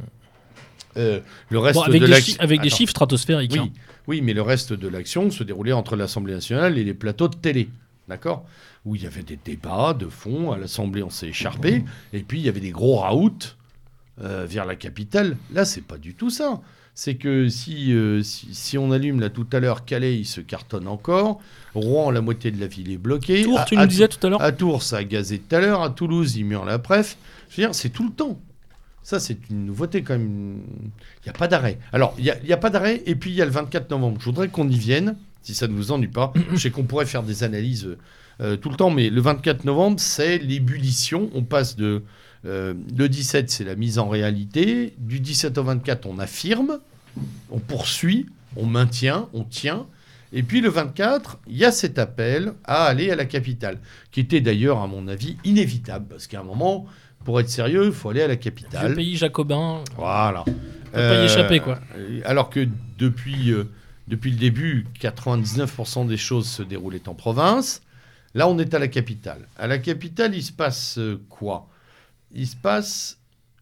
Le reste avec des chiffres stratosphériques. Oui. Oui, mais le reste de l'action se déroulait entre l'Assemblée nationale et les plateaux de télé, d'accord ? Où il y avait des débats de fond. À l'Assemblée, on s'est écharpé. Et puis, il y avait des gros raouts vers la capitale. Là, c'est pas du tout ça. C'est que si on allume, là, tout à l'heure, Calais, il se cartonne encore. Rouen, la moitié de la ville est bloquée. Tours, tu nous disais tout à l'heure. À Tours, ça a gazé tout à l'heure. À Toulouse, il murent la préf. Je veux dire, c'est tout le temps. Ça, c'est une nouveauté quand même. Il n'y a pas d'arrêt. Alors, il n'y a pas d'arrêt, et puis il y a le 24 novembre. Je voudrais qu'on y vienne, si ça ne vous ennuie pas. Je sais qu'on pourrait faire des analyses tout le temps, mais le 24 novembre, c'est l'ébullition. On passe de... le 17, c'est la mise en réalité. Du 17 au 24, on affirme, on poursuit, on maintient, on tient. Et puis le 24, il y a cet appel à aller à la capitale, qui était d'ailleurs, à mon avis, inévitable, parce qu'à un moment... Pour être sérieux, il faut aller à la capitale. Le pays jacobin. Voilà. On peut pas y échapper, quoi. Alors que depuis le début, 99% des choses se déroulaient en province. Là, on est à la capitale. À la capitale, il se passe quoi ? Il se passe...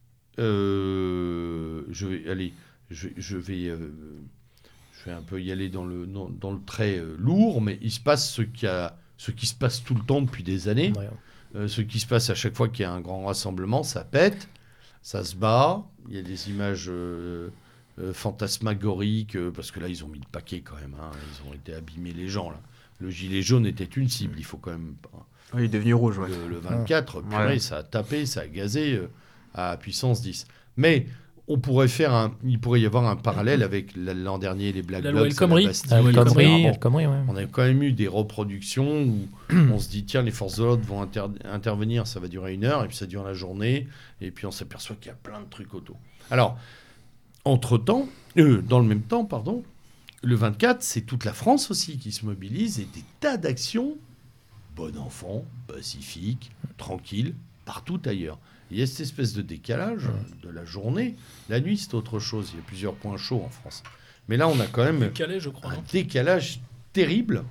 je vais un peu y aller dans le trait lourd, mais il se passe ce qui se passe tout le temps depuis des années. Ouais. Ce qui se passe à chaque fois qu'il y a un grand rassemblement, ça pète, ça se bat. Il y a des images fantasmagorique, parce que là, ils ont mis le paquet quand même. Hein, ils ont été abîmés, les gens. Là. Le gilet jaune était une cible, il faut quand même... Oui, il est devenu rouge, ouais. Le 24, purée, ça a tapé, ça a gazé à puissance 10. Mais il pourrait y avoir un parallèle avec l'an dernier, les Black Blocs, El Khomri. El Khomri, ouais. On a quand même eu des reproductions où on se dit, tiens, les forces de l'ordre vont intervenir, ça va durer 1 heure, et puis ça dure la journée, et puis on s'aperçoit qu'il y a plein de trucs autour. Alors, entre-temps, dans le même temps, le 24, c'est toute la France aussi qui se mobilise, et des tas d'actions, bon enfant, pacifique, tranquille, partout ailleurs. Il y a cette espèce de décalage de la journée. La nuit, c'est autre chose. Il y a plusieurs points chauds en France. Mais là, on a quand même un décalage terrible.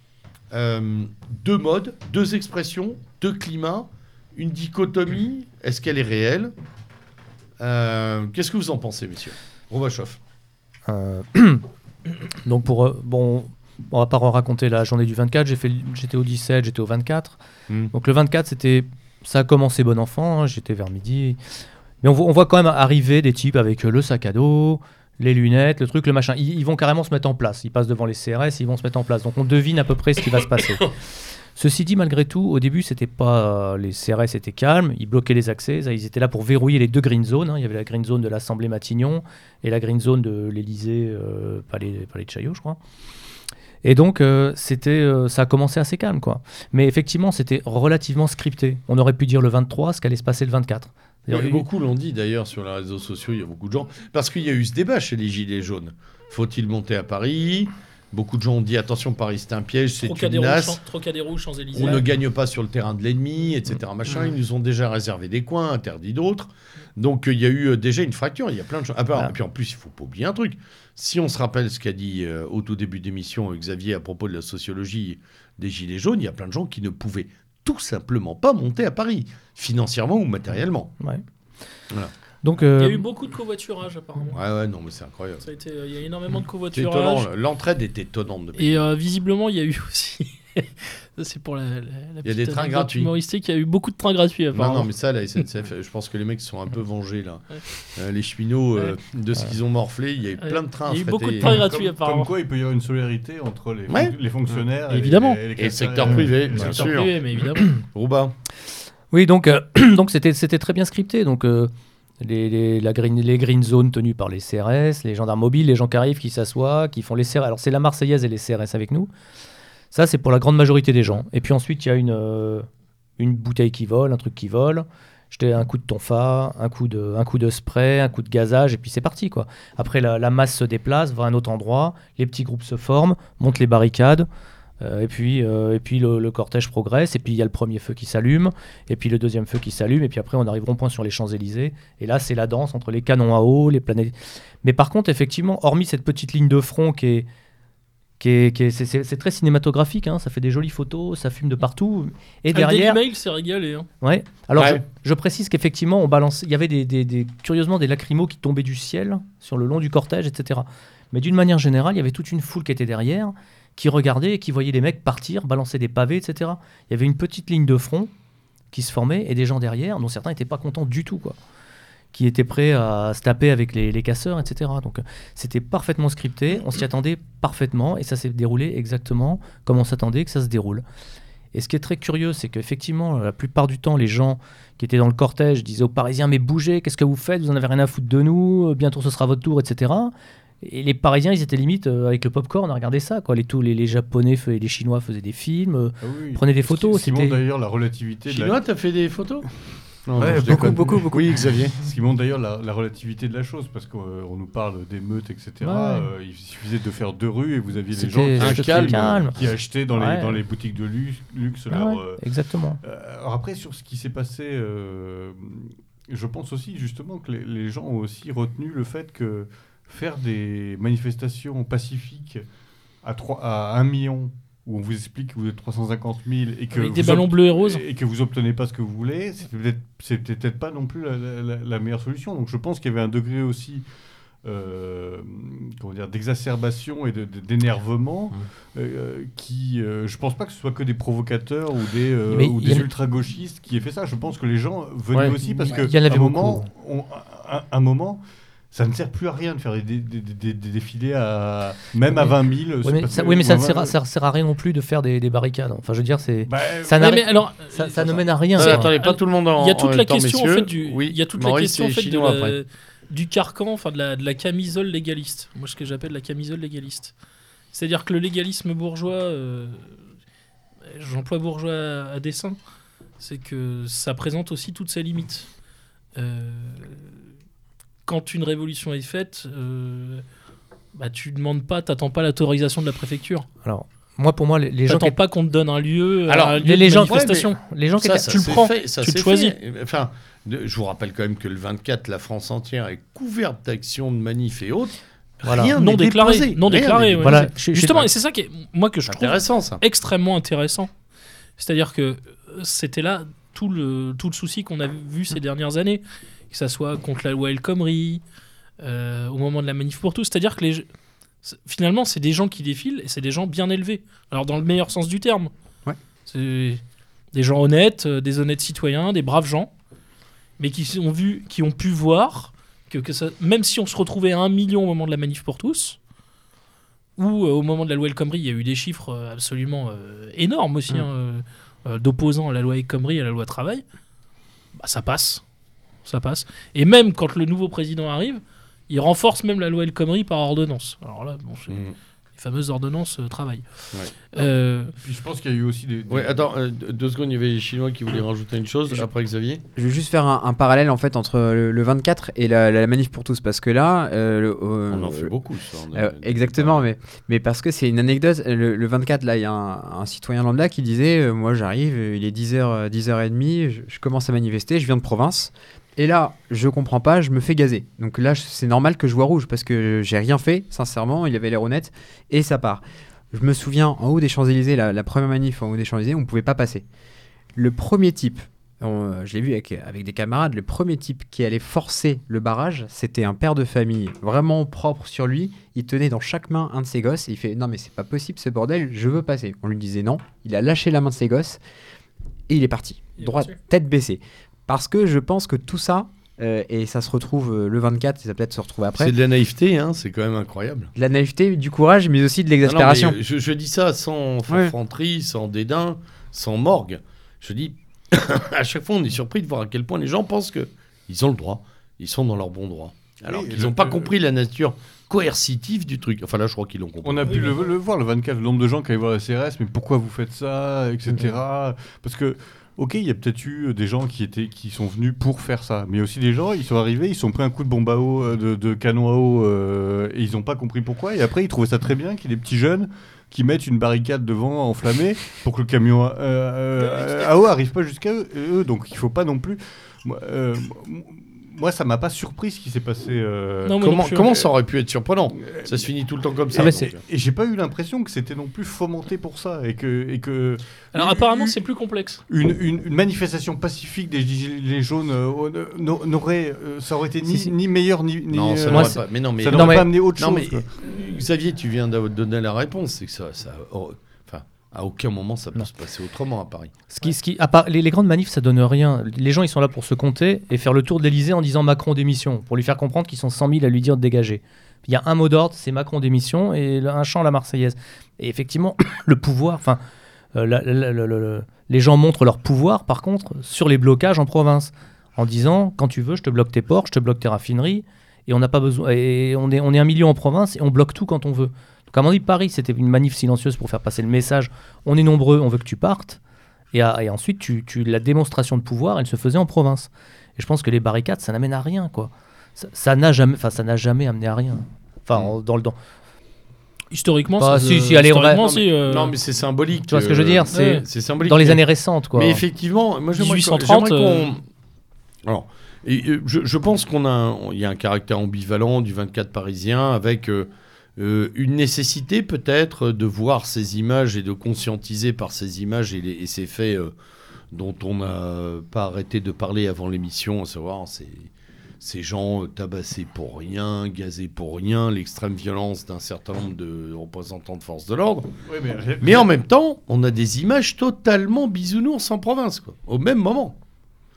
2 modes, 2 expressions, 2 climats, une dichotomie. Est-ce qu'elle est réelle ? Qu'est-ce que vous en pensez, messieurs ? Robachoff. Donc, on va pas raconter la journée du 24. J'étais au 17, j'étais au 24. Donc, le 24, ça a commencé bon enfant, hein, j'étais vers midi. Mais on voit quand même arriver des types avec le sac à dos, les lunettes, le truc, le machin. Ils vont carrément se mettre en place. Ils passent devant les CRS, ils vont se mettre en place. Donc on devine à peu près ce qui va se passer. Ceci dit, malgré tout, au début, c'était pas les CRS étaient calmes, ils bloquaient les accès. Ils étaient là pour verrouiller les 2 green zones. Hein. Il y avait la green zone de l'Assemblée Matignon et la green zone de l'Élysée, palais de Chaillot, je crois. Et donc, ça a commencé assez calme, quoi. Mais effectivement, c'était relativement scripté. On aurait pu dire le 23 ce qu'allait se passer le 24. Beaucoup l'ont dit d'ailleurs sur les réseaux sociaux, il y a beaucoup de gens. Parce qu'il y a eu ce débat chez les Gilets jaunes. Faut-il monter à Paris ? Beaucoup de gens ont dit attention, Paris c'est un piège, c'est une nasse. Trocadéro, Champs-Élysées. On ne gagne pas sur le terrain de l'ennemi, etc. Machin. Ils nous ont déjà réservé des coins, interdit d'autres. Donc il y a eu déjà une fracture. Il y a plein de choses. Et puis en plus, il ne faut pas oublier un truc. Si on se rappelle ce qu'a dit au tout début d'émission Xavier à propos de la sociologie des Gilets jaunes, il y a plein de gens qui ne pouvaient tout simplement pas monter à Paris, financièrement ou matériellement. Ouais. Voilà. Donc, il y a eu beaucoup de covoiturage apparemment. Ouais, non, mais c'est incroyable. Il y a énormément de covoiturage. L'entraide est étonnante. Et visiblement, il y a eu aussi. Ça, c'est pour la il y a des trains gratuits. Humoristique, il y a eu beaucoup de trains gratuits apparemment. Non, mais ça, la SNCF, je pense que les mecs se sont un peu vengés là. Les cheminots, de ce qu'ils ont morflé, il y a eu plein de trains. Il y a eu beaucoup de trains gratuits apparemment. Comme quoi, il peut y avoir une solidarité entre les fonctionnaires évidemment. et le secteur privé, bien sûr. Privé, mais évidemment. Rouba. Oui, donc c'était très bien scripté. Donc les green zones tenues par les CRS, les gendarmes mobiles, les gens qui arrivent, qui s'assoient, qui font les CRS. Alors c'est la Marseillaise et les CRS avec nous. Ça, c'est pour la grande majorité des gens. Et puis ensuite, il y a une bouteille qui vole, un truc qui vole. Jeter un coup de tonfa, un coup de spray, un coup de gazage, et puis c'est parti, quoi. Après, la masse se déplace, va à un autre endroit, les petits groupes se forment, montent les barricades, et puis le cortège progresse, et puis il y a le premier feu qui s'allume, et puis le deuxième feu qui s'allume, et puis après on arrive rond-point sur les Champs-Élysées, et là c'est la danse entre les canons à eau, les planètes. Mais par contre, effectivement, hormis cette petite ligne de front c'est très cinématographique, hein, ça fait des jolies photos, ça fume de partout. Et derrière, Daily Mail s'est régalé. Hein. Ouais. Alors je précise qu'effectivement, il y avait curieusement des lacrymos qui tombaient du ciel sur le long du cortège, etc. Mais d'une manière générale, il y avait toute une foule qui était derrière, qui regardait et qui voyait les mecs partir, balancer des pavés, etc. Il y avait une petite ligne de front qui se formait et des gens derrière, dont certains n'étaient pas contents du tout, quoi, qui étaient prêts à se taper avec les casseurs, etc. Donc c'était parfaitement scripté, on s'y attendait parfaitement et ça s'est déroulé exactement comme on s'attendait que ça se déroule. Et ce qui est très curieux, c'est qu'effectivement, la plupart du temps, les gens qui étaient dans le cortège disaient aux Parisiens « Mais bougez, qu'est-ce que vous faites ? Vous en avez rien à foutre de nous, bientôt ce sera votre tour, etc. » Et les Parisiens, ils étaient limite avec le popcorn à regarder ça, quoi. Les Japonais et les Chinois faisaient des films, prenaient des photos. Ce qui montre d'ailleurs la relativité. Chinois, t'as fait des photos ? Non, ouais, beaucoup. Oui, Xavier. Ce qui montre d'ailleurs la relativité de la chose, parce qu'on nous parle d'émeutes, etc. Ouais. Il suffisait de faire 2 rues et vous aviez les gens qui achetaient dans les boutiques de luxe. Exactement. Alors après, sur ce qui s'est passé, je pense aussi justement que les gens ont aussi retenu le fait que faire des manifestations pacifiques à 1 million, où on vous explique que vous êtes 350 000 et que, des ballons bleus et roses, et que vous obtenez pas ce que vous voulez, c'est peut-être pas non plus la meilleure solution. Donc je pense qu'il y avait un degré aussi d'exacerbation et d'énervement qui, je pense pas que ce soit que des provocateurs ou des ultra-gauchistes qui aient fait ça. Je pense que les gens venaient aussi parce qu'à un moment, Ça ne sert plus à rien de faire des défilés même à 20 000. Oui, mais ça ne sert à rien non plus de faire des barricades. Enfin, je veux dire, ça ne mène à rien. Attendez, pas tout le monde en Il y a toute la temps, question en messieurs. fait Oui, il y a toute Maurice la question en et fait Chinois après. du carcan, enfin de la camisole légaliste. Moi, ce que j'appelle la camisole légaliste. C'est-à-dire que le légalisme bourgeois, j'emploie bourgeois à dessein, c'est que ça présente aussi toutes ses limites. Quand une révolution est faite, tu demandes pas, t'attends pas l'autorisation de la préfecture. Alors, moi, pour moi, les gens t'attends pas qu'on te donne un lieu, Alors, un lieu de manifestation. Les gens tu le prends, tu le choisis. Enfin, je vous rappelle quand même que le 24, la France entière est couverte d'actions de manifs et autres. Voilà. Rien Non n'est déclaré. déposé. Non déclaré. Ouais. Voilà. Justement, et c'est ça qui est, moi, que je trouve Intéressant, ça. extrêmement intéressant. C'est-à-dire que c'était là tout le souci qu'on a vu ces dernières années, que ça soit contre la loi El Khomri, au moment de la manif pour tous. C'est-à-dire que finalement, c'est des gens qui défilent et c'est des gens bien élevés. Alors, dans le meilleur sens du terme. Ouais. C'est des gens honnêtes, des honnêtes citoyens, des braves gens, mais qui ont pu voir que ça, même si on se retrouvait à 1 million au moment de la manif pour tous, ou au moment de la loi El Khomri, il y a eu des chiffres absolument énormes aussi, d'opposants à la loi El Khomri et à la loi travail, ça passe. Ça passe. Et même quand le nouveau président arrive, il renforce même la loi El Khomri par ordonnance. Alors là, c'est les fameuses ordonnances travail. Ouais. Puis je pense qu'il y a eu aussi des... Ouais, attends, 2 secondes, il y avait les Chinois qui voulaient rajouter une chose, après Xavier. Je vais juste faire un parallèle en fait entre le 24 et la manif pour tous, parce que là... on en fait beaucoup, ça. Exactement, mais parce que c'est une anecdote. Le 24, là, il y a un citoyen lambda qui disait moi j'arrive, il est 10h, 10h30, je commence à manifester, je viens de province. Et là, je comprends pas, je me fais gazer. Donc là, c'est normal que je vois rouge parce que j'ai rien fait, sincèrement, il avait l'air honnête, et ça part. Je me souviens, en haut des Champs-Élysées, la première manif en haut des Champs-Élysées, on ne pouvait pas passer. Le premier type, je l'ai vu avec des camarades, le premier type qui allait forcer le barrage, c'était un père de famille vraiment propre sur lui. Il tenait dans chaque main un de ses gosses et il fait « Non mais c'est pas possible ce bordel, je veux passer ». On lui disait non, il a lâché la main de ses gosses et il est parti, tête baissée. Parce que je pense que tout ça, et ça se retrouve le 24, et ça peut-être se retrouve après. C'est de la naïveté, hein, c'est quand même incroyable. De la naïveté, du courage, mais aussi de l'exaspération. Je dis ça sans forfanterie, sans dédain, sans morgue. Je dis, à chaque fois, on est surpris de voir à quel point les gens pensent qu'ils ont le droit, ils sont dans leur bon droit. Alors qu'ils n'ont pas compris la nature coercitive du truc. Enfin là, je crois qu'ils l'ont compris. On a pu le voir, le 24, le nombre de gens qui allaient voir la CRS, mais pourquoi vous faites ça, etc. Parce que... Ok, il y a peut-être eu des gens qui sont venus pour faire ça, mais aussi des gens, ils sont arrivés, ils sont pris un coup de bombe à eau, de canon à eau, et ils n'ont pas compris pourquoi. Et après, ils trouvaient ça très bien qu'il y ait des petits jeunes qui mettent une barricade devant enflammée pour que le camion à eau n'arrive pas jusqu'à eux. Donc il ne faut pas non plus... Moi, ça m'a pas surpris ce qui s'est passé. Comment ça aurait pu être surprenant ? Ça se finit tout le temps comme ça. Et j'ai pas eu l'impression que c'était non plus fomenté pour ça. Et que alors apparemment, c'est plus complexe. Une manifestation pacifique des Gilets jaunes ça aurait été ni meilleur ni. Non, ça n'aurait pas. Mais non, mais ça n'aurait pas amené autre chose. Mais, Xavier, tu viens de donner la réponse. C'est que ça à aucun moment ça peut se passer autrement à Paris. À part, les grandes manifs, ça donne rien. Les gens, ils sont là pour se compter et faire le tour de l'Elysée en disant Macron démission, pour lui faire comprendre qu'ils sont 100 000 à lui dire de dégager. Il y a un mot d'ordre, c'est Macron démission, et un chant, la Marseillaise. Et effectivement, le pouvoir, les gens montrent leur pouvoir, par contre, sur les blocages en province, en disant quand tu veux, je te bloque tes ports, je te bloque tes raffineries, et on n'a pas besoin. Et on est 1 million en province et on bloque tout quand on veut. Comme on dit, Paris, c'était une manif silencieuse pour faire passer le message. On est nombreux, on veut que tu partes. Et ensuite, la démonstration de pouvoir, elle se faisait en province. Et je pense que les barricades, ça n'amène à rien, quoi. Ça n'a jamais amené à rien. Enfin, Historiquement, non, mais c'est symbolique. Tu vois ce que je veux dire ? C'est symbolique. Dans les années récentes, quoi. Mais effectivement, moi, j'aimerais 1830. Alors, je pense il y a un caractère ambivalent du 24 parisien avec. Une nécessité peut-être de voir ces images et de conscientiser par ces images et ces faits dont on n'a pas arrêté de parler avant l'émission, à savoir ces gens tabassés pour rien, gazés pour rien, l'extrême violence d'un certain nombre de représentants de forces de l'ordre. Oui, mais en même temps, on a des images totalement bisounours en province, quoi, au même moment.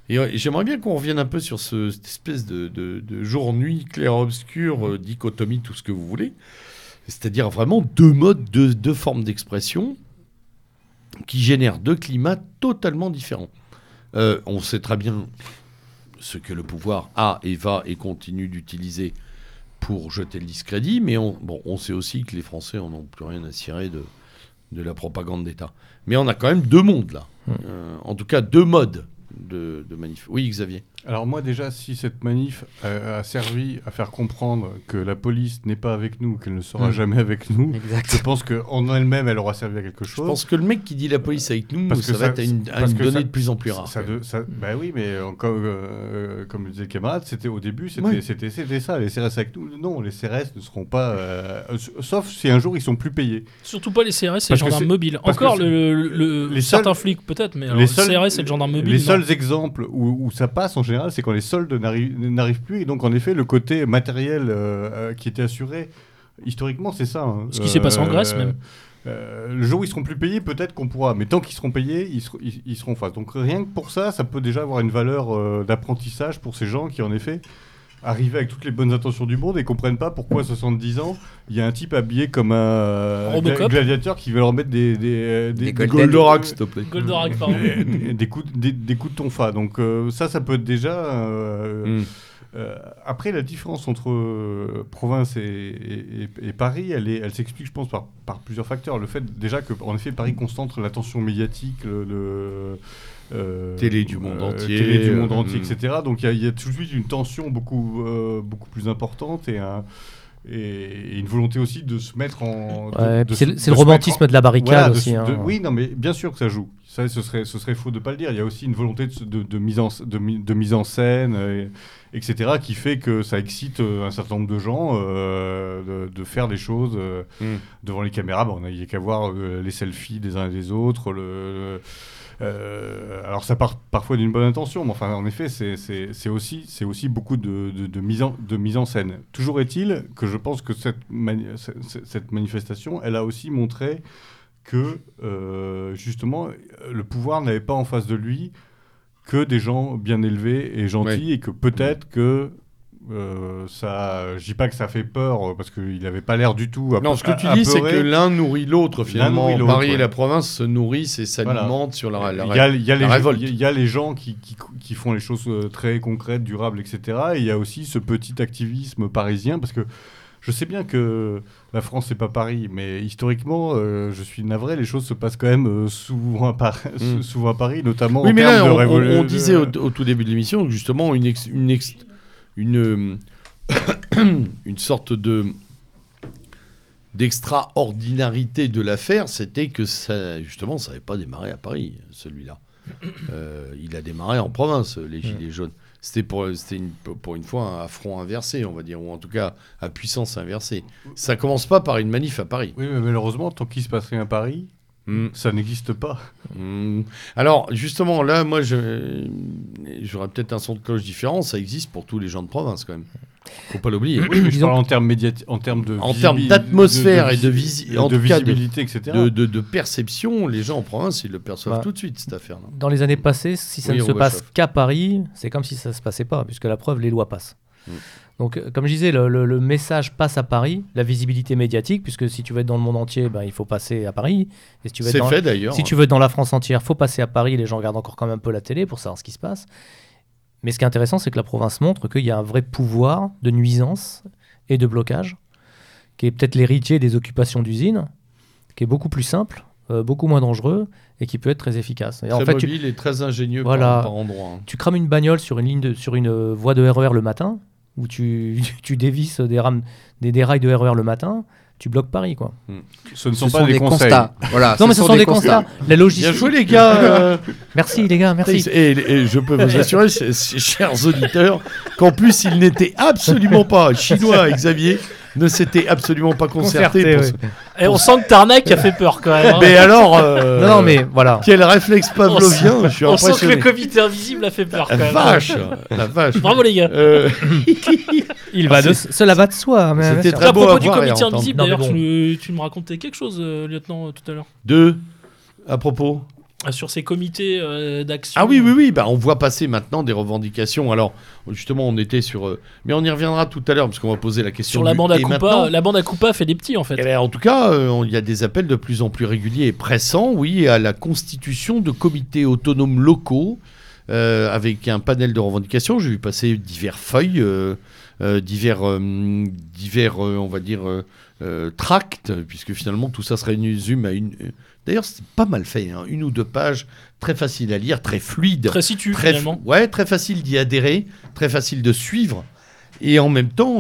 Et j'aimerais bien qu'on revienne un peu sur cette espèce de jour-nuit, clair-obscur, dichotomie, tout ce que vous voulez. C'est-à-dire vraiment deux modes, deux formes d'expression qui génèrent deux climats totalement différents. On sait très bien ce que le pouvoir a et va et continue d'utiliser pour jeter le discrédit, mais on sait aussi que les Français n'en ont plus rien à cirer de la propagande d'État. Mais on a quand même deux mondes là. En tout cas, deux modes de manif. Oui, Xavier. Alors moi déjà, si cette manif a servi à faire comprendre que la police n'est pas avec nous, qu'elle ne sera jamais avec nous, Exact. je pense qu'en elle-même, elle aura servi à quelque chose. Je pense que le mec qui dit la police avec nous, Parce que ça va être une donnée de plus en plus rare. Bah oui, mais comme le disait le camarade, au début, c'était ça, les CRS avec nous. Non, les CRS ne seront pas... sauf si un jour, ils sont plus payés. Surtout pas les CRS et les gendarmes mobiles. Encore certains flics peut-être, mais alors, les CRS et le gendarme mobile. Les seuls exemples où ça passe en général, c'est quand les soldes n'arrivent plus. Et donc, en effet, le côté matériel qui était assuré, historiquement, c'est ça. Hein. Ce qui s'est passé en Grèce, même. Le jour où ils seront plus payés, peut-être qu'on pourra. Mais tant qu'ils seront payés, ils seront en face. Donc, rien que pour ça, ça peut déjà avoir une valeur d'apprentissage pour ces gens qui, en effet, arrivent avec toutes les bonnes intentions du monde et comprennent pas pourquoi à 70 ans, il y a un type habillé comme un gladiateur qui veut leur mettre des Goldorak, s'il te plaît. Goldorak, pardon. des coups de tonfa. Donc ça peut être déjà... après, la différence entre province et Paris, elle s'explique, je pense, par plusieurs facteurs. Le fait déjà qu'en effet, Paris concentre l'attention médiatique, télé du monde entier, etc. Donc il y a tout de suite une tension beaucoup plus importante et une volonté aussi de se mettre en... c'est le romantisme de la barricade aussi. Oui, non, mais bien sûr que ça joue. Ça, ce serait faux de ne pas le dire. Il y a aussi une volonté de mise en scène, etc., qui fait que ça excite un certain nombre de gens de faire des choses devant les caméras. Il n'y a qu'à voir les selfies des uns et des autres. Alors ça part parfois d'une bonne intention, mais enfin en effet c'est aussi beaucoup de mise en scène. Toujours est-il que je pense que cette manifestation, elle a aussi montré que justement le pouvoir n'avait pas en face de lui que des gens bien élevés et gentils, et que peut-être que je dis pas que ça fait peur parce qu'il n'avait pas l'air du tout. Non, ce que tu dis, c'est que l'un nourrit l'autre finalement. Paris et la province se nourrissent et s'alimentent sur la révolte. Il y a les gens qui font les choses très concrètes, durables, etc. Et il y a aussi ce petit activisme parisien, parce que je sais bien que la France, c'est pas Paris, mais historiquement, je suis navré, les choses se passent quand même souvent à Paris, notamment en termes de révolution. On disait au tout début de l'émission que justement une sorte d'extraordinarité de l'affaire, c'était que ça n'avait pas démarré à Paris, celui-là. Il a démarré en province, les Gilets jaunes. C'était pour une fois un front inversé, on va dire, ou en tout cas à puissance inversée. Ça commence pas par une manif à Paris. Oui, mais malheureusement, tant qu'il se passe rien à Paris, ça n'existe pas. Alors, justement, là, moi, j'aurais peut-être un son de cloche différent. Ça existe pour tous les gens de province, quand même. Faut pas l'oublier. Oui, mais je parle en termes d'atmosphère et de visibilité, etc. De perception, les gens en province, ils le perçoivent tout de suite, cette affaire-là. Dans les années passées, si ça ne se passe qu'à Paris, c'est comme si ça ne se passait pas, puisque la preuve, les lois passent. Donc, comme je disais, le message passe à Paris, la visibilité médiatique, puisque si tu veux être dans le monde entier, il faut passer à Paris. Et si tu veux c'est fait d'ailleurs. Si tu veux être dans la France entière, il faut passer à Paris. Les gens regardent encore quand même un peu la télé pour savoir ce qui se passe. Mais ce qui est intéressant, c'est que la province montre qu'il y a un vrai pouvoir de nuisance et de blocage, qui est peut-être l'héritier des occupations d'usines, qui est beaucoup plus simple, beaucoup moins dangereux, et qui peut être très efficace. Et très mobile et très ingénieux par endroit. Tu crames une bagnole sur une voie de RER le matin, où tu dévisses des rails de RER le matin, tu bloques Paris, quoi. Ce ne sont pas des constats. Voilà, non, mais ce sont des constats. La logistique. Bien joué, les gars. Merci, les gars, merci. Et je peux vous assurer, chers auditeurs, qu'en plus, il n'était absolument pas chinois, Xavier ne s'était absolument pas concerté. Et on sent que Tarnac a fait peur quand même. Mais alors, non, mais voilà. Quel réflexe pavlovien, je suis impressionné. On sent que le comité invisible a fait peur quand même. La vache. Bravo les gars. Cela va de soi. Mais c'était très beau à propos du comité invisible, d'ailleurs, bon. tu me racontais quelque chose, lieutenant, tout à l'heure. À propos Sur ces comités d'action. Ah oui, bah, on voit passer maintenant des revendications. Alors, justement, on était sur... mais on y reviendra tout à l'heure, parce qu'on va poser la question Sur la du bande à et Coupa, maintenant. la bande à Coupa fait des petits, en fait. Eh bien, en tout cas, il y a des appels de plus en plus réguliers et pressants, oui, à la constitution de comités autonomes locaux, avec un panel de revendications. J'ai vu passer divers feuilles, divers, on va dire, tracts, puisque finalement, tout ça se résume à une... D'ailleurs, c'est pas mal fait, hein, 1 ou 2 pages, très facile à lire, très fluide. Très situ, finalement. Ouais, très facile d'y adhérer, très facile de suivre. Et en même temps,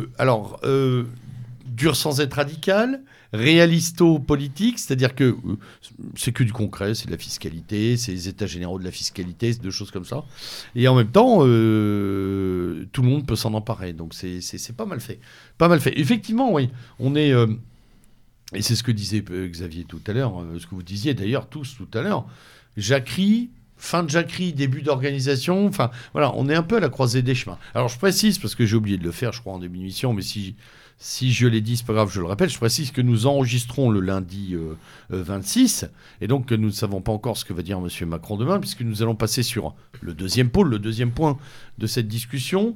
dur sans être radical, réalisto-politique, c'est-à-dire que c'est que du concret, c'est de la fiscalité, c'est les états généraux de la fiscalité, c'est 2 choses comme ça. Et en même temps, tout le monde peut s'en emparer. Donc c'est pas mal fait. Pas mal fait. Effectivement, oui, on est... et c'est ce que disait Xavier tout à l'heure, ce que vous disiez d'ailleurs tous tout à l'heure. Jacquerie, fin de Jacquerie, début d'organisation. Enfin, voilà, on est un peu à la croisée des chemins. Alors, je précise, parce que j'ai oublié de le faire, je crois, en début d'émission, mais si je l'ai dit, c'est pas grave, je le répète. Je précise que nous enregistrons le lundi 26, et donc que nous ne savons pas encore ce que va dire M. Macron demain, puisque nous allons passer sur le deuxième pôle, le deuxième point de cette discussion.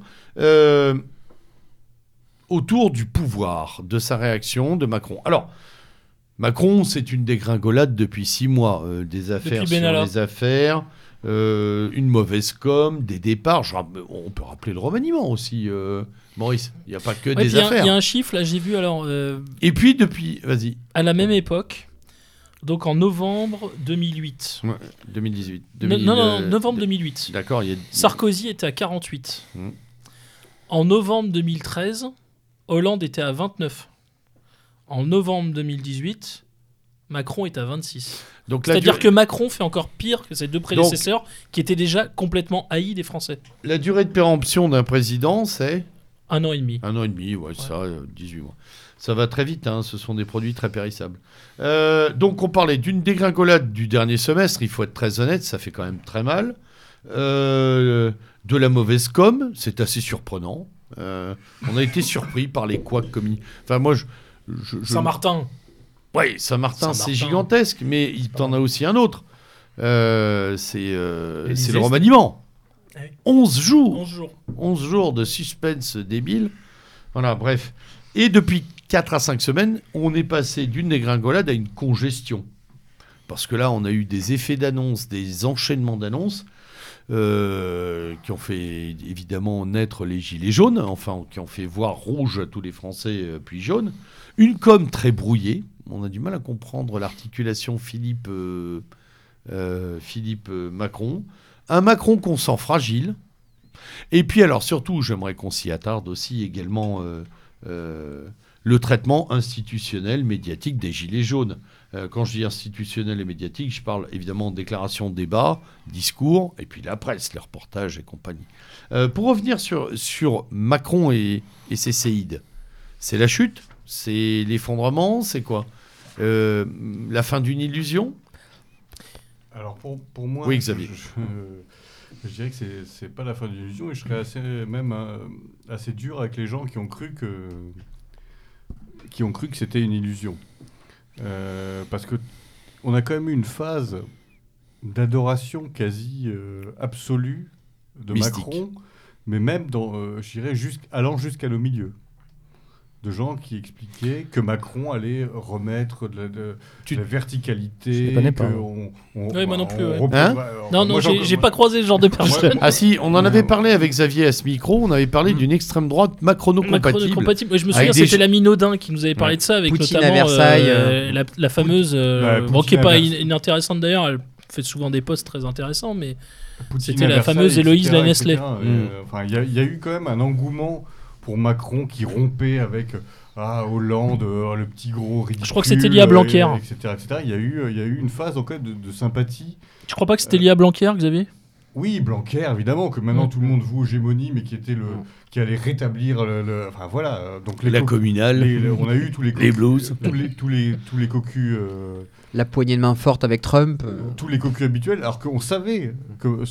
Autour du pouvoir, de sa réaction, de Macron. Alors, Macron, c'est une dégringolade depuis 6 mois. Des affaires sur les affaires, une mauvaise com, des départs. On peut rappeler le remaniement aussi, Maurice. Il n'y a pas que des affaires. Il y a un chiffre, là, j'ai vu, alors... Et puis, depuis... Vas-y. À la même époque, donc en novembre 2008. Ouais, 2018. Novembre 2008. D'accord. Sarkozy était à 48. En novembre 2013... Hollande était à 29. En novembre 2018, Macron est à 26. C'est-à-dire que Macron fait encore pire que ses 2 prédécesseurs qui étaient déjà complètement haïs des Français. La durée de péremption d'un président, c'est 1 an et demi. 1 an et demi, ouais. Ça, 18 mois. Ça va très vite, hein, ce sont des produits très périssables. Donc on parlait d'une dégringolade du dernier semestre, il faut être très honnête, ça fait quand même très mal. De la mauvaise com, c'est assez surprenant. On a été surpris par les couacs commis. Enfin, moi, Saint-Martin. Oui, Saint-Martin, c'est gigantesque, mais il t'en a aussi un autre. C'est le remaniement. 11 jours. 11 jours de suspense débile. Voilà, bref. Et depuis 4 à 5 semaines, on est passé d'une dégringolade à une congestion. Parce que là, on a eu des effets d'annonce, des enchaînements d'annonces qui ont fait évidemment naître les gilets jaunes, enfin qui ont fait voir rouge à tous les Français, puis jaune. Une com très brouillée. On a du mal à comprendre l'articulation Philippe-Macron. Un Macron qu'on sent fragile. Et puis alors surtout, j'aimerais qu'on s'y attarde aussi également le traitement institutionnel, médiatique des gilets jaunes. Quand je dis institutionnel et médiatique, je parle évidemment de déclaration, débat, discours, et puis la presse, les reportages et compagnie. Pour revenir sur Macron et ses séides, c'est la chute, c'est l'effondrement, c'est quoi la fin d'une illusion? Alors pour moi, oui, Xavier. Je dirais que c'est pas la fin d'une illusion, et je serais assez dur avec les gens qui ont cru que c'était une illusion. Parce que on a quand même eu une phase d'adoration quasi absolue de mystique. Macron, mais même je dirais allant jusqu'à nos milieux. De gens qui expliquaient que Macron allait remettre de la verticalité. Je les connais pas. Oui, moi non plus. Ouais. Non, j'ai pas croisé ce genre de personnes. Ah si, on en avait parlé avec Xavier à ce micro, on avait parlé d'une extrême droite macrono-compatible. Ouais, je me souviens, c'était l'ami Naudin qui nous avait parlé de ça, avec Poutine notamment à Versailles, la fameuse... Poutine qui n'est pas Versailles. inintéressante d'ailleurs, elle fait souvent des posts très intéressants, mais Poutine c'était à la Versailles, fameuse Héloïse etc., Lanestlé. Enfin, il y a eu quand même un engouement pour Macron qui rompait avec Hollande, le petit gros ridicule. Je crois que c'était lié à Blanquer. Etc. Il y a eu une phase en fait, de sympathie. Je crois pas que c'était lié à Blanquer, Xavier. Oui, Blanquer, évidemment, que maintenant tout le monde voue aux gémonies, mais qui allait rétablir enfin voilà. Donc la communale. On a eu tous les cocus, les blues. tous les cocus. La poignée de main forte avec Trump. Tous les cocus habituels, alors qu'on savait on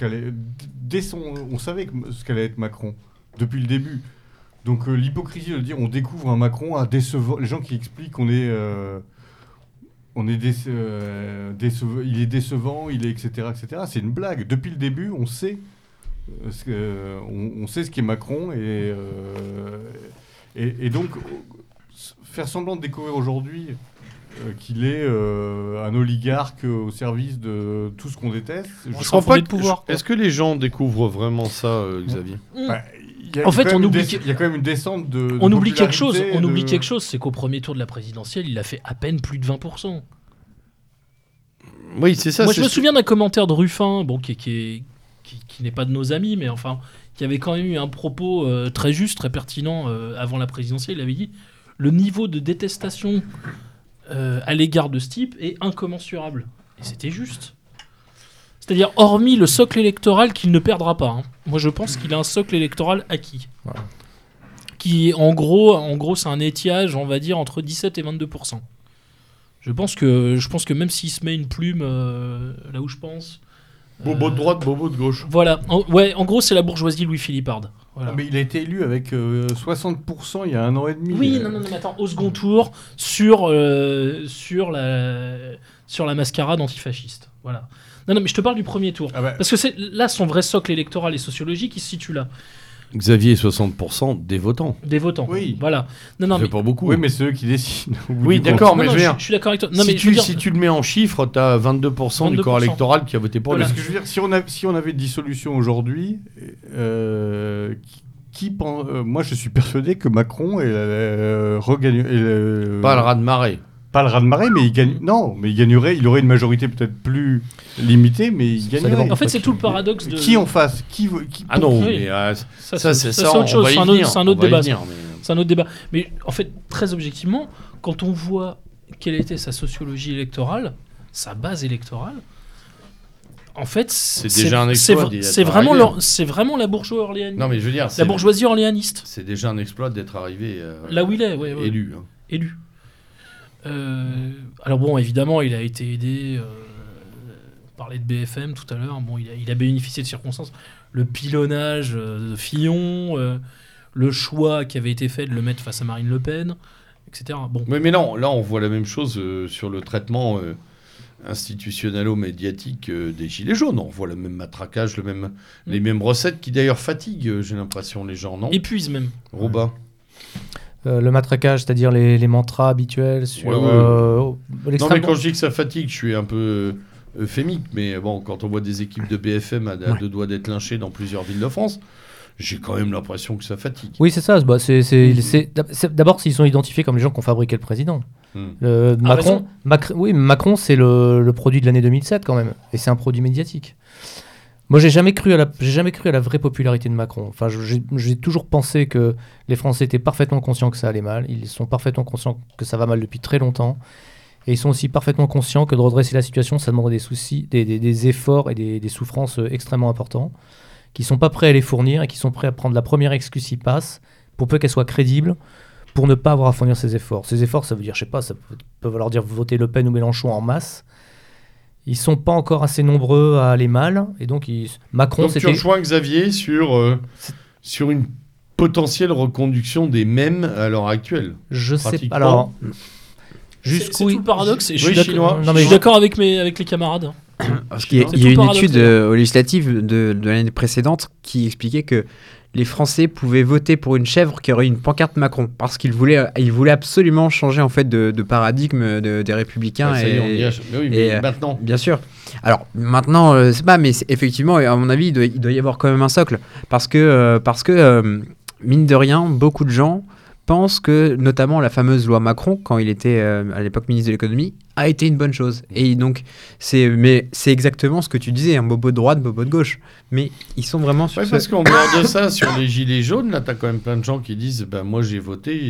savait ce qu'allait être Macron depuis le début. Donc l'hypocrisie de dire on découvre un Macron décevant. Les gens qui expliquent qu'on est il est décevant, il est etc. C'est une blague. Depuis le début, on sait on sait ce qu'est Macron et donc faire semblant de découvrir aujourd'hui qu'il est un oligarque au service de tout ce qu'on déteste. Je crois pas de pouvoir. Est-ce que les gens découvrent vraiment ça, Xavier? En fait, il y a quand même une descente de. On oublie quelque chose. On oublie quelque chose, c'est qu'au premier tour de la présidentielle, il a fait à peine plus de 20%. Oui, c'est ça. Moi, je me souviens d'un commentaire de Ruffin, bon, qui n'est pas de nos amis, mais enfin, qui avait quand même eu un propos très juste, très pertinent avant la présidentielle. Il avait dit le niveau de détestation à l'égard de ce type est incommensurable. Et c'était juste. C'est-à-dire, hormis le socle électoral qu'il ne perdra pas. Hein. Moi, je pense qu'il a un socle électoral acquis. Voilà. Qui, en gros, c'est un étiage, on va dire, entre 17 et 22%. Je pense que même s'il se met une plume là où je pense... Bobo de droite, bobo de gauche. Voilà. En gros, c'est la bourgeoisie Louis-Philipparde. Voilà. Mais il a été élu avec 60% il y a 1 an et demi. Oui, non, mais attends, au second tour, sur la mascarade antifasciste. Voilà. Non, mais je te parle du premier tour. Ah bah. Parce que là, son vrai socle électoral et sociologique, il se situe là. Xavier, 60% des votants. Des votants, oui. Voilà. Non, mais pas beaucoup. Oui, mais c'est eux qui décident. Oui, d'accord, mais je veux dire... Je suis d'accord avec toi. Non, si tu le mets en chiffres, tu as 22% du corps électoral qui a voté pour lui. Parce que je veux dire, si on avait une dissolution aujourd'hui, moi, je suis persuadé que Macron regagne... Pas le raz-de-marée. Pas le raz-de-marée, mais il gagne. Non, mais il gagnerait. Il aurait une majorité peut-être plus limitée, mais il gagnerait. En fait, c'est tout le paradoxe de. Qui en face Ah non, mais ça, c'est autre chose. C'est un autre débat. C'est un autre débat. Mais en fait, très objectivement, quand on voit quelle était sa sociologie électorale, sa base électorale, en fait, c'est déjà un exploit. C'est vraiment la bourgeoisie orléaniste. Non, mais je veux dire, la bourgeoisie orléaniste. C'est déjà un exploit d'être arrivé là où il est, élu. Hein. Élu. Alors bon, évidemment, il a été aidé. On parlait de BFM tout à l'heure. Bon, il a bénéficié de circonstances. Le pilonnage de Fillon, le choix qui avait été fait de le mettre face à Marine Le Pen, etc. Bon. Mais non, là, on voit la même chose sur le traitement institutionnelo-médiatique des Gilets jaunes. On voit le même matraquage, les mêmes recettes qui d'ailleurs fatiguent, j'ai l'impression, les gens, non? Épuisent même. Robin. Le matraquage, c'est-à-dire les mantras habituels sur l'extrême. Non, mais quand je dis que ça fatigue, je suis un peu euphémique, mais bon, quand on voit des équipes de BFM à deux doigts d'être lynchées dans plusieurs villes de France, j'ai quand même l'impression que ça fatigue. Oui, c'est ça. D'abord, s'ils sont identifiés comme les gens qui ont fabriqué le président. Macron, c'est le produit de l'année 2007 quand même, et c'est un produit médiatique. Moi, j'ai jamais cru à la vraie popularité de Macron. Enfin, j'ai toujours pensé que les Français étaient parfaitement conscients que ça allait mal. Ils sont parfaitement conscients que ça va mal depuis très longtemps. Et ils sont aussi parfaitement conscients que de redresser la situation, ça demande des soucis, des efforts et des souffrances extrêmement importants, qu'ils sont pas prêts à les fournir et qui sont prêts à prendre la première excuse qui passe, pour peu qu'elle soit crédible, pour ne pas avoir à fournir ces efforts. Ces efforts, ça veut dire, je sais pas, ça peut vouloir dire voter Le Pen ou Mélenchon en masse. Ils sont pas encore assez nombreux à aller mal, et donc Macron. Donc tu rejoins Xavier sur une potentielle reconduction des mêmes à l'heure actuelle. Je sais pas. Alors, c'est tout le paradoxe. Et je suis d'accord avec les camarades. Parce qu'il y a une étude aux législatives de l'année précédente qui expliquait que les Français pouvaient voter pour une chèvre qui aurait une pancarte Macron, parce qu'ils voulaient absolument changer en fait de paradigme des Républicains. Mais maintenant. Bien sûr. Alors maintenant, c'est pas, mais effectivement, à mon avis, il doit y avoir quand même un socle, parce que mine de rien, beaucoup de gens pensent que notamment la fameuse loi Macron, quand il était à l'époque ministre de l'économie, a été une bonne chose. Et donc, c'est exactement ce que tu disais, un bobo de droite, bobo de gauche. Mais ils sont vraiment sur parce qu'en dehors de ça, sur les gilets jaunes, là, t'as quand même plein de gens qui disent moi j'ai voté,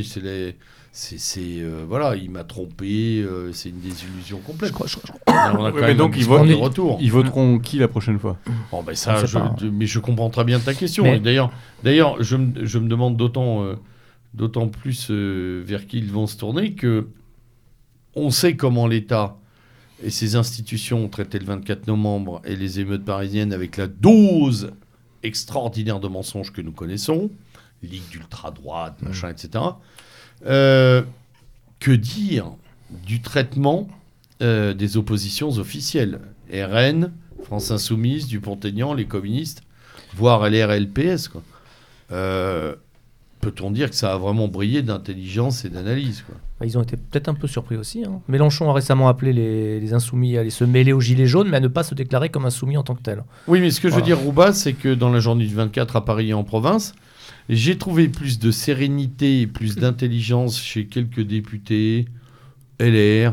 voilà, il m'a trompé, c'est une désillusion complète. On a quand même donc ils voteront qui la prochaine fois? Mais je comprends très bien ta question. Mais... D'ailleurs, je me demande d'autant plus vers qui ils vont se tourner que on sait comment l'État et ses institutions ont traité le 24 novembre et les émeutes parisiennes avec la dose extraordinaire de mensonges que nous connaissons, ligue d'ultra-droite, machin, etc. Que dire du traitement des oppositions officielles. RN, France Insoumise, Dupont-Aignan, les communistes, voire LR et LPS, quoi. Peut-on dire que ça a vraiment brillé d'intelligence et d'analyse, quoi. Ils ont été peut-être un peu surpris aussi. Mélenchon a récemment appelé les insoumis à aller se mêler aux gilets jaunes, mais à ne pas se déclarer comme insoumis en tant que tel. Oui, mais ce que je veux dire, Rouba, c'est que dans la journée du 24 à Paris et en province, j'ai trouvé plus de sérénité et plus d'intelligence chez quelques députés, LR,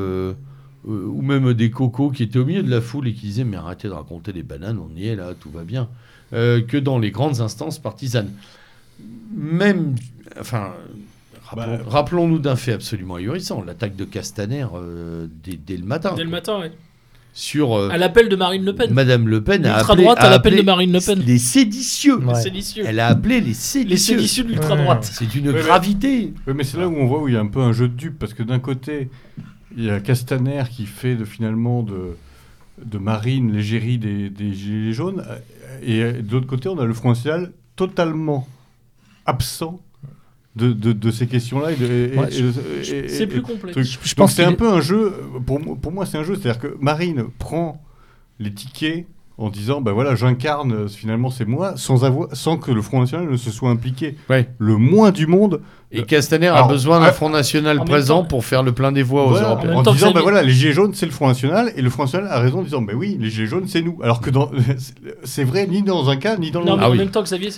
ou même des cocos qui étaient au milieu de la foule et qui disaient « Mais arrêtez de raconter les bananes, on y est là, tout va bien », que dans les grandes instances partisanes. Même, enfin, rappelons-nous d'un fait absolument ahurissant, l'attaque de Castaner dès le matin. Dès le matin, oui. Sur, à l'appel de Marine Le Pen. Madame Le Pen a appelé... L'ultra-droite à l'appel de Marine Le Pen. Les séditieux. Ouais. Les séditieux. Elle a appelé les séditieux. Les séditieux de l'ultra-droite. C'est une gravité. Oui, mais c'est là où on voit où il y a un peu un jeu de dupes, parce que d'un côté, il y a Castaner qui fait finalement de Marine l'égérie des Gilets jaunes, et de l'autre côté, on a le Front National totalement absent de ces questions-là. C'est plus complexe. Je pense que c'est un peu un jeu, pour moi c'est un jeu, c'est-à-dire que Marine prend les tickets en disant, ben voilà, j'incarne, finalement c'est moi, sans que le Front National ne se soit impliqué. Ouais. Le moins du monde. Et Castaner a besoin d'un Front National présent pour faire le plein des voix aux Européens. En disant, ben voilà, les Gilets jaunes c'est le Front National, et le Front National a raison en disant, ben oui, les Gilets jaunes c'est nous. Alors que c'est vrai ni dans un cas, ni dans l'autre. Non, mais en même temps, Xavier,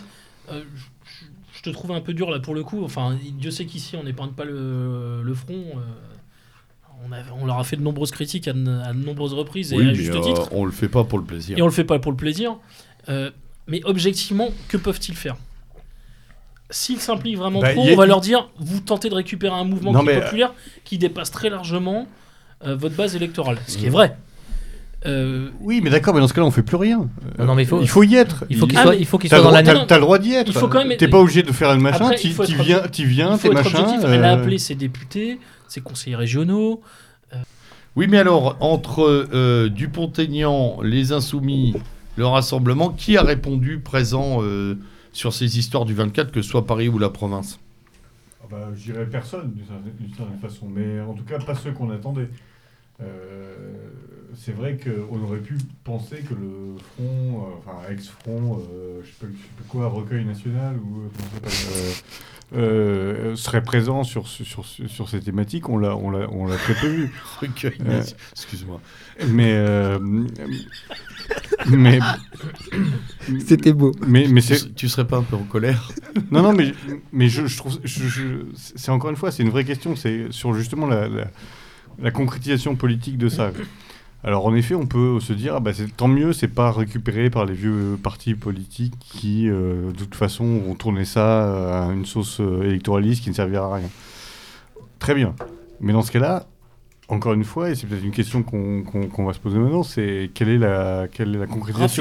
je te trouve un peu dur là pour le coup. Enfin, Dieu sait qu'ici on n'épargne pas le front. On leur a fait de nombreuses critiques à de nombreuses reprises et à juste titre. On le fait pas pour le plaisir. Et on le fait pas pour le plaisir. Mais objectivement, que peuvent-ils faire ? S'ils s'impliquent vraiment trop, on va leur dire vous tentez de récupérer un mouvement qui est populaire, qui dépasse très largement votre base électorale. Ce qui est vrai. Oui, mais d'accord, mais dans ce cas-là, on fait plus rien. Non, mais il faut y être. Il faut qu'il soit dans la T'as le droit d'y être. Il faut quand même. T'es pas obligé de faire un machin. Après, t'y viens, t'es machin. Elle a appelé ses députés, ses conseillers régionaux. Oui, mais alors entre Dupont-Aignan, les Insoumis, le Rassemblement, qui a répondu présent sur ces histoires du 24, que ce soit Paris ou la province ? Je dirais personne d'une certaine façon, mais en tout cas pas ceux qu'on attendait. C'est vrai qu'on aurait pu penser que le front, ex-front, je sais pas quoi, Recueil National, ou serait présent sur ces thématiques. On l'a très peu vu. Recueil excuse-moi. Mais c'était beau. Mais tu serais pas un peu en colère ? Non, mais je trouve, c'est encore une fois, c'est une vraie question. C'est sur justement la concrétisation politique de ça. Alors en effet, on peut se dire, tant mieux, c'est pas récupéré par les vieux partis politiques qui, de toute façon, vont tourner ça à une sauce électoraliste qui ne servira à rien. Très bien. Mais dans ce cas-là, encore une fois, et c'est peut-être une question qu'on va se poser maintenant, c'est quelle est la concrétisation ?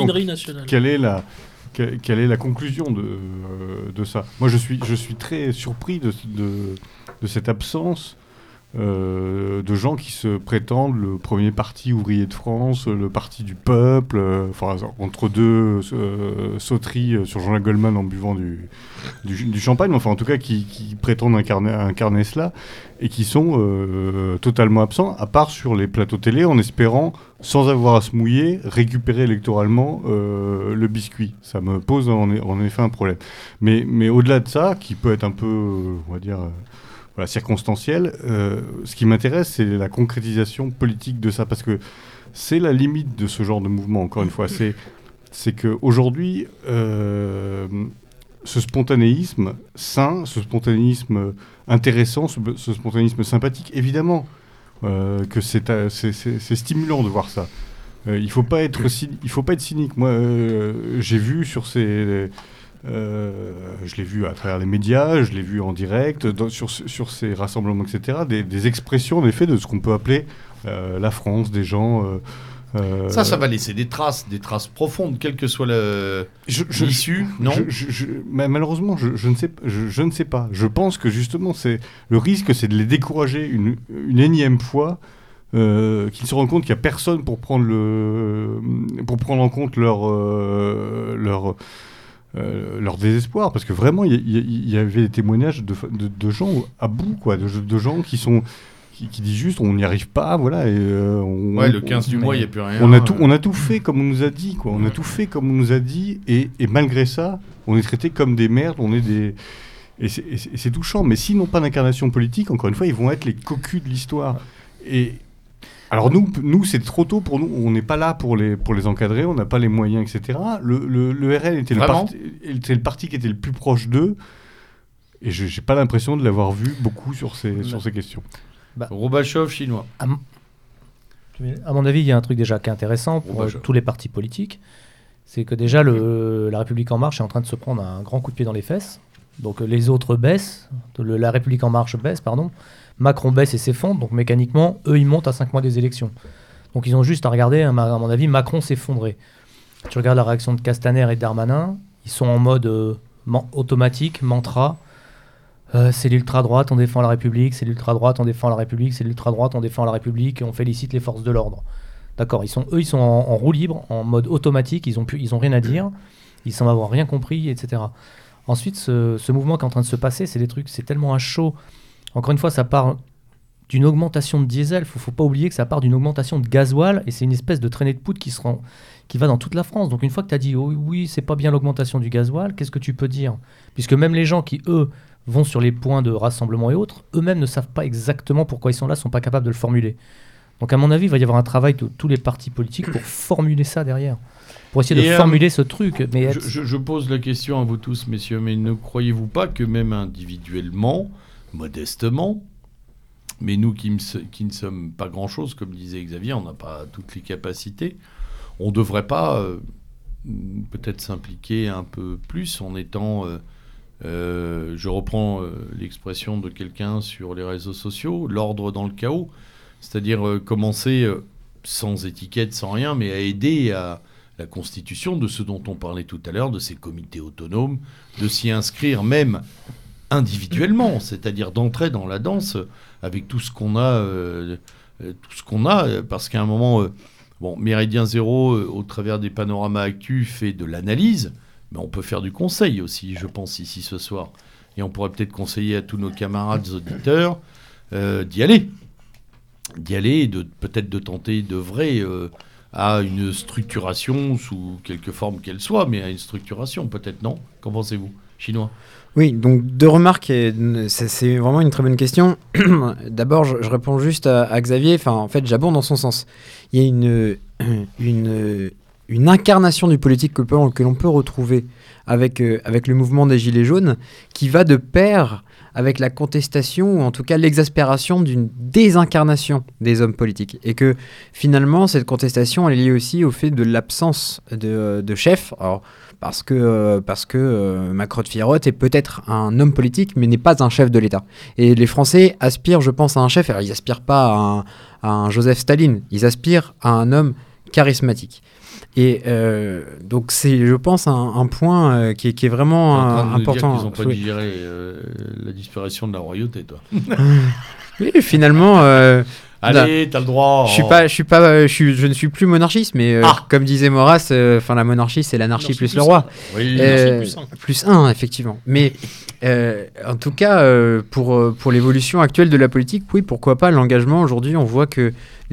Raffinerie nationale. Quelle est la conclusion de ça ? Moi, je suis très surpris de cette absence de gens qui se prétendent le premier parti ouvrier de France, le parti du peuple, entre deux sauteries sur Jean-Jacques Goldman en buvant du champagne, enfin en tout cas qui prétendent incarner cela, et qui sont totalement absents, à part sur les plateaux télé, en espérant, sans avoir à se mouiller, récupérer électoralement le biscuit. Ça me pose en effet un problème. Mais au-delà de ça, qui peut être un peu, on va dire... circonstanciel. Ce qui m'intéresse, c'est la concrétisation politique de ça, parce que c'est la limite de ce genre de mouvement, encore une fois. C'est qu'aujourd'hui, ce spontanéisme sain, ce spontanéisme intéressant, ce spontanéisme sympathique, évidemment que c'est stimulant de voir ça. Il faut pas être cynique. Moi, j'ai vu sur ces... je l'ai vu à travers les médias, je l'ai vu en direct, sur ces rassemblements, etc., des expressions, en effet, de ce qu'on peut appeler la France, des gens... Ça va laisser des traces profondes, quelle que soit l'issue, non ? Mais malheureusement, je ne sais pas. Je pense que justement, le risque, c'est de les décourager une énième fois, qu'ils se rendent compte qu'il n'y a personne pour prendre en compte leur désespoir, parce que vraiment il y avait des témoignages de gens à bout, quoi, de gens qui qui dit juste on n'y arrive pas, voilà. Et, le 15 du mois, il n'y a plus rien. On a tout fait comme on nous a dit, quoi. On a tout fait comme on nous a dit, et malgré ça, on est traités comme des merdes, et c'est touchant. Mais s'ils n'ont pas d'incarnation politique, encore une fois, ils vont être les cocus de l'histoire. Et alors nous, c'est trop tôt pour nous. On n'est pas là pour les encadrer. On n'a pas les moyens, etc. Le RN était le parti qui était le plus proche d'eux. Et je n'ai pas l'impression de l'avoir vu beaucoup sur ces questions. Gorbatchev, chinois. À mon avis, il y a un truc déjà qui est intéressant pour tous les partis politiques. C'est que déjà, la République En Marche est en train de se prendre un grand coup de pied dans les fesses. Donc les autres baissent. La République En Marche baisse, pardon. Macron baisse et s'effondre. Donc mécaniquement, eux, ils montent à 5 mois des élections. Donc ils ont juste à regarder, à mon avis, Macron s'effondrer. Tu regardes la réaction de Castaner et de Darmanin. Ils sont en mode automatique, mantra. C'est l'ultra-droite, on défend la République. C'est l'ultra-droite, on défend la République. C'est l'ultra-droite, on défend la République. Et on félicite les forces de l'ordre. D'accord, ils sont en roue libre, en mode automatique. Ils ont rien à dire. Ils semblent avoir rien compris, etc. Ensuite, ce mouvement qui est en train de se passer, c'est des trucs, c'est tellement à chaud. Encore une fois, ça part d'une augmentation de diesel. Faut pas oublier que ça part d'une augmentation de gasoil, et c'est une espèce de traînée de poudre qui va dans toute la France. Donc une fois que tu as dit oui, c'est pas bien l'augmentation du gasoil, qu'est-ce que tu peux dire ? Puisque même les gens qui, eux, vont sur les points de rassemblement et autres, eux-mêmes ne savent pas exactement pourquoi ils sont là, sont pas capables de le formuler. Donc à mon avis, il va y avoir un travail de tous les partis politiques pour formuler ça derrière. Pour essayer de formuler ce truc. Mais je pose la question à vous tous, messieurs, mais ne croyez-vous pas que même individuellement, modestement, mais nous qui ne sommes pas grand-chose, comme disait Xavier, on n'a pas toutes les capacités, on ne devrait pas peut-être s'impliquer un peu plus en étant... je reprends l'expression de quelqu'un sur les réseaux sociaux, l'ordre dans le chaos, c'est-à-dire commencer sans étiquette, sans rien, mais à aider à la constitution de ce dont on parlait tout à l'heure, de ces comités autonomes, de s'y inscrire même individuellement, c'est-à-dire d'entrer dans la danse avec tout ce qu'on a, parce qu'à un moment, Méridien Zéro, au travers des panoramas actus, fait de l'analyse, mais on peut faire du conseil aussi, je pense, ici ce soir. Et on pourrait peut-être conseiller à tous nos camarades auditeurs d'y aller et peut-être de tenter d'œuvrer à une structuration, sous quelque forme qu'elle soit, mais à une structuration peut-être, non ? Qu'en pensez-vous ? Chinois ? Oui, donc 2 remarques, c'est vraiment une très bonne question. D'abord, je réponds juste à Xavier, en fait j'abonde dans son sens. Il y a une incarnation du politique que l'on peut retrouver avec le mouvement des Gilets jaunes, qui va de pair avec la contestation, ou en tout cas l'exaspération d'une désincarnation des hommes politiques. Et que finalement, cette contestation, elle est liée aussi au fait de l'absence de chef. Alors, parce que Macron de Fierrotte est peut-être un homme politique, mais n'est pas un chef de l'État. Et les Français aspirent, je pense, à un chef. Alors, ils n'aspirent pas à un Joseph Staline. Ils aspirent à un homme charismatique. Et donc c'est, je pense, un point qui est vraiment important. Ils n'ont pas digéré la disparition de la royauté, toi. Oui, finalement. Allez, t'as le droit. Je ne suis plus monarchiste, mais comme disait Maurras, la monarchie c'est l'anarchie plus le roi. Oui, plus un, effectivement. Mais en tout cas, pour l'évolution actuelle de la politique, oui, pourquoi pas l'engagement. Aujourd'hui, on voit que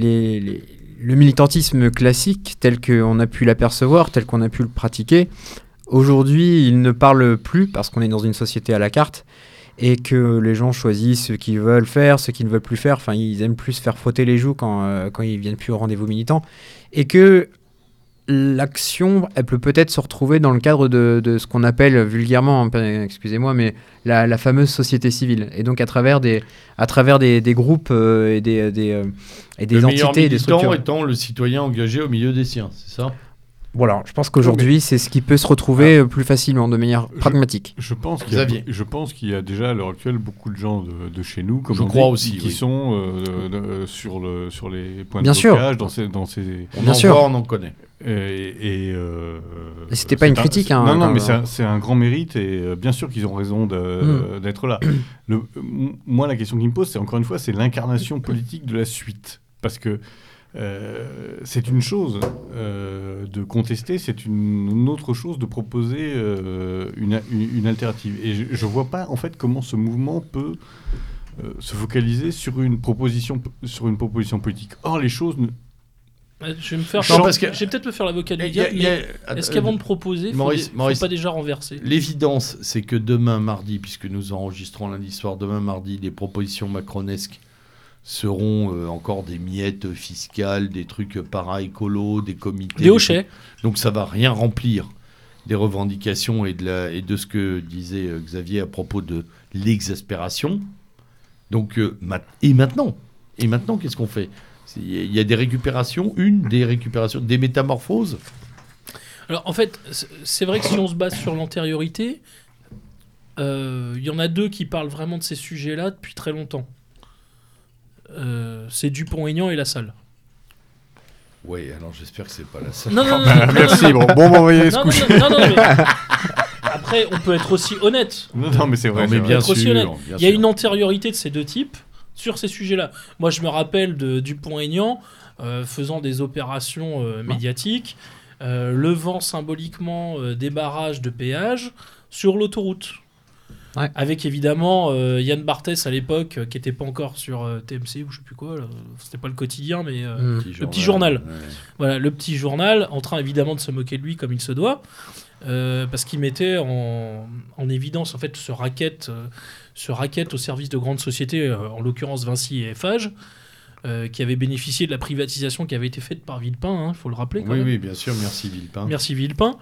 le militantisme classique, tel qu'on a pu l'apercevoir, tel qu'on a pu le pratiquer, aujourd'hui, il ne parle plus parce qu'on est dans une société à la carte et que les gens choisissent ce qu'ils veulent faire, ce qu'ils ne veulent plus faire. Enfin, ils aiment plus se faire frotter les joues quand ils viennent plus au rendez-vous militant. Et que l'action, elle peut peut-être se retrouver dans le cadre de ce qu'on appelle vulgairement, excusez-moi, mais la fameuse société civile. Et donc à travers des groupes et des entités, des structures. Le étant le citoyen engagé au milieu des siens, c'est ça ? Voilà, je pense qu'aujourd'hui, c'est ce qui peut se retrouver plus facilement, de manière pragmatique. Je pense qu'il y a déjà à l'heure actuelle beaucoup de gens de chez nous, comme qui sont sur les points de blocage dans ces. On en connaît. Et c'était pas une critique. Non, mais c'est un grand mérite, et bien sûr qu'ils ont raison d'être là. Moi, la question qui me pose, c'est encore une fois, c'est l'incarnation politique de la suite. Parce que c'est une chose de contester, c'est une autre chose de proposer une alternative. Et je vois pas en fait comment ce mouvement peut se focaliser sur une proposition politique. Or, les choses Je vais me faire. Non, parce que- Je vais peut-être me faire l'avocat du Il y a- diable, il y a- mais est-ce qu'avant de proposer, Maurice, faut Maurice, pas déjà renverser? l'évidence, c'est que demain mardi, puisque nous enregistrons lundi soir, demain mardi, les propositions macronesques seront encore des miettes fiscales, des trucs para-écolo, des comités. Des hochets. Donc ça va rien remplir des revendications et de ce que disait Xavier à propos de l'exaspération. Donc, et maintenant, qu'est-ce qu'on fait? Il y a des récupérations, des métamorphoses. Alors en fait, c'est vrai que si on se base sur l'antériorité, il y en a deux qui parlent vraiment de ces sujets-là depuis très longtemps. C'est Dupont-Aignan et Lassalle. Oui, alors j'espère que c'est pas la seule. Non, non, non, Ah, non, merci, non, bon, on va y aller se non, coucher. non, non, mais après, on peut être aussi honnête. Non, mais c'est vrai. Non, mais c'est vrai. bien Être aussi sûr, honnête. bien Il y a sûr. une antériorité de ces deux types sur ces sujets-là. Moi, je me rappelle de Dupont-Aignan faisant des opérations médiatiques, levant symboliquement des barrages de péage sur l'autoroute. Ouais. Avec évidemment Yann Barthès à l'époque, qui n'était pas encore sur TMC ou je sais plus quoi, là. C'était pas le quotidien, mais le petit journal. Ouais. Voilà, le petit journal, en train évidemment de se moquer de lui comme il se doit, parce qu'il mettait en évidence en fait ce racket au service de grandes sociétés, en l'occurrence Vinci et Eiffage, qui avaient bénéficié de la privatisation qui avait été faite par Villepin, il faut le rappeler quand Oui, même. oui, bien sûr, merci Villepin. Merci Villepin.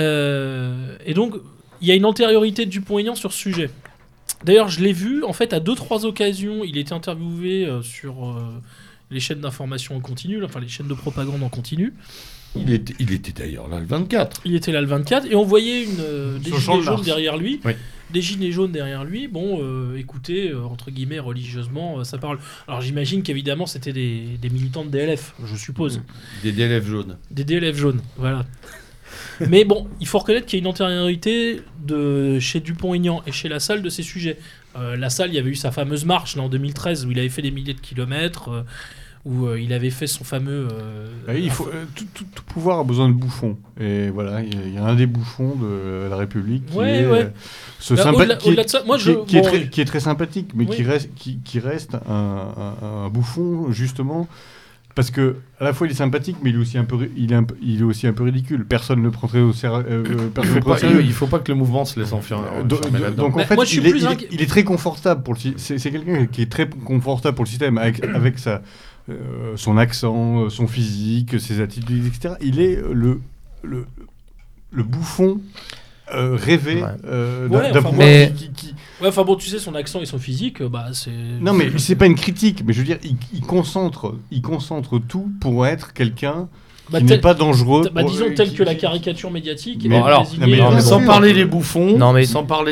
Et donc, il y a une antériorité de Dupont-Aignan sur ce sujet. D'ailleurs, je l'ai vu, en fait, à 2-3 occasions, il était interviewé sur les chaînes d'information en continu, enfin les chaînes de propagande en continu. Il était d'ailleurs là le 24. Il était là le 24, et on voyait des Sur le champ gilets de jaunes Mars. derrière lui. Oui. Des gilets jaunes derrière lui. Bon, écoutez, entre guillemets, religieusement, ça parle. Alors j'imagine qu'évidemment, c'était des militants de DLF, je suppose. Des DLF jaunes. Des DLF jaunes, voilà. Mais bon, il faut reconnaître qu'il y a une antériorité chez Dupont-Aignan et chez Lassalle de ces sujets. Lassalle, il y avait eu sa fameuse marche là, en 2013 où il avait fait des milliers de kilomètres, où il avait fait son fameux... Il faut, tout pouvoir a besoin de bouffons. Et voilà, il y a un des bouffons de la République qui Ouais, est ouais. ce Là, au-delà de ça, moi, qui est très sympathique, mais Oui. qui reste un bouffon justement parce que à la fois il est sympathique, mais il est aussi un peu ridicule. Personne ne le prendrait au sérieux. Il faut pas que le mouvement se laisse enfermer là-dedans. Donc en Bah, fait, moi, je suis plus inquiet. il est très confortable pour c'est quelqu'un qui est très confortable pour le système avec son accent, son physique, ses attitudes, etc. Il est le bouffon rêvé Ouais, d'un enfin, pouvoir mais- qui- Ouais, enfin bon, tu sais, son accent et son physique, bah c'est... Non, mais c'est pas une critique, mais je veux dire, il concentre tout pour être quelqu'un Bah, qui n'est pas dangereux. disons tel que la caricature médiatique Mais est alors, désignée, non, mais sans sûr. parler des bouffons, Non, mais-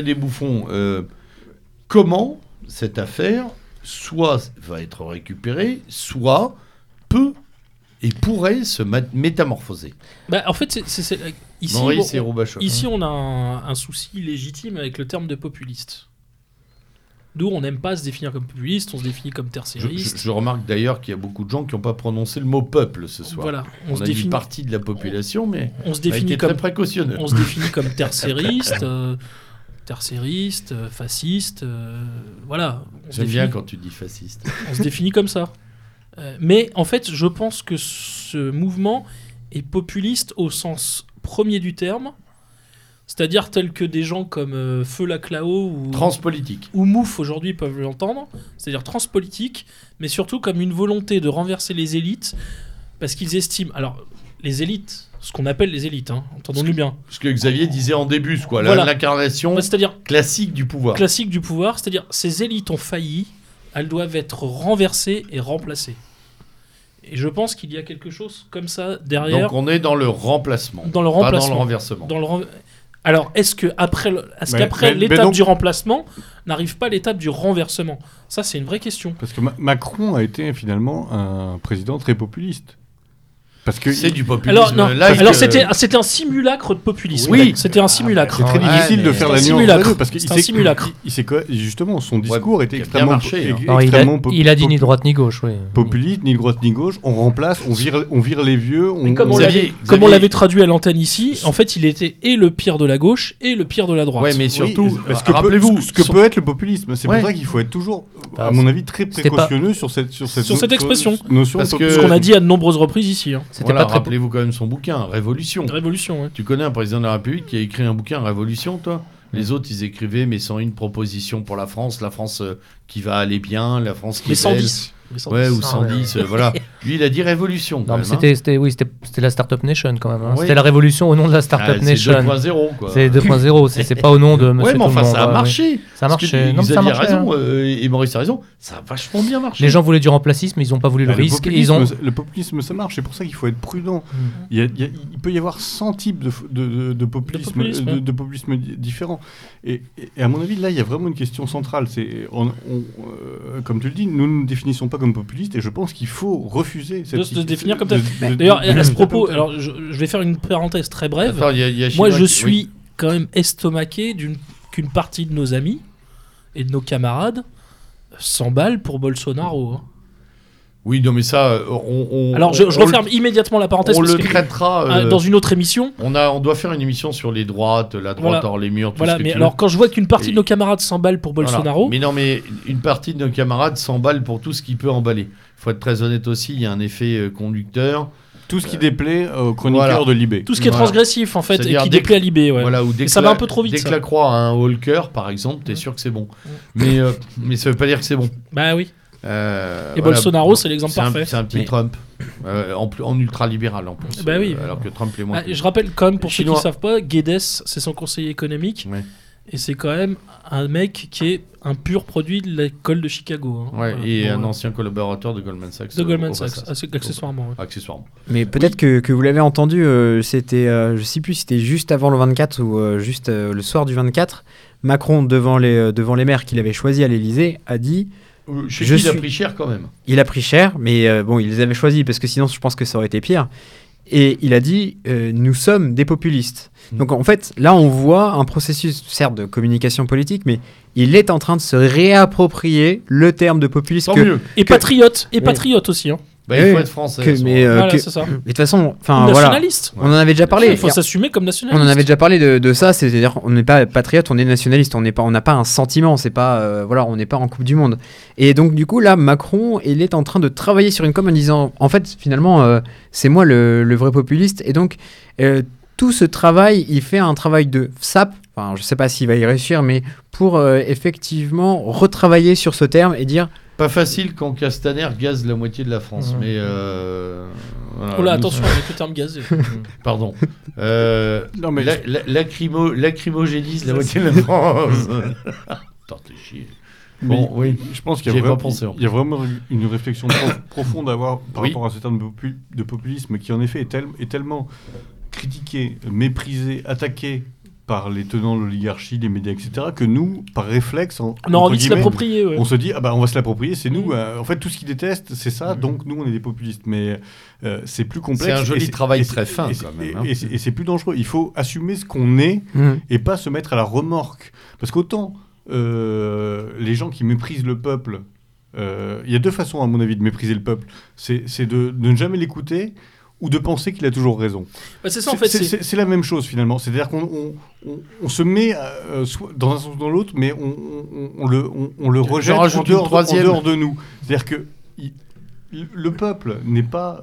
comment cette affaire soit va être récupérée, soit peut et pourrait se métamorphoser. Bah, en fait, ici, Maurice bon, et Roubachov. ici, on a un souci légitime avec le terme de populiste. D'où on n'aime pas se définir comme populiste, on se définit comme tertiariste. Je remarque d'ailleurs qu'il y a beaucoup de gens qui n'ont pas prononcé le mot peuple ce soir. Voilà, On a dit partie de la population, mais on se a été définit très comme précautionneux. on se définit comme tertiariste, fasciste, voilà. J'aime bien quand tu dis fasciste. On se définit comme ça. Mais en fait, je pense que ce mouvement est populiste au sens premier du terme, c'est-à-dire tel que des gens comme Feu Laclao ou Transpolitique. ou Mouf aujourd'hui peuvent l'entendre, c'est-à-dire transpolitique, mais surtout comme une volonté de renverser les élites, parce qu'ils estiment... Alors, les élites, ce qu'on appelle les élites, entendons-nous bien. Ce que Xavier disait en début, quoi, Voilà. l'incarnation Ouais, c'est-à-dire classique du pouvoir. classique du pouvoir, c'est-à-dire ces élites ont failli, elles doivent être renversées et remplacées. Et je pense qu'il y a quelque chose comme ça derrière. Donc on est dans le remplacement, Dans le pas dans remplacement. le renversement. Alors, est-ce qu'après mais l'étape donc- du remplacement, n'arrive pas l'étape du renversement? Ça, c'est une vraie question. Parce que Macron a été finalement un président très populiste. Parce que C'est du populisme. Alors, non. Là, Alors c'était un simulacre de populisme. Oui. C'était un simulacre. c'est très Ouais, difficile de mais faire c'est la un nuance simulacre. entre les deux, parce que C'est un simulacre. justement, son discours était qui a bien extrêmement, marché, hein. Alors, il a dit ni droite ni gauche, oui. populiste, ni de droite ni gauche. On remplace, on vire les vieux. Mais comme on l'avait traduit à l'antenne ici, en fait, il était et le pire de la gauche et le pire de la droite. Ouais, mais surtout, parce que rappelez-vous, ce que peut être le populisme. C'est Ouais. pour ça qu'il faut être toujours, Bah, à mon avis, très c'était précautionneux sur cette expression. notion. Parce de que- Ce qu'on a dit à de nombreuses reprises ici. Hein. C'était voilà, pas très. rappelez-vous quand même son bouquin, Révolution. Révolution, ouais. Tu connais un président de la République qui a écrit un bouquin, Révolution, toi? Les autres, ils écrivaient, mais sans une proposition pour la France qui va aller bien, la France qui Mais est belle. 110. Mais 110. Ouais, ou Ah, 110, voilà. Lui, il a dit Révolution. Non, quand mais même, hein. c'était la Startup Nation quand même. Hein. Oui. C'était la révolution au nom de la Ah, Startup c'est Nation. 2.0, quoi. C'est 2.0, c'est pas au nom de Monsieur Ouais, mais Tout le enfin, Monde, ça a ouais, marché. Ça a Parce que marché. Non, mais ça a Xavier a marché. raison, hein. et Maurice a raison, ça a vachement bien marché. Les gens voulaient du remplacisme, ils n'ont pas voulu le risque. Ils ont. Le populisme, ça marche. C'est pour ça qu'il faut être prudent. Mm. Il peut y avoir 100 types de populisme, populisme, ouais. de populisme différents. Et à mon avis, là, il y a vraiment une question centrale. Comme tu le dis, nous ne nous définissons pas comme populistes, et je pense qu'il faut refuser De se définir comme tel. de- D'ailleurs, de- à ce de- propos, de- alors je vais faire une parenthèse très brève. Attends, il y a Moi, Chinois je qui- suis oui. quand même estomaqué qu'une partie de nos amis et de nos camarades s'emballent pour Bolsonaro. Hein. Oui, non, mais ça, Alors, je referme immédiatement la parenthèse On parce le que, traitera. dans une autre émission. On doit faire une émission sur les droites, la droite Voilà. hors les murs, tout Voilà, ce que mais tu alors veux. quand je vois qu'une partie Et- de nos camarades s'emballent pour Voilà. Bolsonaro, Mais non, mais une partie de nos camarades s'emballe pour tout ce qui peut emballer. Il faut être très honnête aussi, il y a un effet conducteur. Tout ce qui déplaît aux chroniqueurs Voilà. de Libé. tout ce qui est Voilà. transgressif en fait et C'est-à-dire qui dès déplaît à Libé, ouais. Voilà, ou dès Et que ça va un peu trop vite, Dès ça. que la croix a un Walker, par exemple, t'es sûr que c'est bon. Mais ça veut pas dire que c'est bon. Bah oui. Et Voilà. Bolsonaro, c'est l'exemple parfait. C'est un petit Mais- Trump. En ultra-libéral en plus. Bah oui. Alors que Trump l'est moins. Ah, je rappelle quand même pour ceux qui Chinois. ne savent pas, Guedes, c'est son conseiller économique Ouais. et c'est quand même un mec qui est un pur produit de l'école de Chicago. Hein. Ouais, Voilà. et Bon, un ancien collaborateur de Goldman Sachs. de Goldman au Sachs, passage. accessoirement. ouais. Accessoirement. Mais peut-être que vous l'avez entendu, c'était, je sais plus, c'était juste avant le 24 ou juste le soir du 24. Macron, devant les maires qu'il avait choisis à l'Élysée, a dit Chez Je qui il a suis- pris cher quand même. il a pris cher, mais bon, il les avait choisis parce que sinon, je pense que ça aurait été pire. Et il a dit nous sommes des populistes. Donc en fait, là, on voit un processus, certes, de communication politique, mais il est en train de se réapproprier le terme de populiste. Tant que- mieux. Et Que- patriote, et Oui. patriote aussi. Hein. Bah, Oui, il faut être français. que- à ce mais, moment-là. Voilà, que- c'est ça. Mais de toute façon, Ou enfin voilà, nationaliste. on en avait déjà parlé. Il faut s'assumer comme nationaliste. On en avait déjà parlé de ça, c'est-à-dire on n'est pas patriote, on est nationaliste, on n'a pas un sentiment, c'est pas voilà, on n'est pas en Coupe du Monde. Et donc du coup là, Macron, il est en train de travailler sur une com en disant, en fait finalement c'est moi le vrai populiste. Et donc tout ce travail, il fait un travail de sape. Enfin, je sais pas s'il va y réussir, mais pour effectivement retravailler sur ce terme et dire Pas facile quand Castaner gaze la moitié de la France, Mhm. mais. Voilà, Oh là, nous- attention avec le terme gazé. Pardon. Non, mais Lacrymogénise la moitié de la France. Attends, t'es chier. Bon, oui. Je pense qu'il J'y y, ai pas pensé, en il y a vraiment une réflexion profonde à avoir par Oui. rapport à ce terme de populisme qui en effet est tellement critiqué, méprisé, attaqué par les tenants de l'oligarchie, les médias, etc., que nous, par réflexe, On a entre envie de se guillemets, l'approprier. Ouais. on se dit, ah bah on va se l'approprier, c'est nous. Mhm. En fait, tout ce qu'ils détestent, c'est ça, donc nous, on est des populistes. Mais c'est plus complexe. C'est un joli et travail et c'est- très fin, et c'est- quand même, et- hein. et c'est plus dangereux. Il faut assumer ce qu'on est et pas se mettre à la remorque. Parce qu'autant les gens qui méprisent le peuple, il y a deux façons, à mon avis, de mépriser le peuple. C'est de ne jamais l'écouter ou de penser qu'il a toujours raison. Bah, c'est ça en fait. C'est la même chose finalement. C'est-à-dire qu'on se met soit dans un sens ou dans l'autre, mais on le rejette en rajoute une dehors, troisième. en dehors de nous. C'est-à-dire que le peuple n'est pas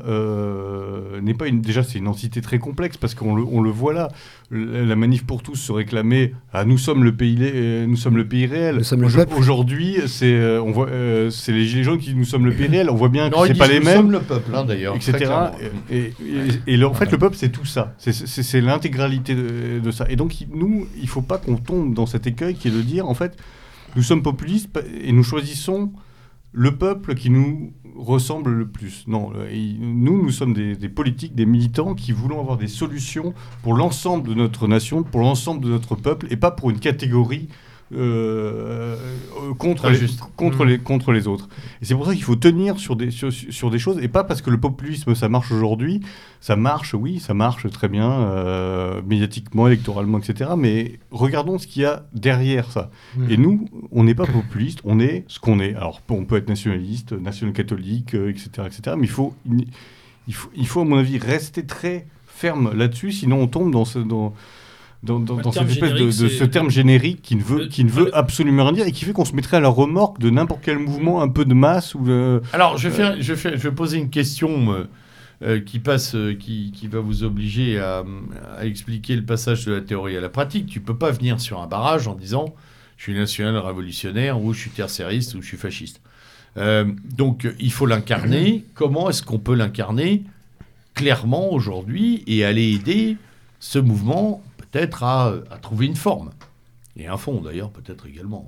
déjà c'est une entité très complexe parce qu'on le voit là. La manif pour tous se réclamait nous sommes le pays réel. Nous sommes le peuple. Aujourd'hui c'est les gilets jaunes qui nous sommes le pays réel. On voit bien que Non, ils c'est pas disent, les nous mêmes, sommes le peuple, hein, d'ailleurs. très etc. clairement. En fait, le peuple, c'est tout ça. C'est l'intégralité de ça. Et donc, il faut pas qu'on tombe dans cet écueil qui est de dire, en fait, nous sommes populistes et nous choisissons le peuple qui nous ressemble le plus. Non, nous sommes des politiques, des militants qui voulons avoir des solutions pour l'ensemble de notre nation, pour l'ensemble de notre peuple, et pas pour une catégorie contre les autres. Et c'est pour ça qu'il faut tenir sur des choses, et pas parce que le populisme ça marche aujourd'hui, ça marche très bien, médiatiquement, électoralement, etc. Mais regardons ce qu'il y a derrière ça. Et nous, on n'est pas populiste, on est ce qu'on est. Alors on peut être nationaliste, national-catholique, etc., etc. Mais il faut, à mon avis, rester très ferme là-dessus, sinon on tombe dans cette espèce de ce terme générique qui ne veut absolument rien dire et qui fait qu'on se mettrait à la remorque de n'importe quel mouvement un peu de masse. Alors, je vais poser une question qui va vous obliger à expliquer le passage de la théorie à la pratique. Tu peux pas venir sur un barrage en disant je suis national-révolutionnaire ou je suis tertiariste ou je suis fasciste. Donc, il faut l'incarner. Comment est-ce qu'on peut l'incarner clairement aujourd'hui et aller aider ce mouvement peut-être à trouver une forme et un fond d'ailleurs peut-être également.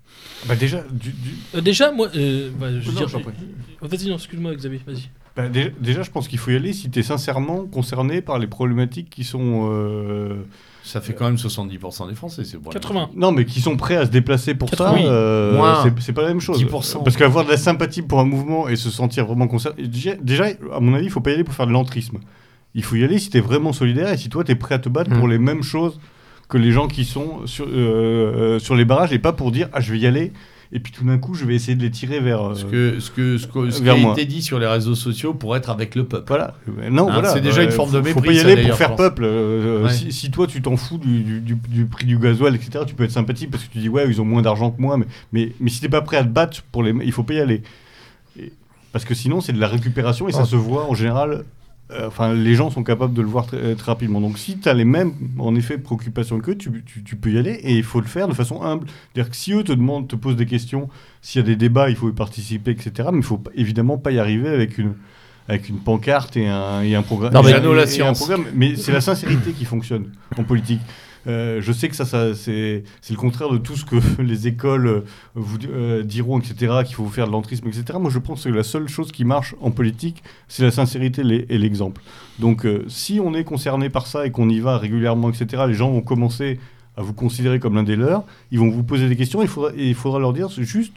Déjà moi vas-y, non, excuse-moi Xavier, vas-y. Déjà je pense qu'il faut y aller si tu es sincèrement concerné par les problématiques qui sont ça fait quand même 70% des Français, c'est bon. 80. Non, mais qui sont prêts à se déplacer pour 80, ça, c'est pas la même chose. 10%. Parce qu'avoir de la sympathie pour un mouvement et se sentir vraiment concerné, déjà, à mon avis, il faut pas y aller pour faire de l'entrisme. Il faut y aller si tu es vraiment solidaire et si toi, tu es prêt à te battre pour les mêmes choses que les gens qui sont sur les barrages et pas pour dire « Ah, je vais y aller ». Et puis tout d'un coup, je vais essayer de les tirer vers ce qui a été dit sur les réseaux sociaux pour être avec le peuple. Voilà. Non, voilà. C'est déjà une forme de mépris. Faut pas y aller pour faire peuple. Si toi, tu t'en fous du prix du gasoil, etc., tu peux être sympathique parce que tu dis ouais, ils ont moins d'argent que moi. Mais si t'es pas prêt à te battre il faut pas y aller. Parce que sinon, c'est de la récupération et ça se voit en général. Les gens sont capables de le voir très, très rapidement. Donc, si tu as les mêmes, en effet, préoccupations qu'eux, tu peux y aller et il faut le faire de façon humble. C'est-à-dire que si eux te posent des questions, s'il y a des débats, il faut y participer, etc. Mais il ne faut évidemment pas y arriver avec une pancarte et un programme. Non, mais c'est la sincérité qui fonctionne en politique. Je sais que ça c'est le contraire de tout ce que les écoles vous diront, etc., qu'il faut faire de l'entrisme, etc. Moi, je pense que la seule chose qui marche en politique, c'est la sincérité et l'exemple. Donc, si on est concerné par ça et qu'on y va régulièrement, etc., les gens vont commencer à vous considérer comme l'un des leurs, ils vont vous poser des questions, il faudra leur dire juste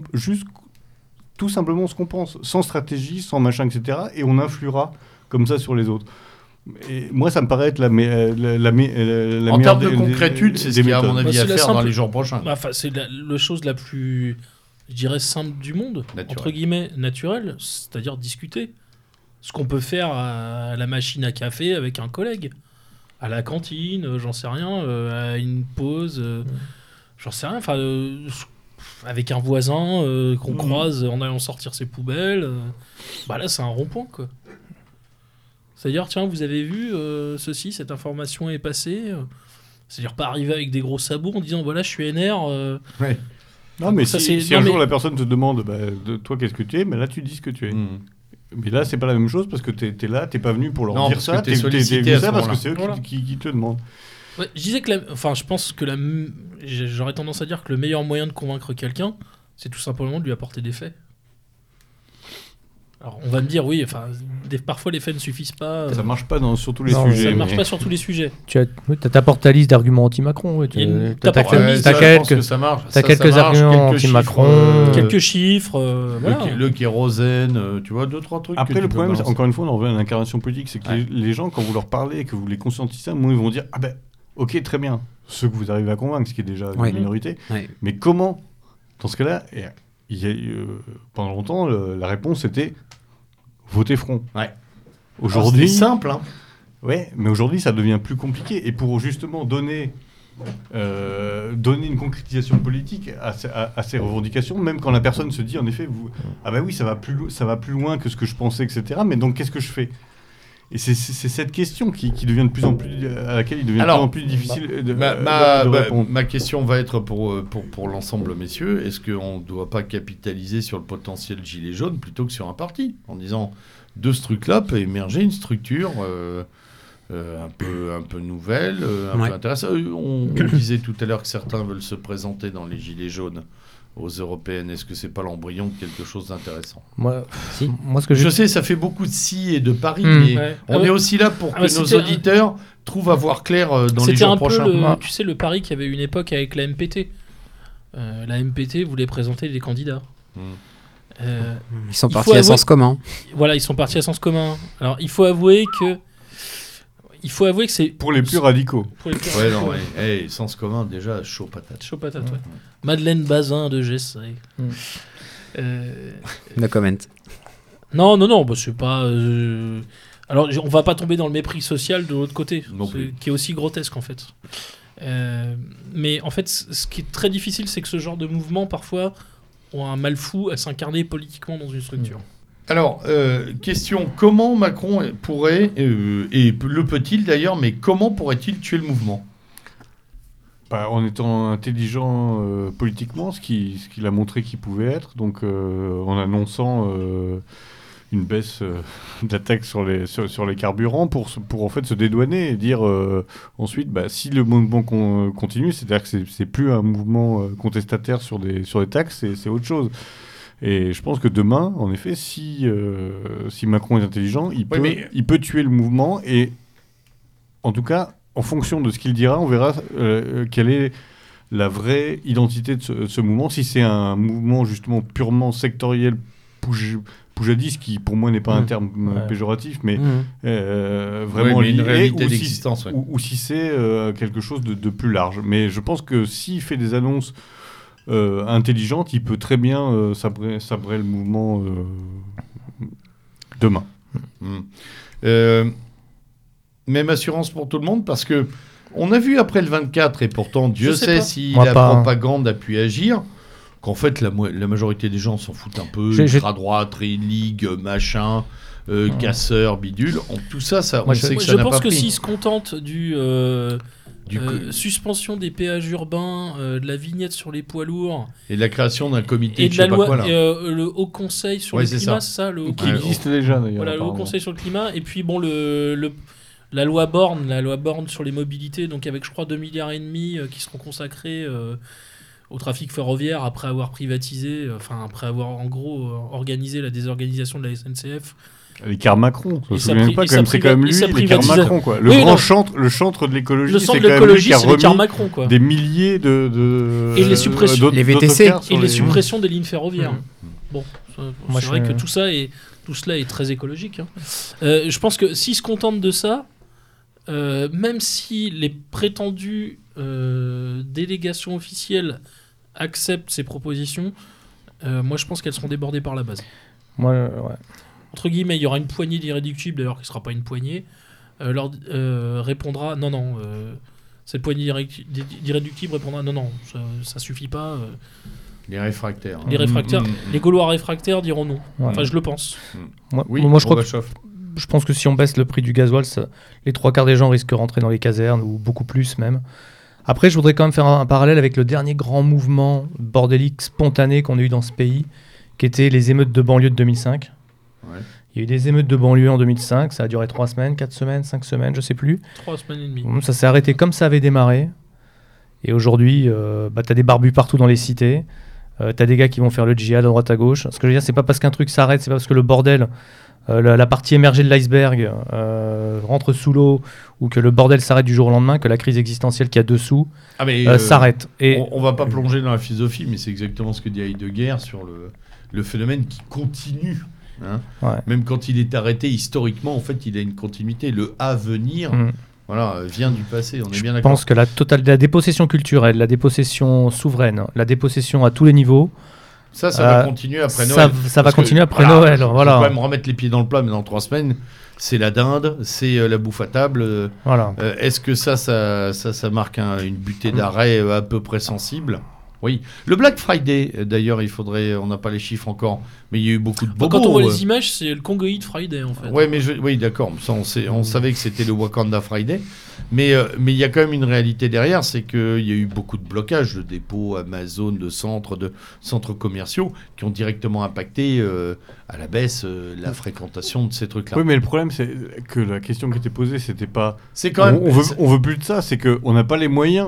tout simplement ce qu'on pense, sans stratégie, sans machin, etc., et on influera comme ça sur les autres. Et moi, ça me paraît être la meilleure. En termes de concrétude, c'est ce qu'il y a, à mon avis, à faire dans les jours prochains. C'est la chose la plus, je dirais, simple du monde, entre guillemets, naturelle, c'est-à-dire discuter. Ce qu'on peut faire à la machine à café avec un collègue, à la cantine, j'en sais rien, à une pause, j'en sais rien, avec un voisin qu'on croise en allant sortir ses poubelles. Là, c'est un rond-point, quoi. C'est-à-dire, tiens, vous avez vu cette information est passée. C'est-à-dire, pas arriver avec des gros sabots en disant, voilà, je suis NR. Ouais. Non, mais si un jour la personne te demande, de toi, qu'est-ce que tu es, mais là, tu dis ce que tu es. Mais là, c'est pas la même chose parce que t'es là, t'es pas venu pour leur dire ça, t'es venu ça parce que c'est eux qui te demandent. Ouais, je disais que je pense que j'aurais tendance à dire que le meilleur moyen de convaincre quelqu'un, c'est tout simplement de lui apporter des faits. Alors, on va me dire, oui, parfois les faits ne suffisent pas. Ça marche pas sur tous les sujets. Ça ne marche pas sur tous les sujets. T'apportes ta liste d'arguments anti-Macron. T'as quelques arguments anti-Macron. Quelques chiffres. Le kérosène, tu vois, 2-3 trucs. Après, le problème, encore une fois, on en revient à l'incarnation politique, c'est que les gens, quand vous leur parlez et que vous les conscientisez, ils vont dire, ah ben, ok, très bien, ceux que vous arrivez à convaincre, ce qui est déjà une minorité. Ouais. Mais comment, dans ce cas-là, pendant longtemps, la réponse était voter Front. Ouais. Aujourd'hui, c'est simple, hein. Ouais, mais aujourd'hui, ça devient plus compliqué. Et pour justement donner une concrétisation politique à ces revendications, même quand la personne se dit, en effet, ah bah oui, ça va plus loin que ce que je pensais, etc. Mais donc, qu'est-ce que je fais ? Et c'est cette question qui devient de plus en plus, à laquelle il devient de plus en plus difficile de répondre. Ma question va être pour l'ensemble, messieurs. Est-ce qu'on ne doit pas capitaliser sur le potentiel gilet jaune plutôt que sur un parti ? En disant, de ce truc-là peut émerger une structure un peu nouvelle, un peu intéressante. On disait tout à l'heure que certains veulent se présenter dans les gilets jaunes aux européennes. Est-ce que c'est pas l'embryon de quelque chose d'intéressant ? Je sais, ça fait beaucoup de si et de paris, mais on est aussi là pour que nos auditeurs trouvent à voir clair dans les jours prochains. Tu sais, le pari qu'il y avait une époque avec la MPT. la MPT voulait présenter des candidats. Ils sont partis à sens commun. Voilà, ils sont partis à sens commun. Alors, il faut avouer que c'est... Pour les plus radicaux. Ouais, non, sens commun, déjà, chaud patate. Chaud patate, ouais. Madeleine Bazin de Gessay. No comment. Non, bah, c'est pas... Alors, on va pas tomber dans le mépris social de l'autre côté, qui est aussi grotesque, en fait. Mais en fait, ce qui est très difficile, c'est que ce genre de mouvement, parfois, ont un mal fou à s'incarner politiquement dans une structure. Alors, question, comment Macron pourrait, et le peut-il d'ailleurs, mais comment pourrait-il tuer le mouvement ? En étant intelligent politiquement, ce qu'il a montré qu'il pouvait être, donc en annonçant une baisse d'attaque sur les carburants pour en fait se dédouaner et dire ensuite si le mouvement continue, c'est-à-dire que c'est plus un mouvement contestataire sur des taxes, c'est autre chose. Et je pense que demain, en effet, si Macron est intelligent, il peut tuer le mouvement et en tout cas, en fonction de ce qu'il dira, on verra quelle est la vraie identité de ce mouvement. Si c'est un mouvement justement purement sectoriel, poujadiste, qui pour moi n'est pas un terme péjoratif, mais vraiment mais une lié, réalité d'existence. ou si c'est quelque chose de plus large. Mais je pense que s'il fait des annonces intelligentes, il peut très bien sabrer le mouvement demain. Même assurance pour tout le monde, parce que on a vu après le 24, et pourtant Dieu sait si la propagande a pu agir, qu'en fait la majorité des gens s'en foutent un peu, ultra-droite, ligue, machin, casseurs, bidule, tout ça, on sait que ça n'a pas pris. Je pense que s'ils se contentent du suspension des péages urbains, de la vignette sur les poids lourds... Et de la création d'un comité et de la loi, le Haut Conseil sur le climat, c'est ça, qui existe déjà d'ailleurs. Voilà, le Haut Conseil sur le climat, et puis bon, la loi Borne sur les mobilités, donc avec je crois 2,5 milliards qui seront consacrés au trafic ferroviaire après avoir privatisé, après avoir en gros organisé la désorganisation de la SNCF. L'écart Macron, c'est quand même lui, l'écart Macron, quoi. Le chantre de l'écologie, c'est quand même lui qui a remis Macron, quoi. Des milliers de et les suppressions, les VTC et les suppressions des lignes ferroviaires. Bon, c'est vrai que tout cela est très écologique. Je pense que s'ils se contentent de ça, même si les prétendues délégations officielles acceptent ces propositions, moi je pense qu'elles seront débordées par la base. Entre guillemets, il y aura une poignée d'irréductibles, d'ailleurs qui ne sera pas une poignée, répondra non, cette poignée d'irréductibles répondra non, ça suffit pas. Les réfractaires. Les Gaulois réfractaires diront non. Enfin, je le pense. Moi je crois que je pense que si on baisse le prix du gasoil, les 3/4 des gens risquent de rentrer dans les casernes, ou beaucoup plus même. Après, je voudrais quand même faire un parallèle avec le dernier grand mouvement bordélique spontané qu'on a eu dans ce pays, qui était les émeutes de banlieue de 2005. Ouais. Il y a eu des émeutes de banlieue en 2005, ça a duré 3 semaines, 4 semaines, 5 semaines, je sais plus. 3 semaines et demie. Ça s'est arrêté comme ça avait démarré. Et aujourd'hui, t'as des barbus partout dans les cités. T'as des gars qui vont faire le djihad à droite à gauche. Ce que je veux dire, c'est pas parce qu'un truc s'arrête, c'est pas parce que le bordel... la partie émergée de l'iceberg rentre sous l'eau, ou que le bordel s'arrête du jour au lendemain, que la crise existentielle qu'il y a dessous s'arrête. Et on va pas plonger dans la philosophie, mais c'est exactement ce que dit Heidegger sur le phénomène qui continue. Même quand il est arrêté, historiquement, en fait, il a une continuité. Le à venir vient du passé, on est bien d'accord. Je pense que la dépossession culturelle, la dépossession souveraine, la dépossession à tous les niveaux, ça va continuer après Noël. Ça va continuer après Noël. Je vais quand même remettre les pieds dans le plat, mais dans 3 semaines, c'est la dinde, c'est la bouffe à table. Est-ce que ça marque une butée d'arrêt à peu près sensible ? Oui. Le Black Friday, d'ailleurs, on n'a pas les chiffres encore, mais il y a eu beaucoup de bobos. Quand on voit les images, c'est le Congoïde Friday, en fait. Oui, d'accord. Ça, on savait que c'était le Wakanda Friday. Mais il y a quand même une réalité derrière, c'est qu'il y a eu beaucoup de blocages de dépôts, Amazon, de centres commerciaux qui ont directement impacté à la baisse la fréquentation de ces trucs-là. Oui, mais le problème, c'est que la question qui était posée, c'était pas... C'est quand même... On veut plus de ça, c'est qu'on n'a pas les moyens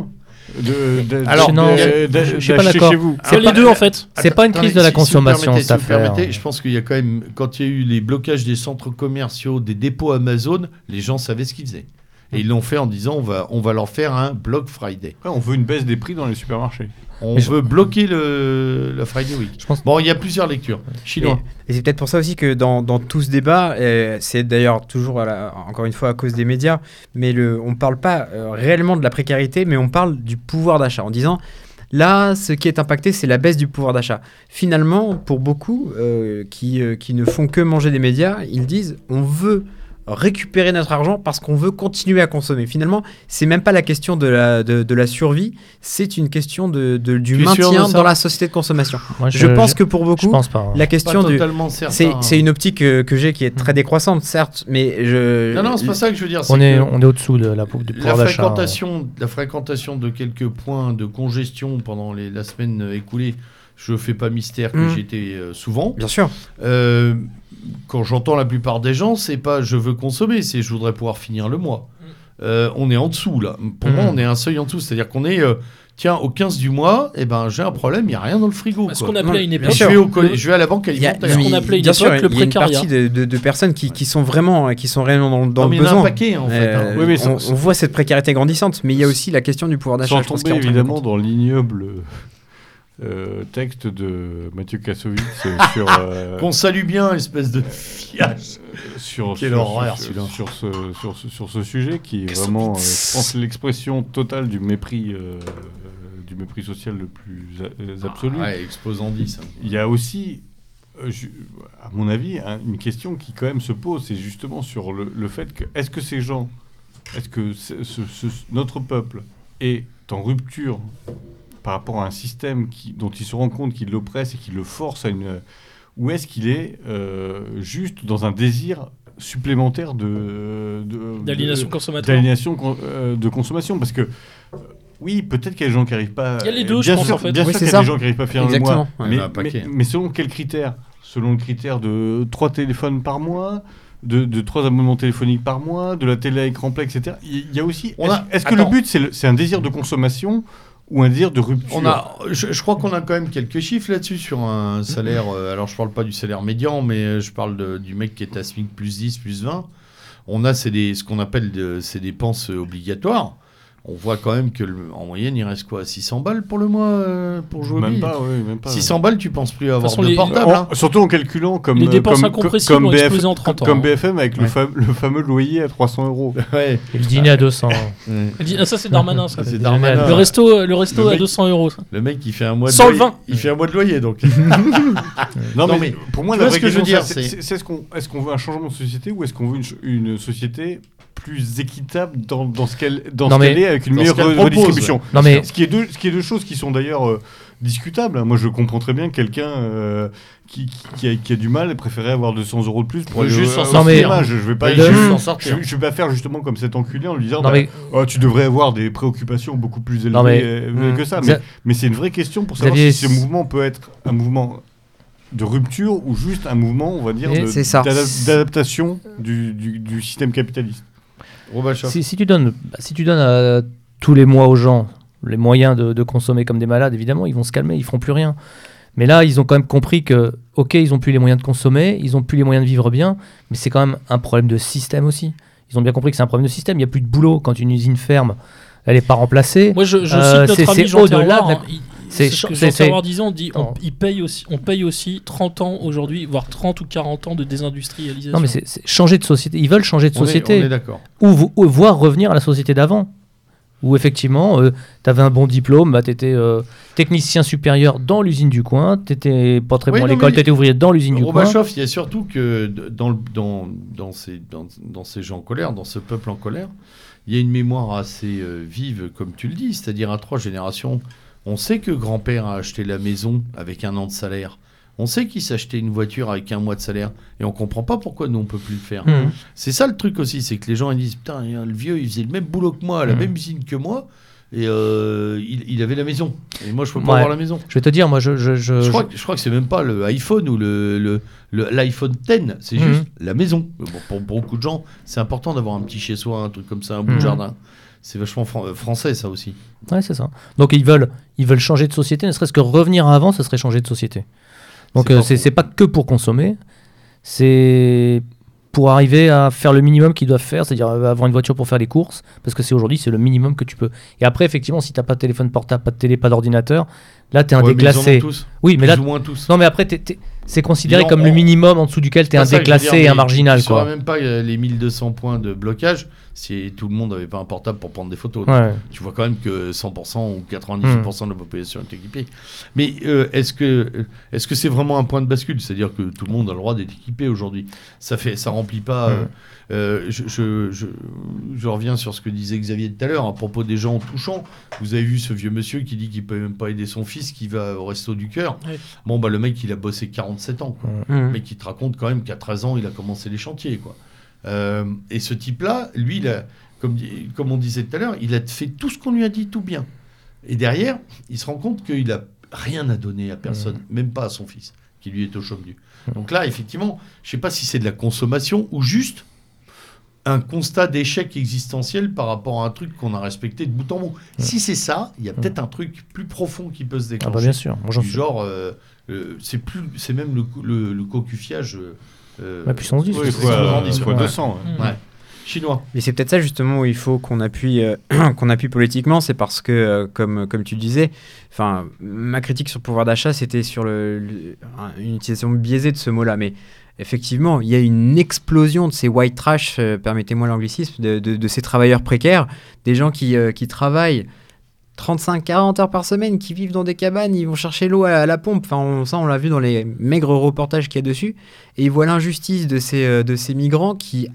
je suis pas d'accord. Chez vous. C'est les deux en fait. C'est pas une crise de la consommation, cette affaire. Je pense qu'il y a quand même, quand il y a eu les blocages des centres commerciaux, des dépôts Amazon, les gens savaient ce qu'ils faisaient. Et ils l'ont fait en disant on va leur faire un Block Friday. Ouais, on veut une baisse des prix dans les supermarchés. On veut bloquer le Friday Week. Bon, il y a plusieurs lectures. Chinois. Et c'est peut-être pour ça aussi que dans tout ce débat, c'est d'ailleurs toujours, encore une fois, à cause des médias, mais on ne parle pas réellement de la précarité, mais on parle du pouvoir d'achat, en disant, là, ce qui est impacté, c'est la baisse du pouvoir d'achat. Finalement, pour beaucoup qui ne font que manger des médias, ils disent, on veut récupérer notre argent parce qu'on veut continuer à consommer. Finalement, c'est même pas la question de la survie, c'est une question du maintien dans la société de consommation. Moi, je pense que pour beaucoup, pense pas, la question c'est une optique que j'ai qui est très décroissante, certes, mais non, c'est pas ça que je veux dire. On est au-dessous de du pouvoir d'achat. La fréquentation de quelques points de congestion pendant la semaine écoulée, je fais pas mystère que j'y étais souvent. Bien sûr. Quand j'entends la plupart des gens, c'est pas je veux consommer, c'est je voudrais pouvoir finir le mois. On est en dessous là. Pour moi, on est un seuil en dessous, c'est-à-dire qu'on est tiens, au 15 du mois, j'ai un problème, il n'y a rien dans le frigo. Ce qu'on appelait à une époque. Je vais à la banque alimentaire. Ce qu'on appelait à une époque le précariat. Il y a une partie de personnes qui sont réellement réellement dans le besoin. Il y en a un paquet en fait. Oui, mais on voit cette précarité grandissante, mais il y a aussi la question du pouvoir d'achat. Sans tomber évidemment dans l'ignoble texte de Mathieu Kassovitz sur... qu'on salue bien, espèce de fiage. Quelle horreur celui-là. Sur ce sujet qui est vraiment, je pense, l'expression totale du mépris social le plus absolu. Ouais, exposant 10. Il y a aussi, à mon avis, une question qui quand même se pose, c'est justement sur le fait que est-ce que ces gens, est-ce que notre peuple est en rupture par rapport à un système dont il se rend compte qu'il l'oppresse et qu'il le force à ou est-ce qu'il est juste dans un désir supplémentaire d'aliénation consommatoire, de consommation, parce que oui, peut-être qu'il y a des gens qui n'arrivent pas. Il y a les deux, je pense, en fait. Bien sûr qu'il y a des gens qui n'arrivent pas à finir le mois. Ouais. Mais selon quels critères ? Selon le critère de 3 téléphones par mois, de 3 abonnements téléphoniques par mois, de la télé à écran plat, etc. Il y a aussi. Est-ce que le but, c'est un désir de consommation ou un désir de rupture? Je crois qu'on a quand même quelques chiffres là-dessus sur un salaire. Alors, je parle pas du salaire médian, mais je parle du mec qui est à SMIC plus 10, plus 20. On a ce qu'on appelle ces dépenses obligatoires. On voit quand même qu'en moyenne, il reste quoi, 600 balles pour le mois pour jouer même pas, oui, même pas. 600 balles, tu penses plus avoir de portable. Surtout en calculant comme les dépenses incompressibles ont explosé en 30 ans. Comme BFM avec le fameux loyer à 300 €. Ouais. Et le dîner à 200. Ça, c'est Darmanin. Ça. C'est Darmanin. Le resto à 200 €. Ça. Le mec, il fait un mois de Sans loyer. le vin. Il fait un mois de loyer, donc. non, mais pour moi, la vraie question, c'est est-ce qu'on veut un changement de société ou est-ce qu'on veut une société plus équitable dans ce qu'elle est, avec une meilleure redistribution. Ce qui est deux choses qui sont d'ailleurs discutables. Moi, je comprends très bien quelqu'un qui a du mal et préférait avoir 200 € de plus pour aller juste au cinéma. Je vais pas faire justement comme cet enculé en lui disant tu devrais avoir des préoccupations beaucoup plus élevées que ça. Mais c'est une vraie question pour savoir si ce mouvement peut être un mouvement de rupture ou juste un mouvement, on va dire, d'adaptation du système capitaliste. Si tu donnes tous les mois aux gens les moyens de consommer comme des malades, évidemment, ils vont se calmer, ils feront plus rien. Mais là, ils ont quand même compris que, ok, ils ont plus les moyens de consommer, ils ont plus les moyens de vivre bien, mais c'est quand même un problème de système aussi. Ils ont bien compris que c'est un problème de système. Il n'y a plus de boulot quand une usine ferme, elle n'est pas remplacée. Moi, je cite notre ami Jean Terroir. Jean Terroir disant, on paye aussi 30 ans aujourd'hui, voire 30 ou 40 ans de désindustrialisation. Non, mais c'est changer de société. Ils veulent changer de société. On est d'accord. Ou voire revenir à la société d'avant. Où effectivement, tu avais un bon diplôme, tu étais technicien supérieur dans l'usine du coin, tu n'étais pas très bon à l'école, tu étais ouvrier dans l'usine du coin. Gorbatchev, il y a surtout que dans ces gens en colère, dans ce peuple en colère, il y a une mémoire assez vive, comme tu le dis, c'est-à-dire à 3 générations. On sait que grand-père a acheté la maison avec 1 an de salaire. On sait qu'il s'achetait une voiture avec 1 mois de salaire. Et on comprend pas pourquoi nous, on peut plus le faire. C'est ça le truc aussi, c'est que les gens ils disent « Putain, le vieux, il faisait le même boulot que moi, la même usine que moi, et il avait la maison. Et moi, je peux pas avoir la maison. » Je vais te dire, moi, je crois que c'est même pas le iPhone ou l'iPhone X, c'est juste la maison. Bon, pour beaucoup de gens, c'est important d'avoir un petit chez-soi, un truc comme ça, un bout de jardin. C'est vachement français, ça aussi. Ouais, c'est ça. Donc, ils veulent changer de société, ne serait-ce que revenir à avant, ça serait changer de société. Donc, c'est pas que pour consommer, c'est pour arriver à faire le minimum qu'ils doivent faire, c'est-à-dire avoir une voiture pour faire les courses, parce que aujourd'hui c'est le minimum que tu peux. Et après effectivement si t'as pas de téléphone portable, pas de télé, pas d'ordinateur, là t'es un déclassé. Mais ils en ont tous. Oui, mais là Plus ou moins tous. non mais après c'est considéré Ils comme ont- le minimum en dessous duquel t'es un C'est ça que je veux déclassé dire, et un mais marginal tu sauras quoi. même pas les 1200 points de blocage si tout le monde n'avait pas un portable pour prendre des photos. Donc, Ouais. tu vois quand même que 100% ou 98% de la population est équipée. Mais est-ce que c'est vraiment un point de bascule ? C'est-à-dire que tout le monde a le droit d'être équipé aujourd'hui. Ça remplit pas. Je reviens sur ce que disait Xavier tout à l'heure à propos des gens touchants. Vous avez vu ce vieux monsieur qui dit qu'il peut même pas aider son fils qui va au resto du cœur. Ouais. Bon bah le mec il a bossé 47 ans. Quoi. Le mec il te raconte quand même qu'à 13 ans il a commencé les chantiers quoi. Et ce type-là, lui, il a, comme on disait tout à l'heure, il a fait tout ce qu'on lui a dit tout bien. Et derrière, il se rend compte qu'il a rien à donner à personne, même pas à son fils, qui lui est au chaume nu. Donc là, effectivement, je sais pas si c'est de la consommation ou juste un constat d'échec existentiel par rapport à un truc qu'on a respecté de bout en bout. Si c'est ça, il y a peut-être un truc plus profond qui peut se Ah déclencher. bah bien sûr. Moi, j'en Du suis- genre, c'est même le cocufiage. La puissance 10. Oui, c'est fois 10, fois ouais. 200. ouais. Ouais. Chinois. Mais c'est peut-être ça justement où il faut qu'on appuie, qu'on appuie politiquement, c'est parce que, comme tu disais, ma critique sur le pouvoir d'achat, c'était sur une utilisation biaisée de ce mot-là. Mais effectivement, il y a une explosion de ces white trash, permettez-moi l'anglicisme, de ces travailleurs précaires, des gens qui travaillent 35-40 heures par semaine, qui vivent dans des cabanes, ils vont chercher l'eau à la pompe. Ça, on l'a vu dans les maigres reportages qu'il y a dessus. Et ils voient l'injustice de ces migrants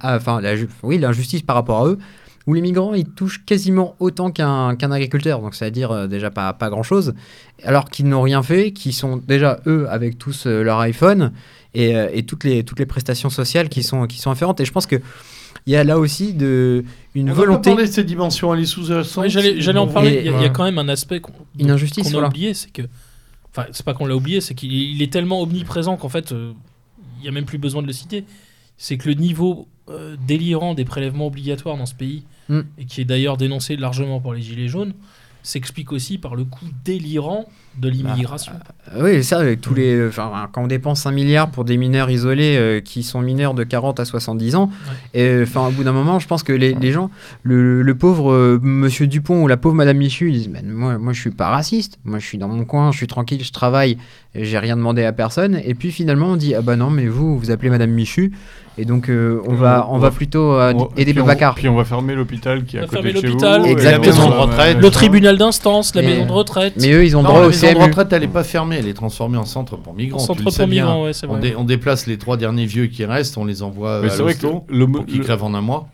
l'injustice par rapport à eux, où les migrants, ils touchent quasiment autant qu'un agriculteur. Donc, c'est-à-dire déjà pas grand-chose. Alors qu'ils n'ont rien fait, qui sont déjà, eux, avec tous leur iPhone et toutes les prestations sociales qui sont afférentes. Et je pense que il y a là aussi une On volonté. va pas parler de ces dimensions, elle est sous-jacente. Ouais, j'allais en parler. Il y a voilà. quand même un aspect Une injustice, qu'on a voilà. oublié, c'est que, enfin, c'est pas qu'on l'a oublié, c'est qu'il est tellement omniprésent qu'en fait, il y a même plus besoin de le citer. C'est que le niveau délirant des prélèvements obligatoires dans ce pays, et qui est d'ailleurs dénoncé largement par les Gilets jaunes, s'explique aussi par le coût délirant de l'immigration. Oui, ça, avec tous les, quand on dépense 1 milliard pour des mineurs isolés qui sont mineurs de 40 à 70 ans, et au bout d'un moment, je pense que les gens, le pauvre monsieur Dupont ou la pauvre madame Michu, ils disent moi je suis pas raciste, moi je suis dans mon coin, je suis tranquille, je travaille, et j'ai rien demandé à personne. Et puis finalement, on dit ah bah non, mais vous appelez madame Michu, et donc on va plutôt aider Babacar. Puis on va fermer l'hôpital qui est On à va côté de fermer chez vous. l'hôpital, et la maison de retraite, Le tribunal d'instance, la maison de retraite. Mais eux, ils ont Non, droit la au maison de CMU. retraite, elle n'est pas fermée, elle est transformée en centre pour migrants. Centre tu le sais pour bien. migrants, ouais, c'est vrai. On déplace les 3 derniers vieux qui restent, on les envoie Mais à c'est vrai que l'hosto pour qu'ils crèvent en un mois.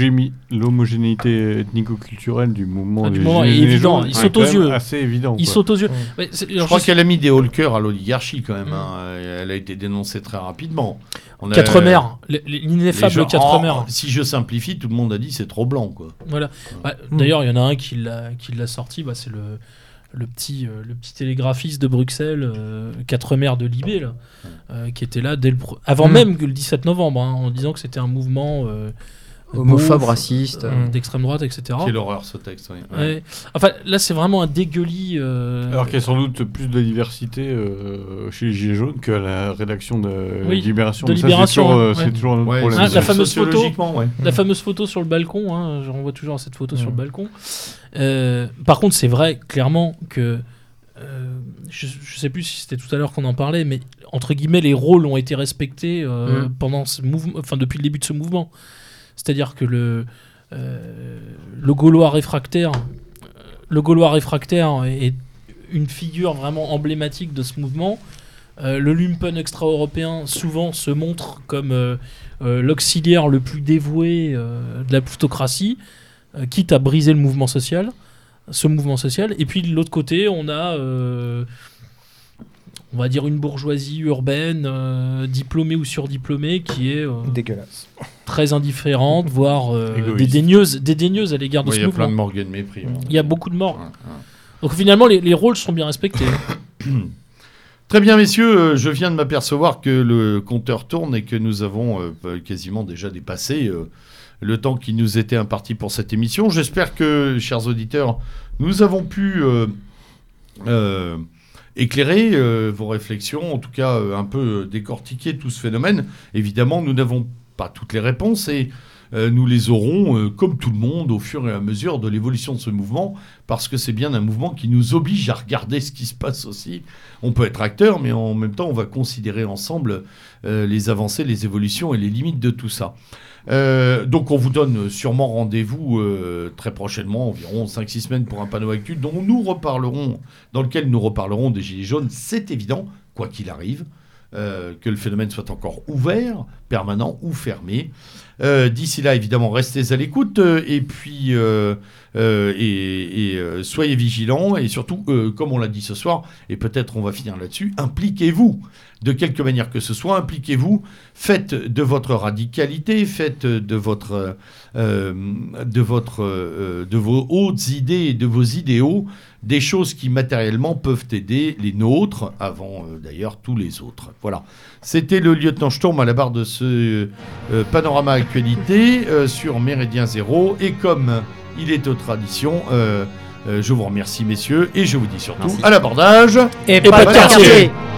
l'homogénéité ethnico-culturelle du mouvement Du des moment est Gilets évident, jaunes il est saute quand aux même yeux. assez évident. Il quoi. saute aux yeux. Ouais, Je crois qu'elle a mis des hauts le cœur à l'oligarchie quand même. Elle a été dénoncée très rapidement. Quatre mères, l'ineffable 4 mères. Si je simplifie, tout le monde a dit c'est trop blanc quoi. Voilà. D'ailleurs, il y en a un qui l'a sorti, c'est le petit télégraphiste de Bruxelles, 4 mères de Libé, là, qui était là avant même que le 17 novembre, en disant que c'était un mouvement Homophobe, beauf, raciste. d'extrême droite, etc. Quelle horreur ce texte. Oui. Ouais. Enfin, là, c'est vraiment un dégueulis. Alors qu'il y a sans doute plus de diversité chez les Gilets jaunes qu'à la rédaction de Libération. de Mais ça, Libération, c'est toujours un autre Ouais, problème. Ah, la fameuse photo. sociologiquement, ouais. La fameuse photo sur le balcon, je renvoie toujours à cette photo sur le balcon. Par contre, c'est vrai, clairement, que je sais plus si c'était tout à l'heure qu'on en parlait, mais entre guillemets, les rôles ont été respectés pendant ce mouvement, enfin depuis le début de ce mouvement. C'est-à-dire que le Gaulois réfractaire est une figure vraiment emblématique de ce mouvement. Le lumpen extra-européen souvent se montre comme l'auxiliaire le plus dévoué de la plutocratie, quitte à briser ce mouvement social. Et puis de l'autre côté, on a, on va dire, une bourgeoisie urbaine, diplômée ou surdiplômée, qui est Dégueulasse. très indifférente, voire Égoïste. dédaigneuse à l'égard de Ouais, ce il y a mouvement. plein de morgues de mépris. Il y a beaucoup de morts. Ouais, ouais. Donc finalement, les rôles sont bien respectés. Très bien, messieurs, je viens de m'apercevoir que le compteur tourne et que nous avons quasiment déjà dépassé le temps qui nous était imparti pour cette émission. J'espère que, chers auditeurs, nous avons pu éclairer vos réflexions, en tout cas un peu décortiquer tout ce phénomène. Évidemment, nous n'avons pas toutes les réponses et nous les aurons, comme tout le monde, au fur et à mesure de l'évolution de ce mouvement, parce que c'est bien un mouvement qui nous oblige à regarder ce qui se passe aussi. On peut être acteur, mais en même temps, on va considérer ensemble les avancées, les évolutions et les limites de tout ça. Donc on vous donne sûrement rendez-vous très prochainement, environ 5-6 semaines pour un panneau actu dans lequel nous reparlerons des Gilets jaunes, c'est évident, quoi qu'il arrive. Que le phénomène soit encore ouvert, permanent ou fermé. D'ici là, évidemment, restez à l'écoute et puis soyez vigilants et surtout, comme on l'a dit ce soir, et peut-être on va finir là-dessus, impliquez-vous de quelque manière que ce soit, impliquez-vous, faites de votre radicalité, faites de vos hautes idées et de vos idéaux des choses qui matériellement peuvent aider les nôtres, avant d'ailleurs tous les autres. Voilà. C'était le lieutenant Sturm à la barre de ce panorama actualité sur Méridien Zéro. Et comme il est aux traditions, je vous remercie messieurs et je vous dis surtout à l'abordage et pas de quartier.